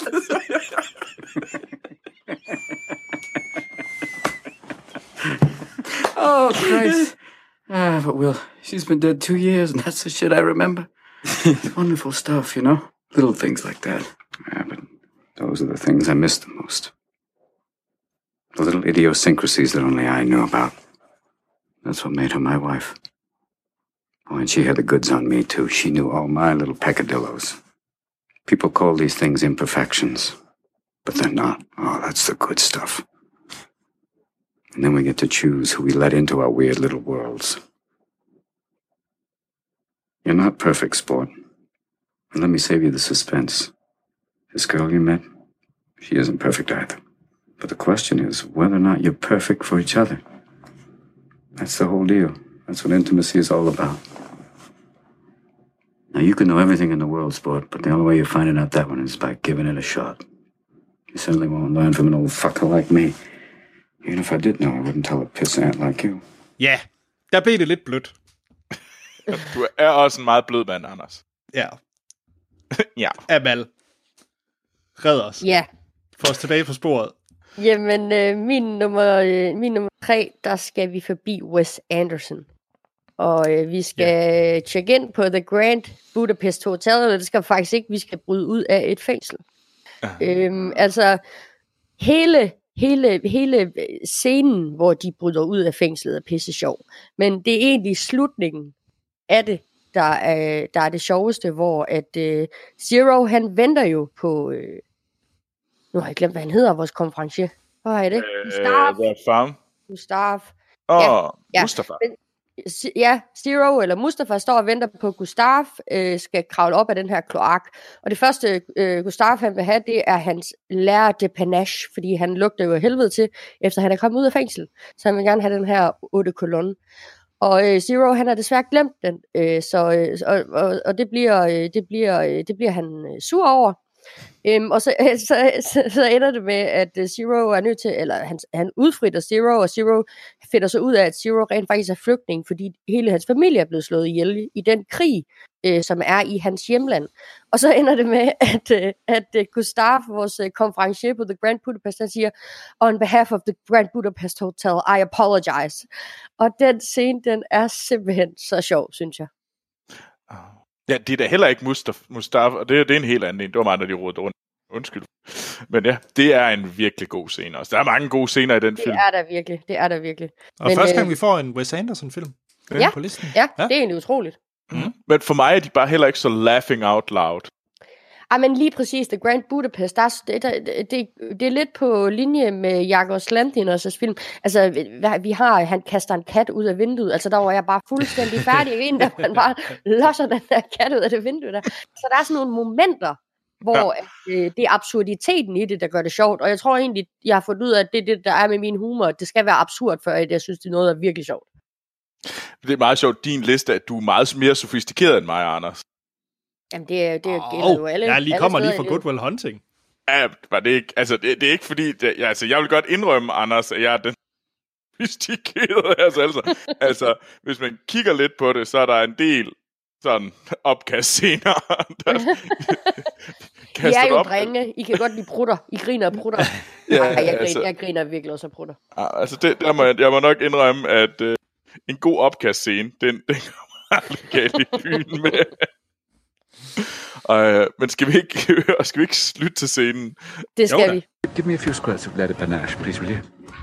Oh, Christ. But Will, she's been dead 2 years, and that's the shit I remember. It's wonderful stuff, Little things like that. Yeah, but those are the things I miss the most. The little idiosyncrasies that only I knew about. That's what made her my wife. Oh, and she had the goods on me, too. She knew all my little peccadillos. People call these things imperfections, but they're not. Oh, that's the good stuff. And then we get to choose who we let into our weird little worlds. You're not perfect, sport. And let me save you the suspense. This girl you met, she isn't perfect either. But the question is whether or not you're perfect for each other. That's the whole deal. That's what intimacy is all about. Now, you can know everything in the world, sport, but the only way you're finding out that one is by giving it a shot. You certainly won't learn from an old fucker like me. Even if I did know, I wouldn't tell a pissant like you. Ja, der blev det lidt blødt. Du er også en meget blød mand, Anders. Ja. Ja. Amal. Red os. Ja. Få os tilbage på sporet. Jamen, min nummer 3, der skal vi forbi Wes Anderson. Og vi skal tjekke ind på The Grand Budapest Hotel, og det skal faktisk ikke, vi skal bryde ud af et fængsel. Altså, hele scenen, hvor de bryder ud af fængslet, er pisse sjov. Men det er egentlig slutningen af det, der er det sjoveste, hvor at Zero, han venter jo på... nu har jeg glemt, hvad han hedder, vores konferencier. Hvor er det? Gustav. Mustafa. Ja, Zero eller Mustafa står og venter på, Gustav skal kravle op af den her kloak. Og det første Gustav han vil have, det er hans lærer de panache, fordi han lugter jo af helvede til, efter han er kommet ud af fængsel. Så han vil gerne have den her 8 kolonne. Og Zero, han har desværre glemt den, og det bliver han sur over. Og så ender det med, at Zero er nødt til, eller han udfritter Zero, og Zero finder så ud af, at Zero rent faktisk er flygtning, fordi hele hans familie er blevet slået ihjel i den krig, som er i hans hjemland. Og så ender det med, at Gustav, vores konferencier på The Grand Budapest, han siger, on behalf of the Grand Budapest Hotel, I apologize. Og den scene, den er simpelthen så sjov, synes jeg. Ja, det er da heller ikke Mustafa, og det er en helt anden en. Det var mig, når de rodede rundt. Undskyld. Men ja, det er en virkelig god scene også. Der er mange gode scener i den film. Det er der virkelig. Og første gang vi får en Wes Anderson-film. Ja, på listen. Ja, det er egentlig utroligt. Men for mig er de bare heller ikke så laughing out loud. Ej, men lige præcis, The Grand Budapest, det er lidt på linje med Yorgos Lanthimos' film. Altså, han kaster en kat ud af vinduet. Altså, der var jeg bare fuldstændig færdig inden, da man bare losser den der kat ud af det vindue der. Så der er sådan nogle momenter, hvor det er absurditeten i det, der gør det sjovt. Og jeg tror egentlig, jeg har fundet ud af, at det er det, der er med min humor. Det skal være absurd, før jeg synes, det er noget, der er virkelig sjovt. Det er meget sjovt, din liste, at du er meget mere sofistikeret end mig, Anders. Jamen, det gælder jo alle. Jeg kommer lige fra Good Will Hunting. Ja, var det ikke, altså, det er ikke fordi, jeg vil godt indrømme, Anders, at jeg er den sofistikerede altså, hvis man kigger lidt på det, så er der en del sådan opkastscener. I er jo drenge, I kan godt lide prutter. I griner og prutter. Jeg griner virkelig også af prutter. Altså, jeg må nok indrømme, at en god opkastscene, den kommer aldrig galt i byen med. Men skal vi ikke slutte til scenen? Det skal vi. Give me a few squirts of lead panache, please, will you?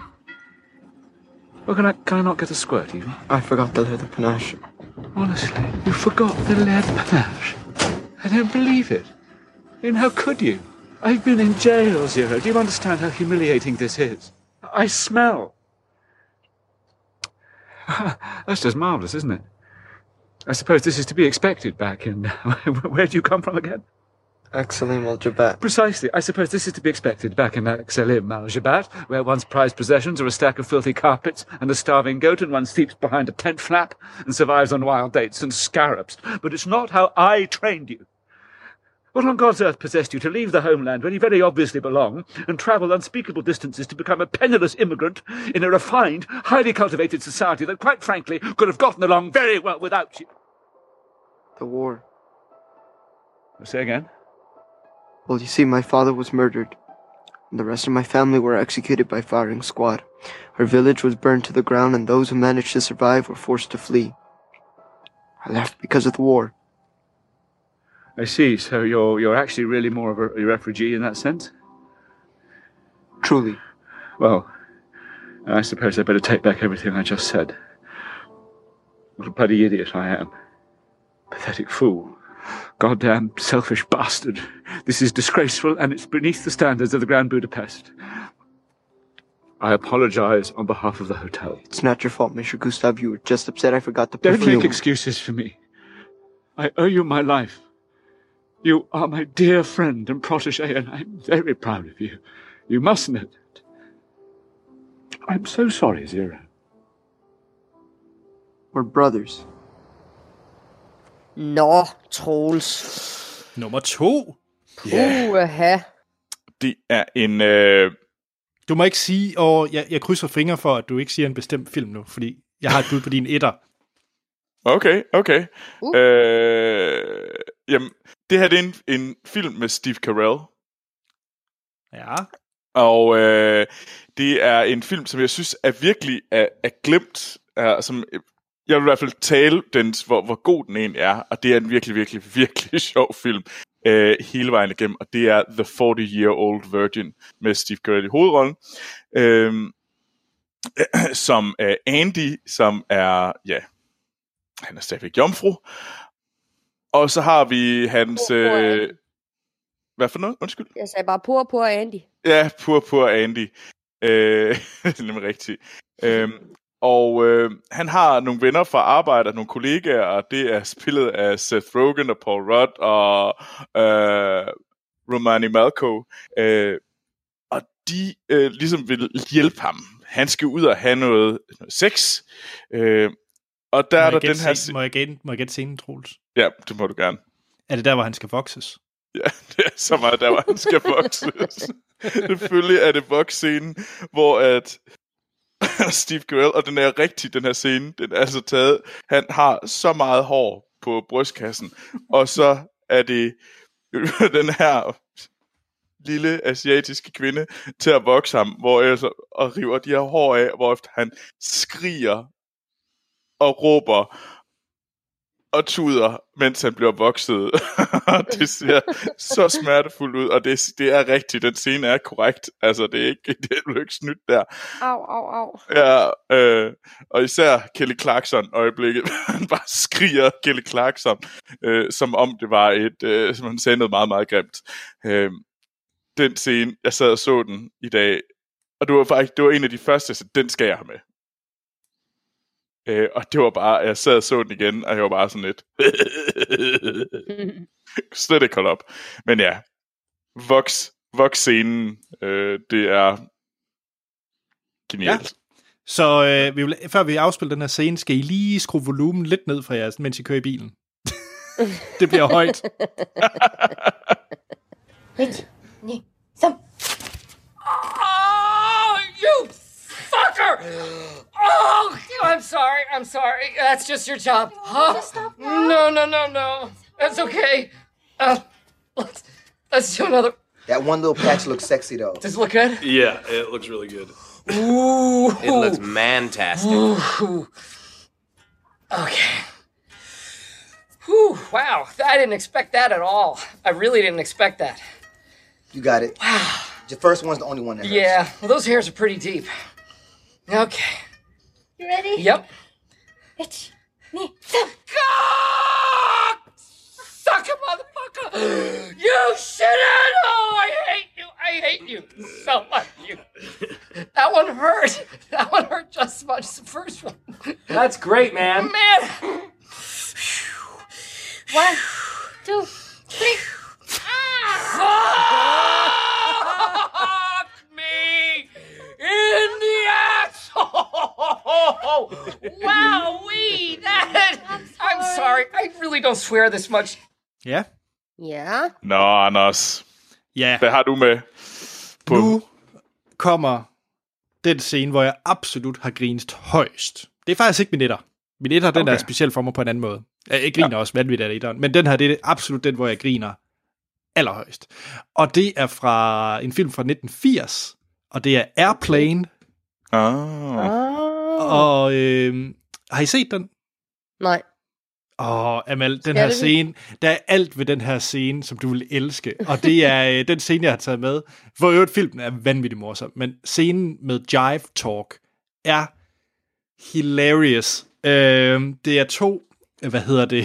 Well, can I not get a squirt, even? I forgot the lead panache. Honestly, you forgot the lead panache? I don't believe it. And how could you? I've been in jail, Zero. Do you understand how humiliating this is? I smell. That's just marvellous, isn't it? I suppose this is to be expected back in... Where do you come from again? Axelim al-Jabat. Precisely. I suppose this is to be expected back in Axelim al-Jabat, where one's prized possessions are a stack of filthy carpets and a starving goat, and one sleeps behind a tent flap and survives on wild dates and scarabs. But it's not how I trained you. What on God's earth possessed you to leave the homeland where you very obviously belong and travel unspeakable distances to become a penniless immigrant in a refined, highly cultivated society that, quite frankly, could have gotten along very well without you? The war. Say again? Well, you see, my father was murdered, and the rest of my family were executed by firing squad. Our village was burned to the ground, and those who managed to survive were forced to flee. I left because of the war. I see. So you're actually really more of a refugee in that sense? Truly. Well, I suppose I better take back everything I just said. What a bloody idiot I am. Pathetic fool. Goddamn selfish bastard. This is disgraceful, and it's beneath the standards of the Grand Budapest. I apologize on behalf of the hotel. It's not your fault, Mr. Gustav. You were just upset I forgot the perfume. Don't make excuses for me. I owe you my life. You are my dear friend and protege, and I'm very proud of you. You must know that. I'm so sorry, Zero. We're brothers. Nå, Troels. Nummer 2. Puha. Det er en... Du må ikke sige, og jeg krydser fingre for, at du ikke siger en bestemt film nu, fordi jeg har et bud på din etter. Okay. Jamen, det her det er en film med Steve Carell. Ja. Og det er en film, som jeg synes er virkelig er glemt. Som jeg vil i hvert fald tale hvor god den egentlig er. Og det er en virkelig, virkelig, virkelig sjov film hele vejen igennem. Og det er The 40-Year-Old Virgin med Steve Carell i hovedrollen. Som Andy, som er... Ja, han er stadigvæk jomfru. Og så har vi hans... hvad for noget? Undskyld. Jeg sagde bare pur Andy. Ja, pur Andy. Det er nemlig rigtigt. Og han har nogle venner fra arbejde, nogle kollegaer, og det er spillet af Seth Rogen og Paul Rudd og Romany Malco. Og de ligesom vil hjælpe ham. Han skal ud og have noget sex. Og der er der den her... Må jeg gætte scenen, Troels? Ja, det må du gerne. Er det der, hvor han skal vokses? Ja, det er så meget der, hvor han skal vokses. Selvfølgelig er det voksscenen, hvor at Steve Carell, og den er rigtig, den her scene, den er altså taget, han har så meget hår på brystkassen, og så er det den her lille asiatiske kvinde til at vokse ham, og river de her hår af, hvorefter han skriger og råber, og tuder, mens han bliver vokset. Det ser så smertefuldt ud, og det er rigtigt. Den scene er korrekt. Altså, det er ikke snydt der. Au. Ja, og især Kelly Clarkson øjeblikket. Han bare skriger Kelly Clarkson, som om det var som han sagde noget meget, meget grimt. Den scene, jeg sad og så den i dag, og det var en af de første, så den skal jeg have med. Og det var bare, jeg sad og så den igen, og jeg var bare sådan lidt, slet ikke holde op. Men ja, Vox-scenen, det er genialt. Ja. Så før vi afspiller den her scene, skal I lige skrue volumen lidt ned fra jeres, mens I kører i bilen. Det bliver højt. 1, 2, 3. Oh, you fucker! Oh, I'm sorry. That's just your job. No. That's okay. Let's do another. That one little patch looks sexy, though. Does it look good? Yeah, it looks really good. Ooh. It looks mantastic. Ooh. Okay. Whew, wow, I didn't expect that at all. I really didn't expect that. You got it. Wow. The first one's the only one that hurts. Yeah, well, those hairs are pretty deep. Okay. You ready? Yep. 1, 2, 3. Suck it, motherfucker! You shouldn't! Oh, I hate you so much. That one hurt. That one hurt just as much as the first one. That's great, man. 1, 2, 3. Fuck me in the asshole! Wowee! I'm sorry. I really don't swear this much. Ja. Ja. Nå, Anders. Ja. Hvad har du med? Nu kommer den scene, hvor jeg absolut har grinst højst. Det er faktisk ikke min etter. Min etter, den er speciel for mig på en anden måde. Jeg griner også vanvittigt af etteren, men den her, det er absolut den, hvor jeg griner allerhøjst. Og det er fra en film fra 1980, og det er Airplane. Og har I set den? Nej. Amal, den her scene, der er alt ved den her scene, som du vil elske. Og det er den scene, jeg har taget med. For øvrigt, filmen er vanvittigt morsom, men scenen med Jive Talk er hilarious. Det er to, det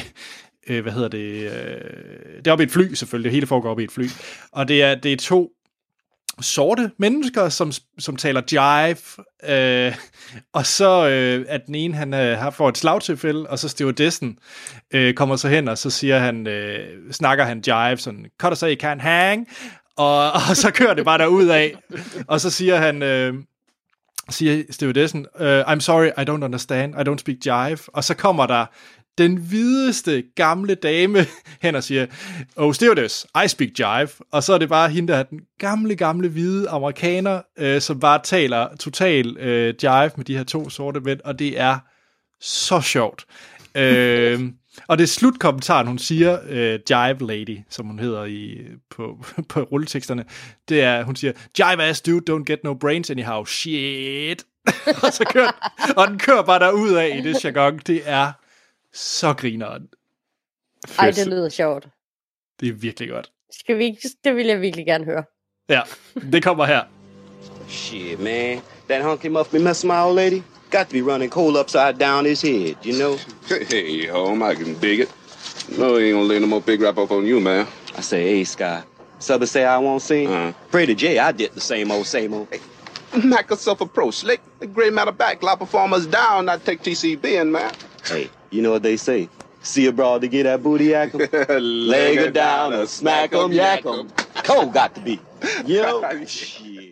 er oppe i et fly, selvfølgelig. Det hele foregår oppe i et fly. Og det er to sorte mennesker, som taler jive, og så at den ene, han får et slagtilfælde, og så stewardessen kommer så hen, og så siger han, snakker han jive, sådan, cut us, you can't hang, og så kører det bare derudad, og så siger han, siger stewardessen, I'm sorry, I don't understand, I don't speak jive, og så kommer der den hvideste gamle dame hen og siger, oh stewardess, I speak jive, og så er det bare hende, der er den gamle hvide amerikaner, som bare taler total jive med de her to sorte mænd, og det er så sjovt. Og det er slutkommentaren, hun siger, Jive Lady, som hun hedder på rulleteksterne, det er, hun siger, Jive ass dude, don't get no brains anyhow, shit. Og så kører den kører bare derudad i det jargon, det er så grineren. Ej, det lyder sjovt. Det er virkelig godt. Skal vi ikke? Det vil jeg virkelig gerne høre. Ja, det kommer her. Shit, man. That hunky must be messing my old lady. Got to be running coal upside down his head, you know? Hey, home, I can dig it. No, he ain't gonna lay no more big rap up on you, man. I say, hey, Sky. Southern say I won't sing. Pray to Jay, I did the same old. Hey, knock yourself a pro slick. The gray matter back, lot performers down, not take TCB in, man. Hey, you know what they say? See a broad to get that booty yak 'em. Leg her down or smack 'em, yak 'em. Cole got to be. You know? Shit.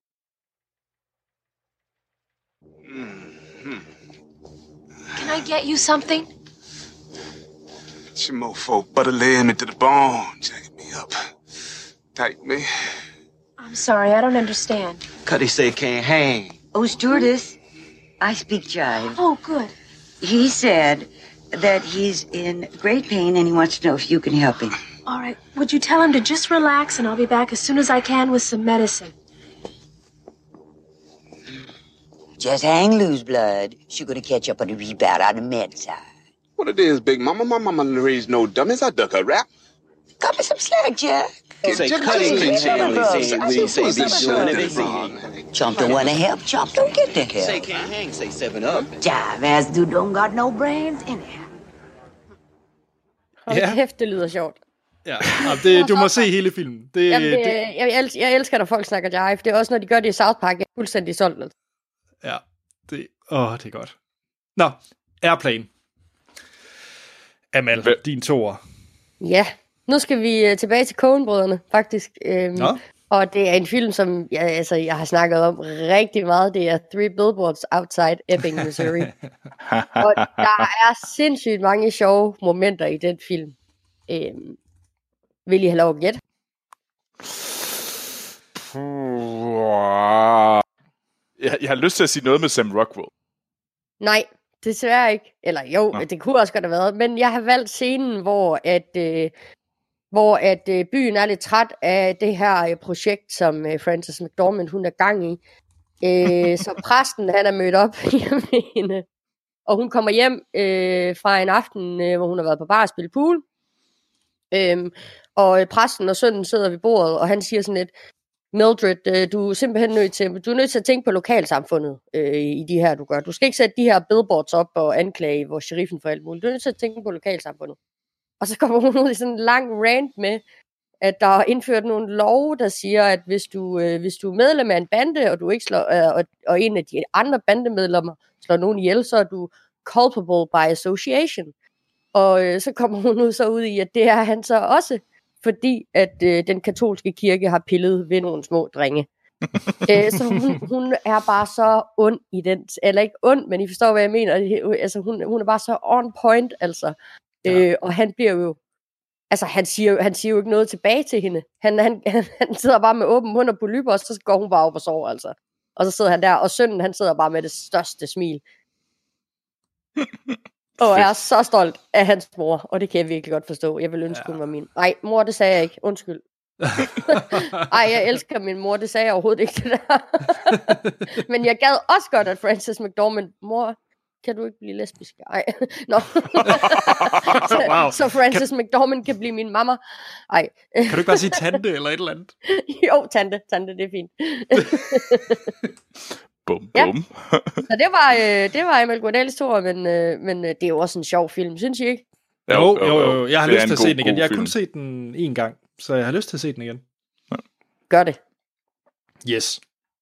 Can I get you something? It's your mofo butter laying me to the bone, jacking me up. Tight me. I'm sorry, I don't understand. Cuddy say can't hang. Oh, stewardess, I speak jive. Oh, good. He said that he's in great pain and he wants to know if you can help him. All right, would you tell him to just relax and I'll be back as soon as I can with some medicine. Just hang loose, blood. She's gonna catch up on the rebound on the med side. What it is, Big Mama? My mama raised no dummies. I duck a rap. Cut me some slack, Jack. Say cutting cliche only saying when you say be doing everything. Chump don't want to help. Chump don't get the help. Say can't hang. Say 7-Up. Jive ass dude don't got no brains anyhow. Hold kæft, det lyder sjovt. Ja, du må se hele filmen. Jeg elsker, når folk snakker jive. Det er også, når de gør det i South Park. Jeg er fuldstændig solgt. Ja, det er godt. Nå, Airplane. Amal, din toer. Ja, nu skal vi tilbage til Coen-brødrene, faktisk. Og det er en film, som jeg har snakket om rigtig meget. Det er Three Billboards Outside Ebbing, Missouri. Og der er sindssygt mange sjove momenter i den film. Vil I have lov at gætte? Jeg har lyst til at sige noget med Sam Rockwell. Nej, desværre ikke. Eller jo, det kunne også godt have været. Men jeg har valgt scenen, hvor byen er lidt træt af det her projekt, som Frances McDormand hun er gang i. Så præsten han er mødt op hjemme med hende. Og hun kommer hjem fra en aften, hvor hun har været på bar og spille pool. Og præsten og sønnen sidder ved bordet, og han siger sådan lidt, Mildred, du er simpelthen nødt til at tænke på lokalsamfundet i de her, du gør. Du skal ikke sætte de her billboards op og anklage vores sheriffen for alt muligt. Du er nødt til at tænke på lokalsamfundet. Og så kommer hun ud i sådan en lang rant med, at der er indført nogle love, der siger, at hvis du er medlem af en bande, og du ikke slår, og en af de andre bandemedlemmer slår nogen ihjel, så er du culpable by association. Og så kommer hun ud i, at det er han så også, fordi at den katolske kirke har pillet ved nogle små drenge. Så hun er bare så ond i den, eller ikke ond, men I forstår, hvad jeg mener. Altså, hun er bare så on point, altså. Og han bliver jo, altså han siger jo ikke noget tilbage til hende. Han sidder bare med åben mund og polypper, og så går hun bare op og sover, altså. Og så sidder han der, og sønnen, han sidder bare med det største smil. Og jeg er så stolt af hans mor, og det kan jeg virkelig godt forstå. Jeg vil ønske, hun var min. Nej, mor, det sagde jeg ikke. Undskyld. Ej, jeg elsker min mor, det sagde jeg overhovedet ikke, det der. Men jeg gad også godt, at Frances McDormand, mor, kan du ikke blive lesbisk? Ej, nå. Så Frances McDormand kan blive min mamma. Ej. Kan du ikke bare sige tante eller et eller andet? Jo, tante, det er fint. Bum. Så det var Emil Guardellis toer, men det er jo også en sjov film, synes I ikke? Jo. Jeg har lyst til at se den igen. Jeg har kun set den en gang, så jeg har lyst til at se den igen. Ja. Gør det. Yes.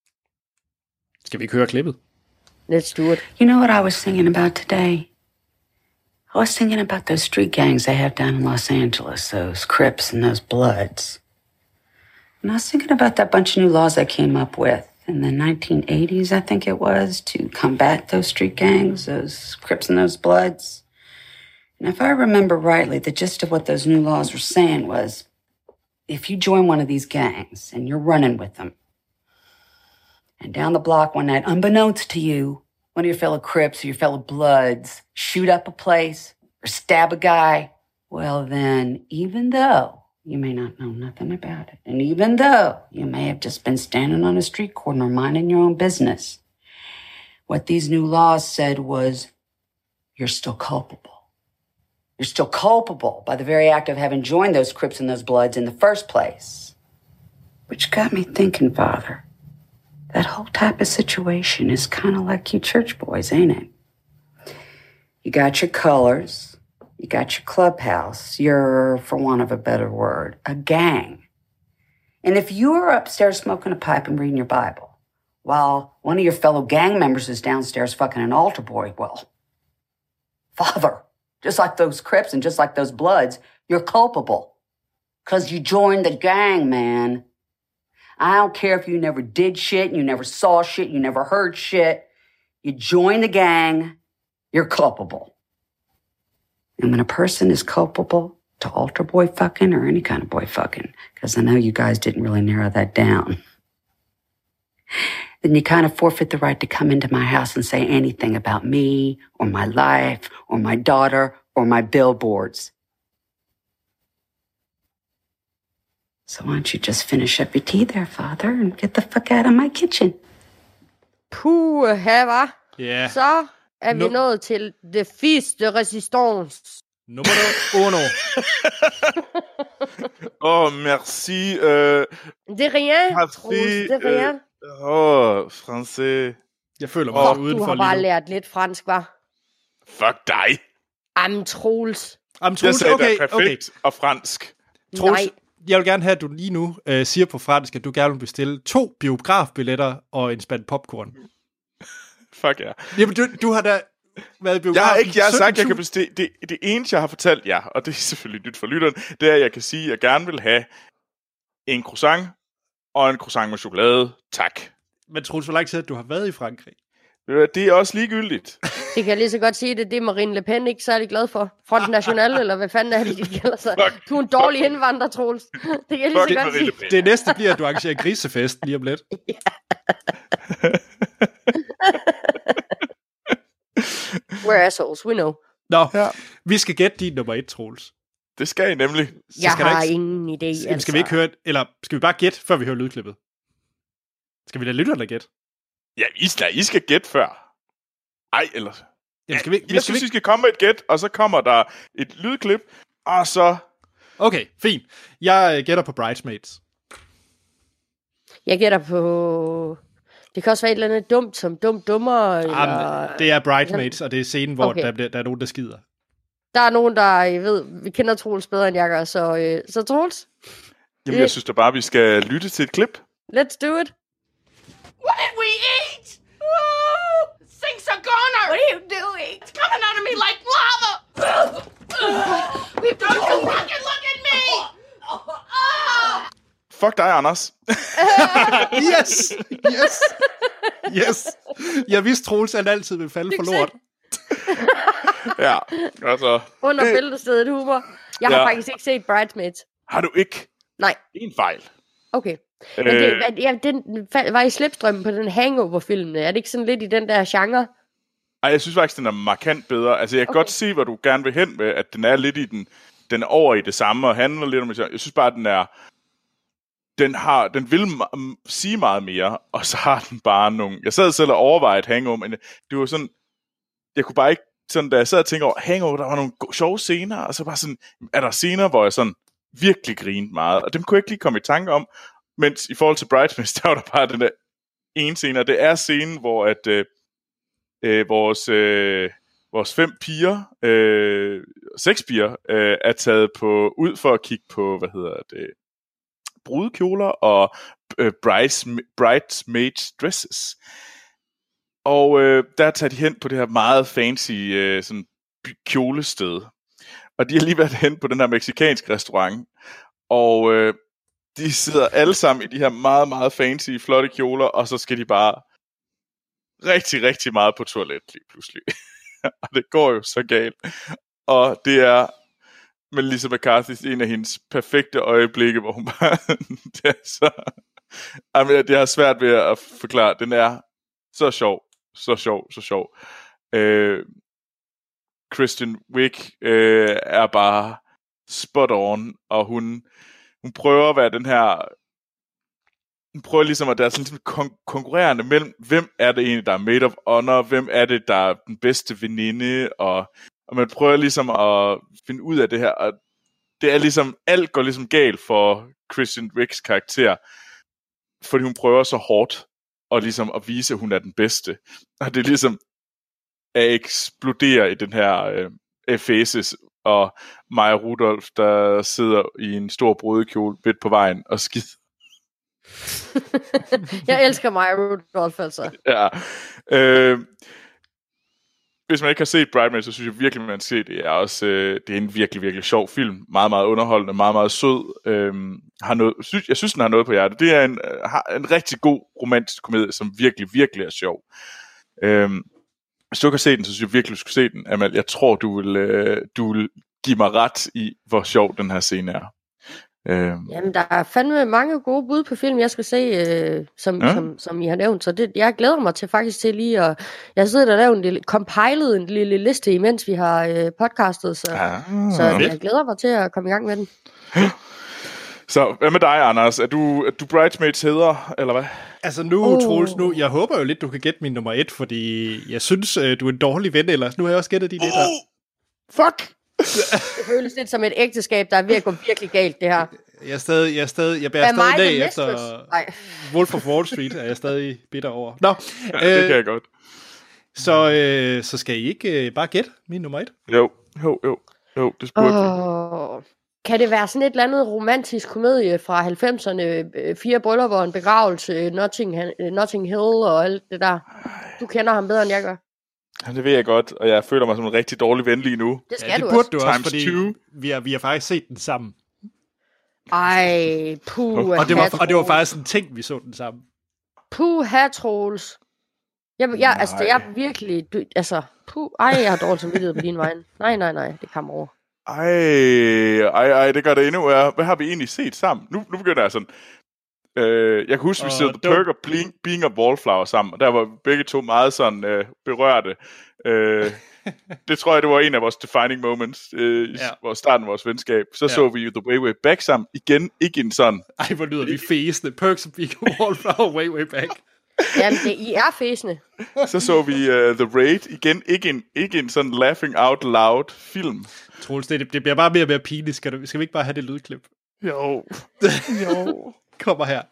Skal vi ikke høre klippet? Let's do it. You know what I was thinking about today? I was thinking about those street gangs they have down in Los Angeles, those Crips and those Bloods. And I was thinking about that bunch of new laws they came up with in the 1980s, I think it was, to combat those street gangs, those Crips and those Bloods. And if I remember rightly, the gist of what those new laws were saying was, if you join one of these gangs and you're running with them, and down the block one night, unbeknownst to you, one of your fellow Crips or your fellow Bloods shoot up a place or stab a guy, well then, even though you may not know nothing about it, and even though you may have just been standing on a street corner minding your own business, what these new laws said was, you're still culpable. You're still culpable by the very act of having joined those Crips and those Bloods in the first place. Which got me thinking, Father, that whole type of situation is kind of like you church boys, ain't it? You got your colors, you got your clubhouse, you're, for want of a better word, a gang. And if you're upstairs smoking a pipe and reading your Bible, while one of your fellow gang members is downstairs fucking an altar boy, well, Father, just like those Crips and just like those Bloods, you're culpable. 'Cause you joined the gang, man. I don't care if you never did shit, you never saw shit, you never heard shit. You join the gang, you're culpable. And when a person is culpable to altar boy fucking or any kind of boy fucking, because I know you guys didn't really narrow that down, then you kind of forfeit the right to come into my house and say anything about me or my life or my daughter or my billboards. So why don't you just finish up your tea there, Father, and get the fuck out of my kitchen? Puh, hva? Yeah. Så er vi nået til The Fils de Resistance. Nummer 1. Merci. Det er rien, merci. det er rien. Français. Jeg føler mig også udenfor. Du har bare lært lidt fransk, hva'? Fuck dig. Troels. Jeg sagde okay, perfekt og fransk. Troels, jeg vil gerne have, at du lige nu siger på fransk, at du gerne vil bestille 2 biografbilletter og en spand popcorn. Fuck ja. Jamen, du har da været i biografen. Jeg har sagt, jeg kan bestille. Det eneste, jeg har fortalt jer, og det er selvfølgelig nyt for lytteren, det er, at jeg kan sige, at jeg gerne vil have en croissant og en croissant med chokolade. Tak. Men Troels, hvor lang tid du har været i Frankrig? Det er også ligegyldigt. Det kan jeg lige så godt sige, det er Marine Le Pen ikke særlig glad for. Front National, eller hvad fanden er det, de kalder sig. Du er en dårlig indvandrer, Troels. Det kan jeg lige så godt sige. Det næste bliver, at du arrangerer grisefest lige om lidt. We're assholes, we know. Nå, vi skal gætte din nummer 1, Troels. Det skal I nemlig. Jeg har ingen idé, altså. Skal vi ikke høre, eller skal vi bare gætte, før vi hører lydklippet? Skal vi lade lytterne gætte? Ja, I skal gætte før. Ej, eller... Jamen, jeg synes, I skal komme med et gæt, og så kommer der et lydklip, og så... Okay, fint. Jeg gætter på Bridesmaids. Jeg gætter på... Det kan også være et eller andet dumt, som dummer, eller... Det er Bridesmaids, og det er scenen, hvor der er nogen, der skider. Der er nogen, der vi kender Troels bedre, end jeg gør, så Troels? Jamen, jeg synes da bare, vi skal lytte til et klip. Let's do it. What did we eat? Oh, things are gone. What are you doing? It's coming out of me like lava. We've done so fucking look at me. Fuck dig, Anders. Yes. Jeg vidste, Troels, han altid vil falde for lort. Ja, altså... Under bæltestedet humor. Jeg har faktisk ikke set Bridesmaids. Har du ikke? Nej. En fejl. Okay. Men den var i slipstrømmen på den hangover-film. Er det ikke sådan lidt i den der genre? Ej, jeg synes faktisk, den er markant bedre. Altså, jeg kan godt se, hvad du gerne vil hen med, at den er lidt i den er over i det samme, og handler lidt om det. Jeg synes bare, at den vil sige meget mere, og så har den bare nogle... Jeg sad selv og overvejede hangover, men det var sådan... Jeg kunne bare ikke... Sådan, da jeg sad og tænkte over hangover, der var nogle sjove scener, og så bare sådan... Er der scener, hvor jeg sådan virkelig grinede meget, og dem kunne jeg ikke lige komme i tanke om. Mens i forhold til Bridesmaids, der var der bare den der ene scene, og det er scenen, hvor at vores 5 piger, 6 piger, er taget ud for at kigge på, brudekjoler og bridesmaid dresses. Og der tager de hen på det her meget fancy sådan kjolested. Og de har lige været hen på den her mexikanske restaurant. Og de sidder alle sammen i de her meget, meget fancy, flotte kjoler, og så skal de bare rigtig, rigtig meget på toilet lige pludselig. Og det går jo så galt. Og det er Melissa McCarthy en af hendes perfekte øjeblikke, hvor hun bare... det er så... Jamen, det har svært ved at forklare. Den er så sjov. Så sjov. Kristen Wiig er bare spot on, og hun prøver at være den her... Hun prøver ligesom, at der er sådan lidt konkurrerende mellem, hvem er det egentlig, der er maid of honor, hvem er det, der er den bedste veninde, og man prøver ligesom at finde ud af det her, og det er ligesom, alt går ligesom galt for Kristen Wiigs karakter, fordi hun prøver så hårdt, og ligesom at vise, at hun er den bedste. Og det er ligesom at eksplodere i den her faces, og Maya Rudolph, der sidder i en stor brudekjole midt på vejen og skider. Jeg elsker Maya Rudolph, altså. Ja. Hvis man ikke har set Bridesmaids, så synes jeg virkelig, man ser det. Det er en virkelig, virkelig sjov film. Meget, meget underholdende, meget, meget sød. Jeg synes, den har noget på hjertet. Det er en rigtig god romantisk komedie, som virkelig, virkelig er sjov. Hvis du ikke har set den, så synes jeg virkelig, du skulle se den, Amal. Jeg tror, du vil give mig ret i, hvor sjov den her scene er. Jamen, der er fandme mange gode bud på film, jeg skal se, som I har nævnt. Så jeg glæder mig til faktisk til lige at... Jeg sidder og laver compiled en lille liste, imens vi har podcastet, så jeg glæder mig til at komme i gang med den. Så hvad med dig, Anders? Er du Bridesmaids hæder, eller hvad? Altså nu, Troels, jeg håber jo lidt, du kan gætte min nummer 1, fordi jeg synes, du er en dårlig ven, ellers nu har jeg også gættet din etter. Fuck! Det føles lidt som et ægteskab, der er ved at gå virkelig galt, det her. Jeg bærer stadig dag efter Wolf of Wall Street, er jeg stadig bitter over. Nå, det kan jeg godt. Så skal I ikke bare gætte min nummer 1? Jo, det spurgte vi. Kan det være sådan et eller andet romantisk komedie fra 90'erne, 4 bryllupper og en begravelse, Notting Hill og alt det der? Du kender ham bedre, end jeg gør. Det ved jeg godt, og jeg føler mig som en rigtig dårlig ven lige nu. Det skal det burde du også, fordi vi har faktisk set den sammen. Ej, puh. Og det var faktisk en ting, vi så den sammen. Puh, Troels. Jeg er virkelig... jeg har dårligt samvittighed på din vej. Nej, det kommer over. Ej, det gør det endnu værre. Hvad har vi egentlig set sammen? Nu begynder jeg sådan... jeg kan huske, vi så The Perk of Being a Wallflower sammen, og der var begge to meget sådan berørte. Det tror jeg, det var en af vores defining moments i starten af vores venskab. Så vi jo The Way Way Back sammen. Igen, ikke en sådan... Ej, hvor lyder vi fæsende. Perks of Being a Wallflower, Way Way Back. Jamen, I er fæsende. Så vi The Raid. Igen, ikke en sådan laughing out loud film. Troels, det bliver bare mere og mere pinligt. Skal vi ikke bare have det lydklip? Jo. Kommer her.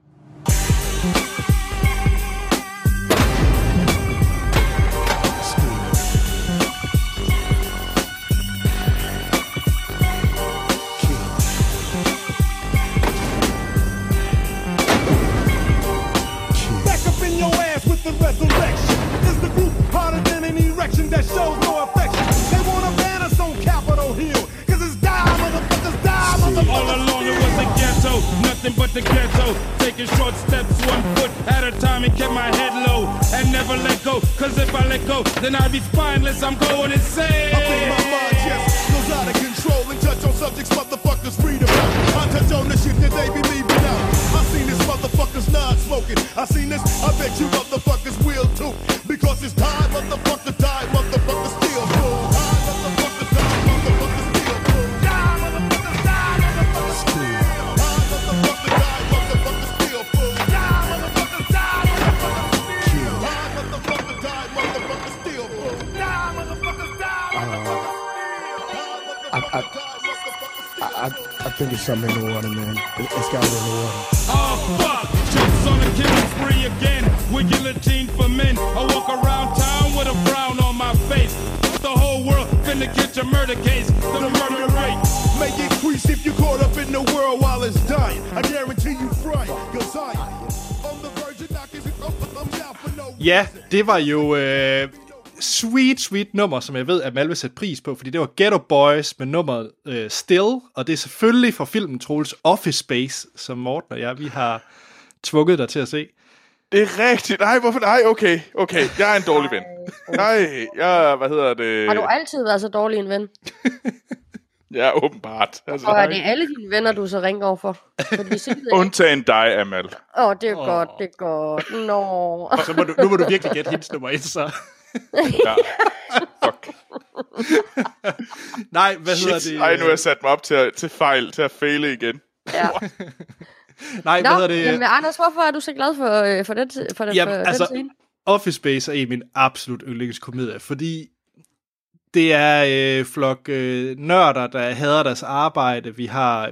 Resurrection is the group harder than an erection that shows no affection. They want to ban us on Capitol Hill, cause it's die, motherfuckers, die, motherfuckers. All along it was a ghetto, nothing but the ghetto. Taking short steps, 1 foot at a time and kept my head low and never let go. Cause if I let go, then I'd be spineless, I'm going insane. I think my mind just goes out of control and touch on subjects motherfuckers read about. I touch on the shit that they be leaving out. I seen this motherfuckers not smoking. I seen this, I bet you motherfuckers will too. Because it's time, motherfucker, die, motherfucker, still full. Die, motherfucker, die, motherfucker, still full. Die, motherfucker, die, motherfucker, still. Die, motherfucker, die, motherfucker, still full. Die, motherfucker, die, motherfucker, still. Die, motherfucker, die, motherfucker, still full. Die, motherfucker, die, motherfucker, I think it's something in the water, man. It's got in the water. Oh, fuck! Jumps on a killing spree again with guillotine for men. I walk around town with a frown on my face. The whole world finna catch a murder case. The murder rate may increase if you're caught up in the world while it's dying. I guarantee you fry, cause I on the virgin knocking I'm down for no. Ja, det var jo sweet nummer, som jeg ved, at Mal vil sætte pris på, fordi det var Ghetto Boys med nummeret Still, og det er selvfølgelig fra filmen Troels Office Space, som Morten og jeg, vi har tvunget dig til at se. Det er rigtigt. Nej, hvorfor? Nej, okay. Jeg er en dårlig ven. Nej, hvad hedder det? Har du altid været så dårlig en ven? Ja, åbenbart. Altså, og er det alle dine venner, du så ringer over for? Undtagen dig, Amal. Det er godt, det er godt. Nå. Så nu må du virkelig gætte hendes nummer 1, så. Ja. Fuck. Nej, hvad hedder det? Ej, nu har jeg sat mig op til at fejle igen. Ja. Nej, hvad hedder det? Jamen, Anders, hvorfor er du så glad for den scene? Office Space er en af mine absolut yndlingskomedier, fordi det er flok nørder, der hader deres arbejde. Vi har,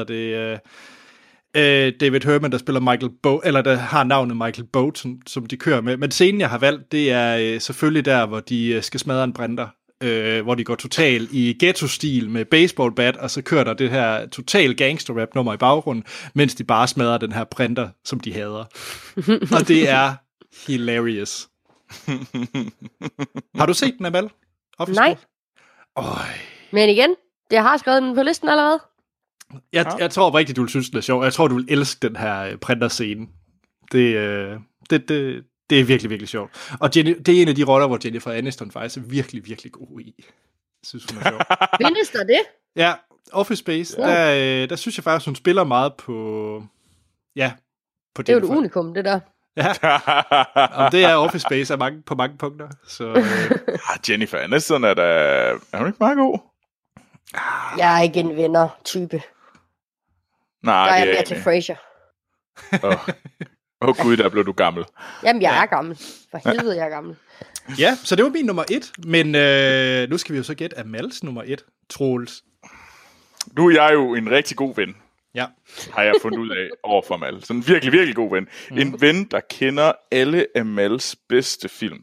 David Herman, der spiller der har navnet Michael Bolton, som de kører med. Men scenen, jeg har valgt, det er selvfølgelig der, hvor de skal smadre en printer. Hvor de går total i ghetto-stil med baseballbat, og så kører der det her total gangster-rap-nummer i baggrunden, mens de bare smadrer den her printer, som de hader. Og det er hilarious. Har du set den, Amal? Nej. Men igen, det har skrevet den på listen allerede. Jeg tror oprigtigt, du vil synes, den er sjov. Jeg tror, du vil elske den her printerscene. Det er virkelig, virkelig sjovt. Og det er en af de roller, hvor Jennifer Aniston faktisk er virkelig, virkelig god i. Jeg synes, hun er sjov. Findes der det? Ja, Office Space. Der synes jeg faktisk, hun spiller meget på Jennifer. Det er jo et unikum, det der. Ja, og det er Office Space på mange punkter. Så, Jennifer Aniston er hun ikke meget god? Jeg er ikke en venner-type. Nej, der er jeg mere til Frasier. Gud, der blev du gammel. Jamen, jeg er gammel. For helvede, jeg er gammel. Ja, så det var min nummer 1. Men nu skal vi jo så gætte Amals nummer 1, Troels. Nu er jeg jo en rigtig god ven. Ja. Har jeg fundet ud af overfor Amal. Sådan en virkelig, virkelig god ven. En ven, der kender alle Amals bedste film.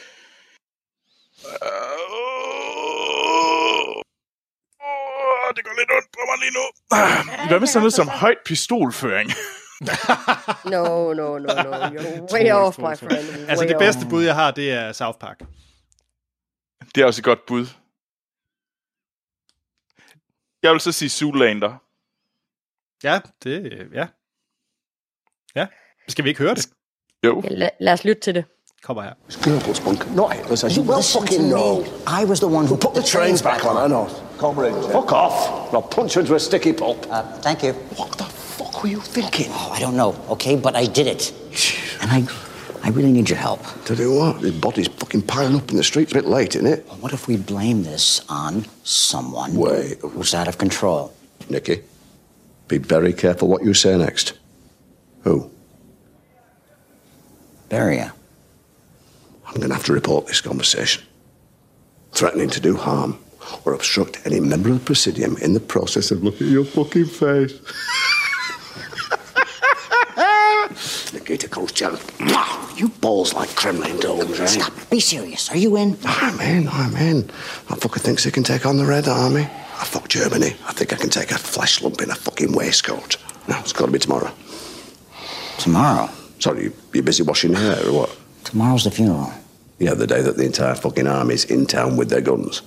Det går lidt ondt på mig lige nu. Hvad med sådan noget som højt pistolføring? No. You're way off, my friend. Altså, det bedste bud, jeg har, det er South Park. Det er også et godt bud. Jeg vil så sige Zoolander. Ja, det... Ja. Skal vi ikke høre det? Jo. Ja, lad os lytte til det. Kommer her. Not Hitler's, as you well fucking know. I was the one who Put the trains back on, I know. Comrade. Fuck off. I'll punch you into a sticky pulp. Thank you. What the fuck were you thinking? Oh, I don't know, okay, but I did it. And I really need your help. To do what? The body's fucking piling up in the street. A bit late, isn't it? Well, what if we blame this on someone who's out of control? Nicky, be very careful what you say next. Who? Beria. I'm going to have to report this conversation. Threatening to do harm or obstruct any member of the Presidium in the process of looking at your fucking face. Nikita Khrushchev, you balls like Kremlin domes, right? Stop. Be serious. Are you in? I'm in. That fucker thinks he can take on the Red Army. I fuck Germany. I think I can take a flesh lump in a fucking waistcoat. No, it's got to be tomorrow. Tomorrow? Sorry, you busy washing your hair or what? Tomorrow's the funeral. Yeah, the day that the entire fucking army's in town with their guns.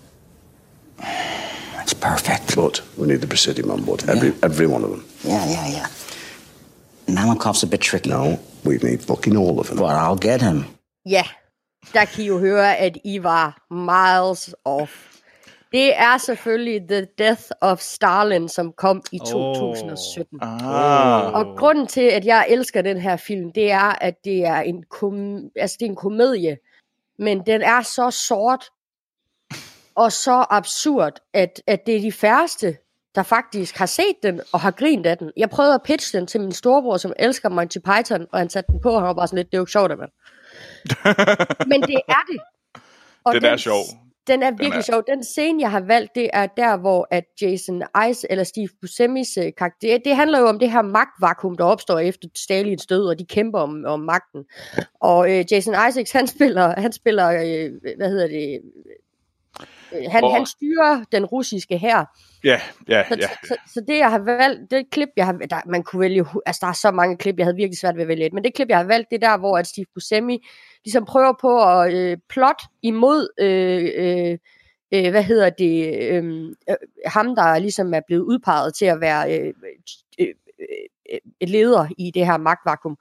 That's perfect. But we need the Presidium on board. Every one of them. Yeah. Malakov's a bit tricky. No, we need fucking all of them. But I'll get him. Ja, der kan I jo høre, at I var miles off. Det er selvfølgelig The Death of Stalin, som kom i 2017. Og grunden til, at jeg elsker den her film, det er, at det er en komedie, men den er så sort og så absurd, at det er de færreste, der faktisk har set den og har grint af den. Jeg prøvede at pitche den til min storebror, som elsker Monty Python, og han satte den på, og han var bare sådan lidt, det er jo ikke sjovt, mand. Men det er det. Og den er sjov. Den er virkelig sjov. Den scene, jeg har valgt, det er der, hvor at Jason eller Steve Buscemi's karakter, det handler jo om det her magtvakuum, der opstår efter Stalins død, og de kæmper om magten. Og Jason Isaacs, han spiller hvad hedder det, han styrer den russiske hær. Ja. Så det, jeg har valgt, det klip, jeg har, man kunne vælge, altså der er så mange klip, jeg havde virkelig svært ved at vælge et, men det klip, jeg har valgt, det er der, hvor at Steve Buscemi ligesom prøver på at plotte imod, ham, der ligesom er blevet udpeget til at være leder i det her magtvakuum.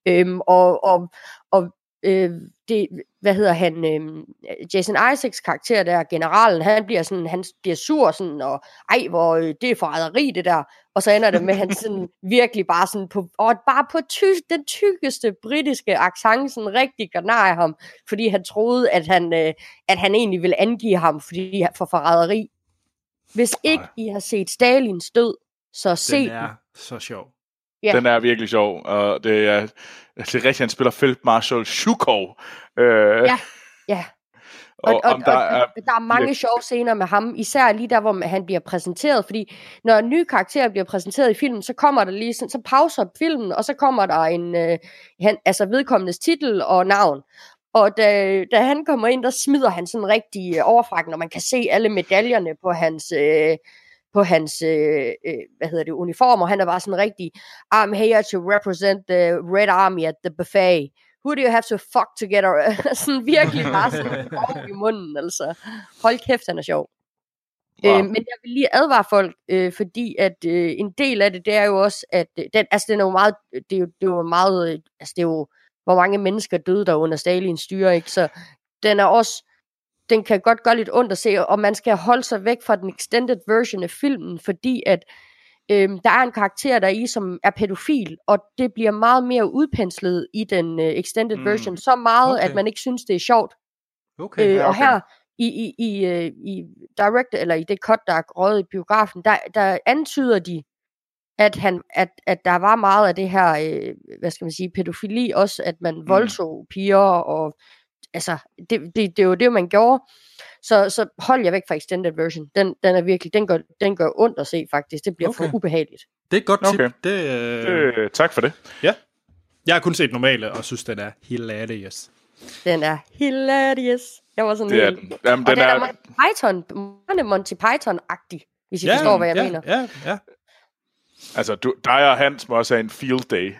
Jason Isaacs karakter der, generalen, han bliver sur sådan, og hvor det er forræderi det der, og så ender det med, han sådan virkelig bare sådan på den tykkeste britiske accent sådan rigtig garnar ham, fordi han troede, at han egentlig ville angive ham for forræderi. Hvis ikke I har set Stalins død, så se den. Den er så sjov. Ja. Den er virkelig sjov, og det er rigtigt, han spiller Feltmarskal Zhukov. Ja. Og der er mange sjove scener med ham, især lige der, hvor han bliver præsenteret, fordi når en ny karakter bliver præsenteret i filmen, så kommer der lige sådan, så pauser filmen, og så kommer der en vedkommendes titel og navn. Og da han kommer ind, der smider han sådan rigtig overfrakken, og man kan se alle medaljerne på hans uniform, og han er bare sådan rigtig, I'm here to represent the Red Army at the buffet. Who do you have to fuck together? Sådan virkelig bare sådan i munden, altså. Hold kæft, han er sjov. Wow. Men jeg vil lige advare folk, fordi at en del af det, det er jo også, at den er jo meget, det er jo hvor mange mennesker døde der under Stalins styre, ikke? Så den kan godt gøre lidt ondt at se, og man skal holde sig væk fra den extended version af filmen, fordi at der er en karakter der i, som er pædofil, og det bliver meget mere udpenslet i den extended version, så meget, at man ikke synes, det er sjovt. Okay. Og her i direct, eller i det cut, der er røget i biografen, der antyder de, at der var meget af det her, hvad skal man sige, pædofili også, at man voldtog piger, og altså, det er jo det, man gjorde. Så hold jer væk fra extended version. Den er virkelig, den gør ondt at se faktisk. Det bliver for ubehageligt. Det er et godt tip. Okay. Tak for det. Ja. Jeg har kun set normale, og synes, den er hilarious. Den er hilarious. Jeg var sådan helt... Jamen, og den er Monty Python-agtig, hvis I forstår, hvad jeg mener. Ja. Altså, dig og Hans må også have en field day.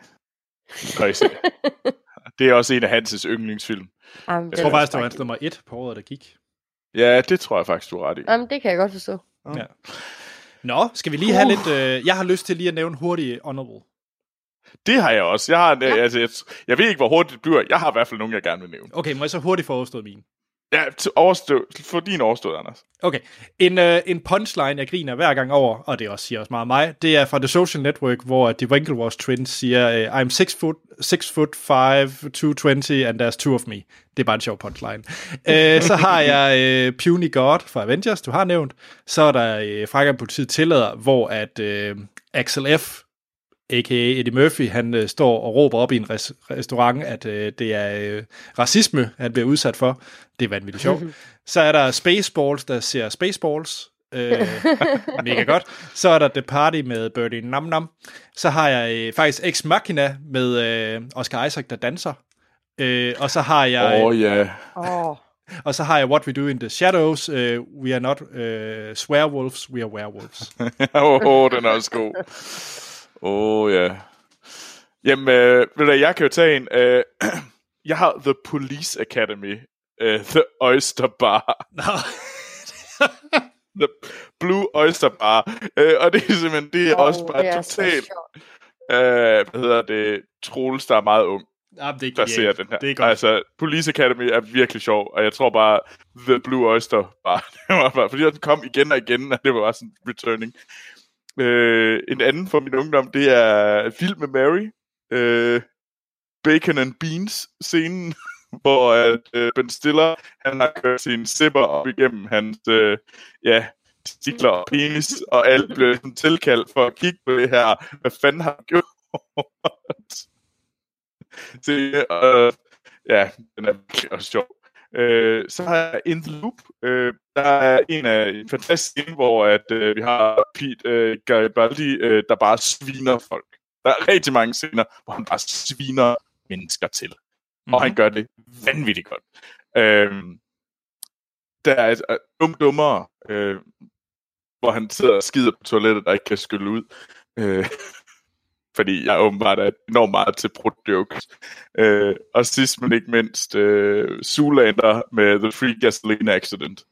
Det er også en af Hans' yndlingsfilm. Jeg tror faktisk, det var hans nummer 1 på året, der gik. Ja, det tror jeg faktisk, du er ret i. Jamen, det kan jeg godt forstå. Ja. Nå, skal vi lige have lidt... jeg har lyst til lige at nævne hurtigt honorable. Det har jeg også. Jeg ved ikke, hvor hurtigt det bliver. Jeg har i hvert fald nogen, jeg gerne vil nævne. Okay, må jeg så hurtigt få overstået min? Ja, få din overstået, Anders. Okay. En punchline, jeg griner hver gang over, og det siger også meget mig, det er fra The Social Network, hvor de Winklevoss twins siger, I'm 6'5", 220, and there's 2 of me. Det er bare en sjov punchline. Så har jeg Puny God fra Avengers, du har nævnt. Så er der Frakker politiet tillader, hvor at Axel F., a.k.a. Eddie Murphy, han står og råber op i en restaurant, at det er racisme, han bliver udsat for. Det er vanvittigt sjovt. Så er der Spaceballs, der ser Spaceballs. Mega godt. Så er der The Party med Birdie Nam Nam. Så har jeg faktisk Ex Machina med Oscar Isaac, der danser. Og så har jeg... Og så har jeg What We Do in the Shadows. We are not swearwolves, we are werewolves. Den er også god. Ja. Jamen, ved du, jeg kan jo tage en. Jeg har The Police Academy. The Oyster Bar. The Blue Oyster Bar. Og det er simpelthen, det er også bare totalt, Troels, der er meget ung. Jamen, det der ser den her. Det er godt. Altså, Police Academy er virkelig sjov, og jeg tror bare, The Blue Oyster Bar, det var bare, fordi den kom igen og igen, og det var bare sådan returning. En anden fra min ungdom, det er Vild med Mary. Bacon and Beans scenen, hvor Ben Stiller, han har kørt sin zipper op igennem hans testikler og penis, og alt bliver sådan tilkaldt for at kigge på det her. Hvad fanden har han gjort? Den er virkelig også sjov. Så har jeg In the Loop. Der er en fantastisk scene, hvor at vi har Pete Garibaldi, der bare sviner folk. Der er rigtig mange scener, hvor han bare sviner mennesker til. Mm-hmm. Og han gør det vanvittigt godt. Der er et dummere, hvor han sidder og skider på toilettet, der ikke kan skylle ud. Fordi jeg åbenbart er enormt meget til prot-jokes. Og sidst, men ikke mindst, Zoolander med The Free Gasoline Accident.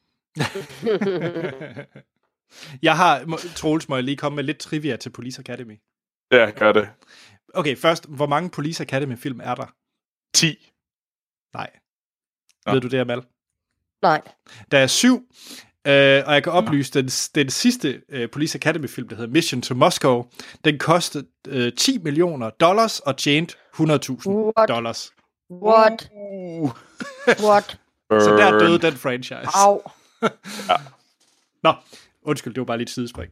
Troels, må jeg lige komme med lidt trivia til Police Academy? Ja, gør det. Okay, først, hvor mange Police Academy-film er der? 10. Nej. Ved du det, Amal? Nej. Der er 7. Og jeg kan oplyse, den sidste Police Academy-film, der hedder Mission to Moscow, den kostede $10 million og tjente $100,000. What? Så der døde den franchise. Au. Ja. Nå, undskyld, det var bare lidt sidespring.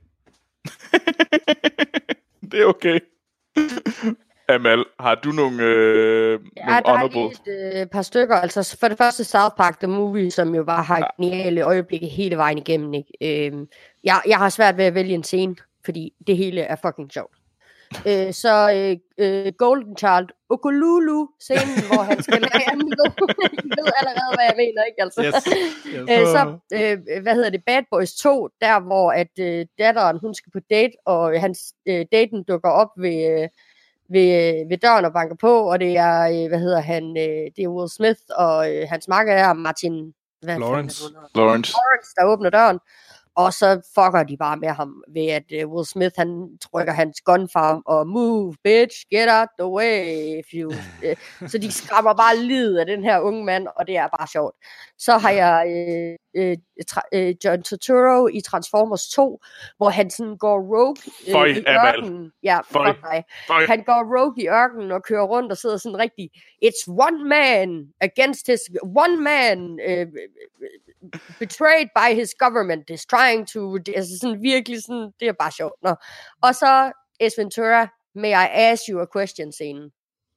Det er okay. Amal, har du nogle der er lige et par stykker. Altså for det første South Park The Movie, som jo bare har geniale øjeblikke hele vejen igennem. Ikke? Jeg har svært ved at vælge en scene, fordi det hele er fucking sjovt. Så Golden Child, Okolulu scenen, hvor han skal lære I ved allerede, hvad jeg mener, ikke? Altså. Yes. Så, Bad Boys 2, der hvor at datteren, hun skal på date, og hans daten dukker op ved døren og banker på, og det er, det er Will Smith, og hans makker er Martin Lawrence, der åbner døren, og så fucker de bare med ham, ved at Will Smith, han trykker hans gun farm, og move, bitch, get out the way, if you... så de skræmmer bare livet af den her unge mand, og det er bare sjovt. Så har jeg John Turturro i Transformers 2, hvor han sådan går rogue i ørkenen. Ja, fuck dig. Han går rogue i ørkenen og kører rundt og sidder sådan rigtig, it's one man against his, one man betrayed by his government is trying to, altså sådan virkelig sådan, det er bare sjovt. Nå. Og så Ace Ventura, may I ask you a question scenen.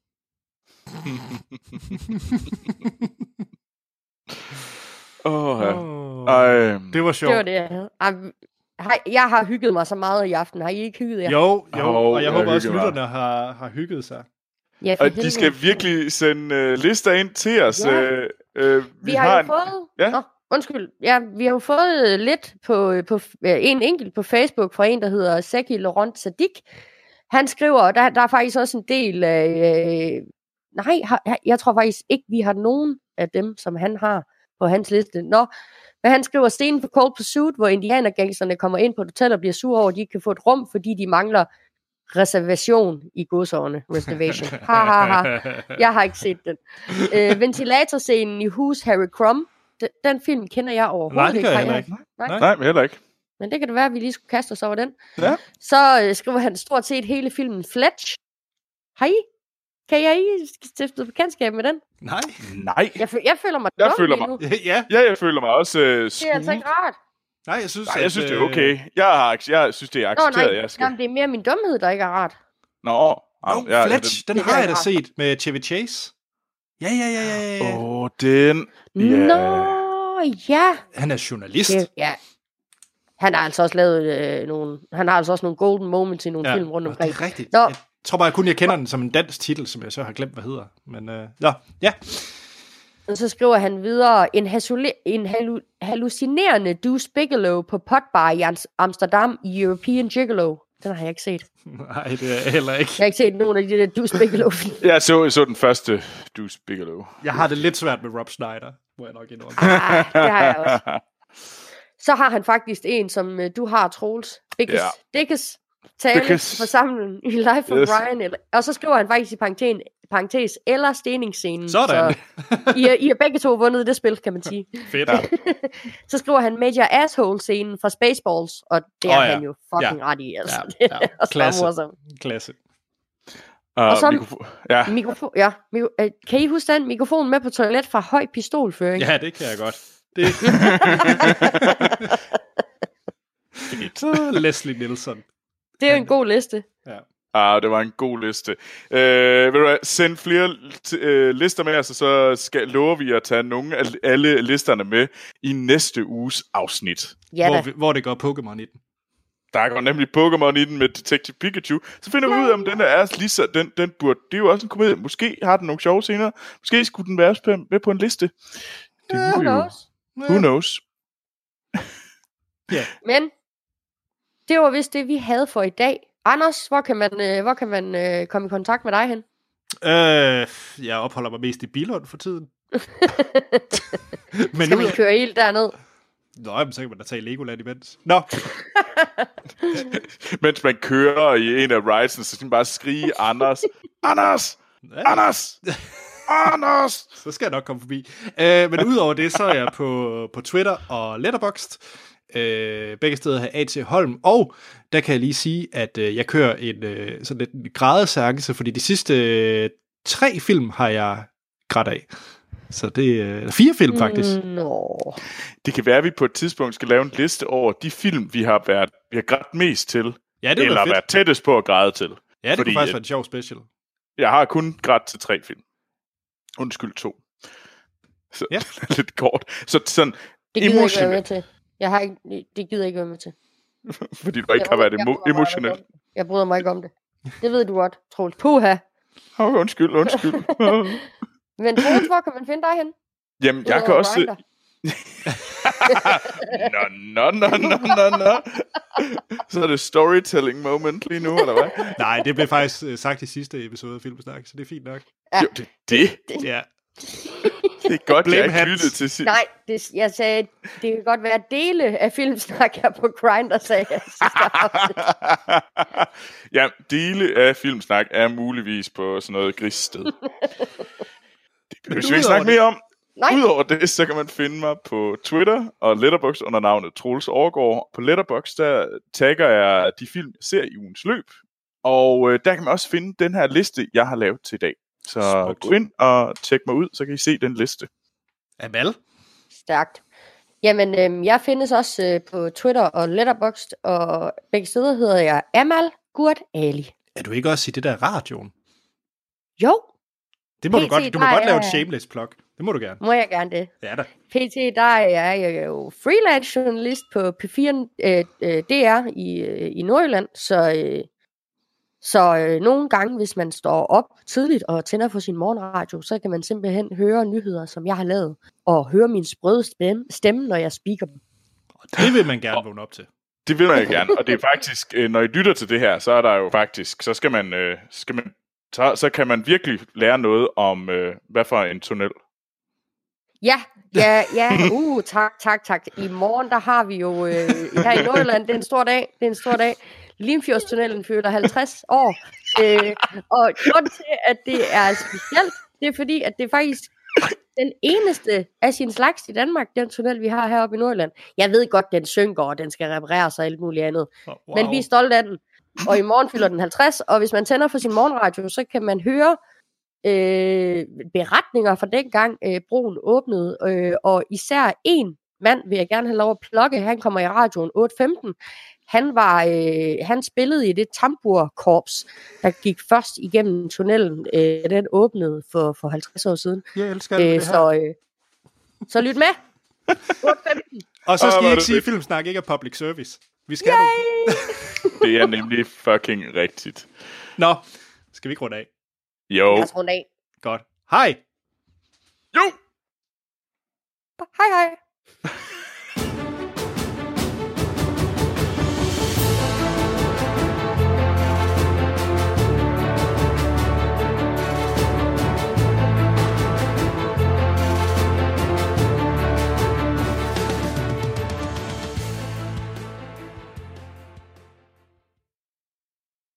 Det var sjovt. Det var det, jeg havde. Jeg har hygget mig så meget i aften. Har I ikke hygget jer? Jo, og jeg håber også, at lytterne har hygget sig. Ja, og de skal virkelig sende lister ind til os. Ja. Vi har jo fået... Ja? Undskyld. Ja, vi har jo fået lidt på en enkelt på Facebook fra en, der hedder Zeki Laurent Sadik. Han skriver, og der er faktisk også en del af... jeg tror faktisk ikke, vi har nogen af dem, som han har på hans liste. Men han skriver scenen på Cold Pursuit, hvor indianergangsterne kommer ind på et hotel og bliver sure over, at de ikke kan få et rum, fordi de mangler reservation i godsårene. Reservation. Jeg har ikke set den. Ventilatorscenen i Who's Harry Crumb. Den film kender jeg overhovedet ikke. Nej, det kan jeg heller ikke. Men det kan det være, at vi lige skulle kaste os over den. Ja. Så skriver han stort set hele filmen Fletch. Hej. Kan jeg stifte bekendtskab med den? Nej. Jeg føler mig jeg føler mig. Jeg føler mig også det er altså ikke rart. Nej, jeg synes, det er okay. Jeg synes, det er accepteret, jeg skal. Jamen, det er mere min dumhed, der ikke er rart. Fletch, den har jeg da set med Chevy Chase. Ja. Den. Nå, ja. Han er journalist. Ja. Han har altså også lavet nogle golden moments i nogle film rundt omkring. Det er rigtigt. Jeg tror bare jeg kender den som en dansk titel, som jeg så har glemt, hvad hedder. Men ja. Og så skriver han videre, en hallucinerende Deuce Bigelow på potbar i Amsterdam i European Gigolo. Den har jeg ikke set. Nej, det er heller ikke. Jeg har ikke set nogen af de der Deuce Bigelow-film. Jeg så den første Deuce Bigelow. Jeg har det lidt svært med Rob Schneider, må jeg nok indrømme. Det har jeg også. Så har han faktisk en, som du har, Troels. Dickes tale på samlen i Life of Brian. Og så skriver han faktisk i parentes eller steningsscenen. Sådan. Så I har begge to vundet det spil, kan man sige. Fedt. Så skriver han Major Asshole-scenen fra Spaceballs, og det er han jo fucking ret i. Altså. Klasse. Og så kan I huske den mikrofon med på toilet fra høj pistolføring? Ja, det kan jeg godt. Leslie Nielsen. Det er jo en god liste. Ja. Det var en god liste. Vil du sende flere lister med, altså så lover vi at tage nogle af alle listerne med i næste uges afsnit. Ja, hvor det går Pokémon i den. Der går nemlig Pokémon i den med Detective Pikachu. Så finder vi ud af, om den er lige så... Den burde... Det er jo også en komedie. Måske har den nogle sjove scener. Måske skulle den være med på en liste. Who knows? Yeah. Men det var vist det, vi havde for i dag. Anders, hvor kan man komme i kontakt med dig hen? Jeg opholder mig mest i Billund for tiden. Men skal man køre helt derned? Nå, så kan man da tage Legoland imens. Nå. Mens man kører i en af ridesen, så skal man bare skrige, Anders! Anders! Anders! Anders! Så skal jeg nok komme forbi. Men udover det, så er jeg på Twitter og Letterboxd. Begge steder har A.T. Holm, og der kan jeg lige sige, at jeg kører sådan lidt en grædeseance, fordi de sidste 3 film har jeg grædt af. Så det er 4 film faktisk. Det kan være, at vi på et tidspunkt skal lave en liste over de film, vi har grædt mest til, eller været tættest på at græde til. Ja, det kunne faktisk være en sjov special. Jeg har kun grædt til 3 film. Undskyld 2. Så lidt kort. Så sådan det gider ikke være med til. Det gider ikke være med til. Fordi du ikke har været emotionel. Jeg bryder mig ikke om det. Det ved du godt, Troels. Puha. Undskyld. Men Troels, hvor kan man finde dig hen? Jamen, jeg kan også... Nå. Så er det storytelling moment lige nu, eller hvad? Nej, det blev faktisk sagt i sidste episode af Filmsnak, så det er fint nok. Ja. Jo, det. Ja. Det er godt, jeg ikke lyttede til sidst. Nej, jeg sagde, det kan godt være, at dele af Filmsnak er på Grindr, sagde jeg. Ja, dele af Filmsnak er muligvis på sådan noget grissted. Det behøver vi ikke snakke mere om. Udover det, så kan man finde mig på Twitter og Letterboxd under navnet Troels Overgaard. På Letterboxd, der tagger jeg de film, jeg ser i ugens løb. Og der kan man også finde den her liste, jeg har lavet til i dag. Så gå ind og tjek mig ud, så kan I se den liste. Amal? Stærkt. Jamen, jeg findes også på Twitter og Letterboxd, og begge steder hedder jeg Amal Kurt Ali. Er du ikke også i det der radioen? Jo. Det må du godt. Du må godt lave et shameless plug. Det må du gerne. Må jeg gerne det? Ja da. PT, der er jeg jo freelance journalist på P4 DR i Nordjylland, så nogle gange, hvis man står op tidligt og tænder for sin morgenradio, så kan man simpelthen høre nyheder, som jeg har lavet, og høre min sprøde stemme, når jeg speaker dem. Det vil man gerne vågne op til. Det vil man gerne, og det er faktisk, når I lytter til det her, så er der jo faktisk, så kan man virkelig lære noget om, hvad for en tunnel. Ja. Tak. I morgen, der har vi jo her i Nordjylland, det er en stor dag. Limfjordstunnelen fylder 50 år. Og grunden til, at det er specielt, det er fordi, at det er faktisk den eneste af sin slags i Danmark, den tunnel, vi har heroppe i Nordjylland. Jeg ved godt, den synker, og den skal repareres og alt muligt andet. Wow. Men vi er stolte af den. Og i morgen fylder den 50, og hvis man tænder for sin morgenradio, så kan man høre beretninger fra dengang broen åbnede, og især en mand vil jeg gerne have lov at plukke. Han kommer i radioen 8:15. Han spillede i det tamburkorps, der gik først igennem tunnelen. Den åbnede for 50 år siden. Jeg elsker det her. Så lyt med. 8:15. Og så skal I ikke sige, at Filmsnak ikke er public service. Vi skal Det er nemlig fucking rigtigt. Nå, skal vi ikke runde af? Jo. Lad os runde af. Godt. Hej! Jo! Hej.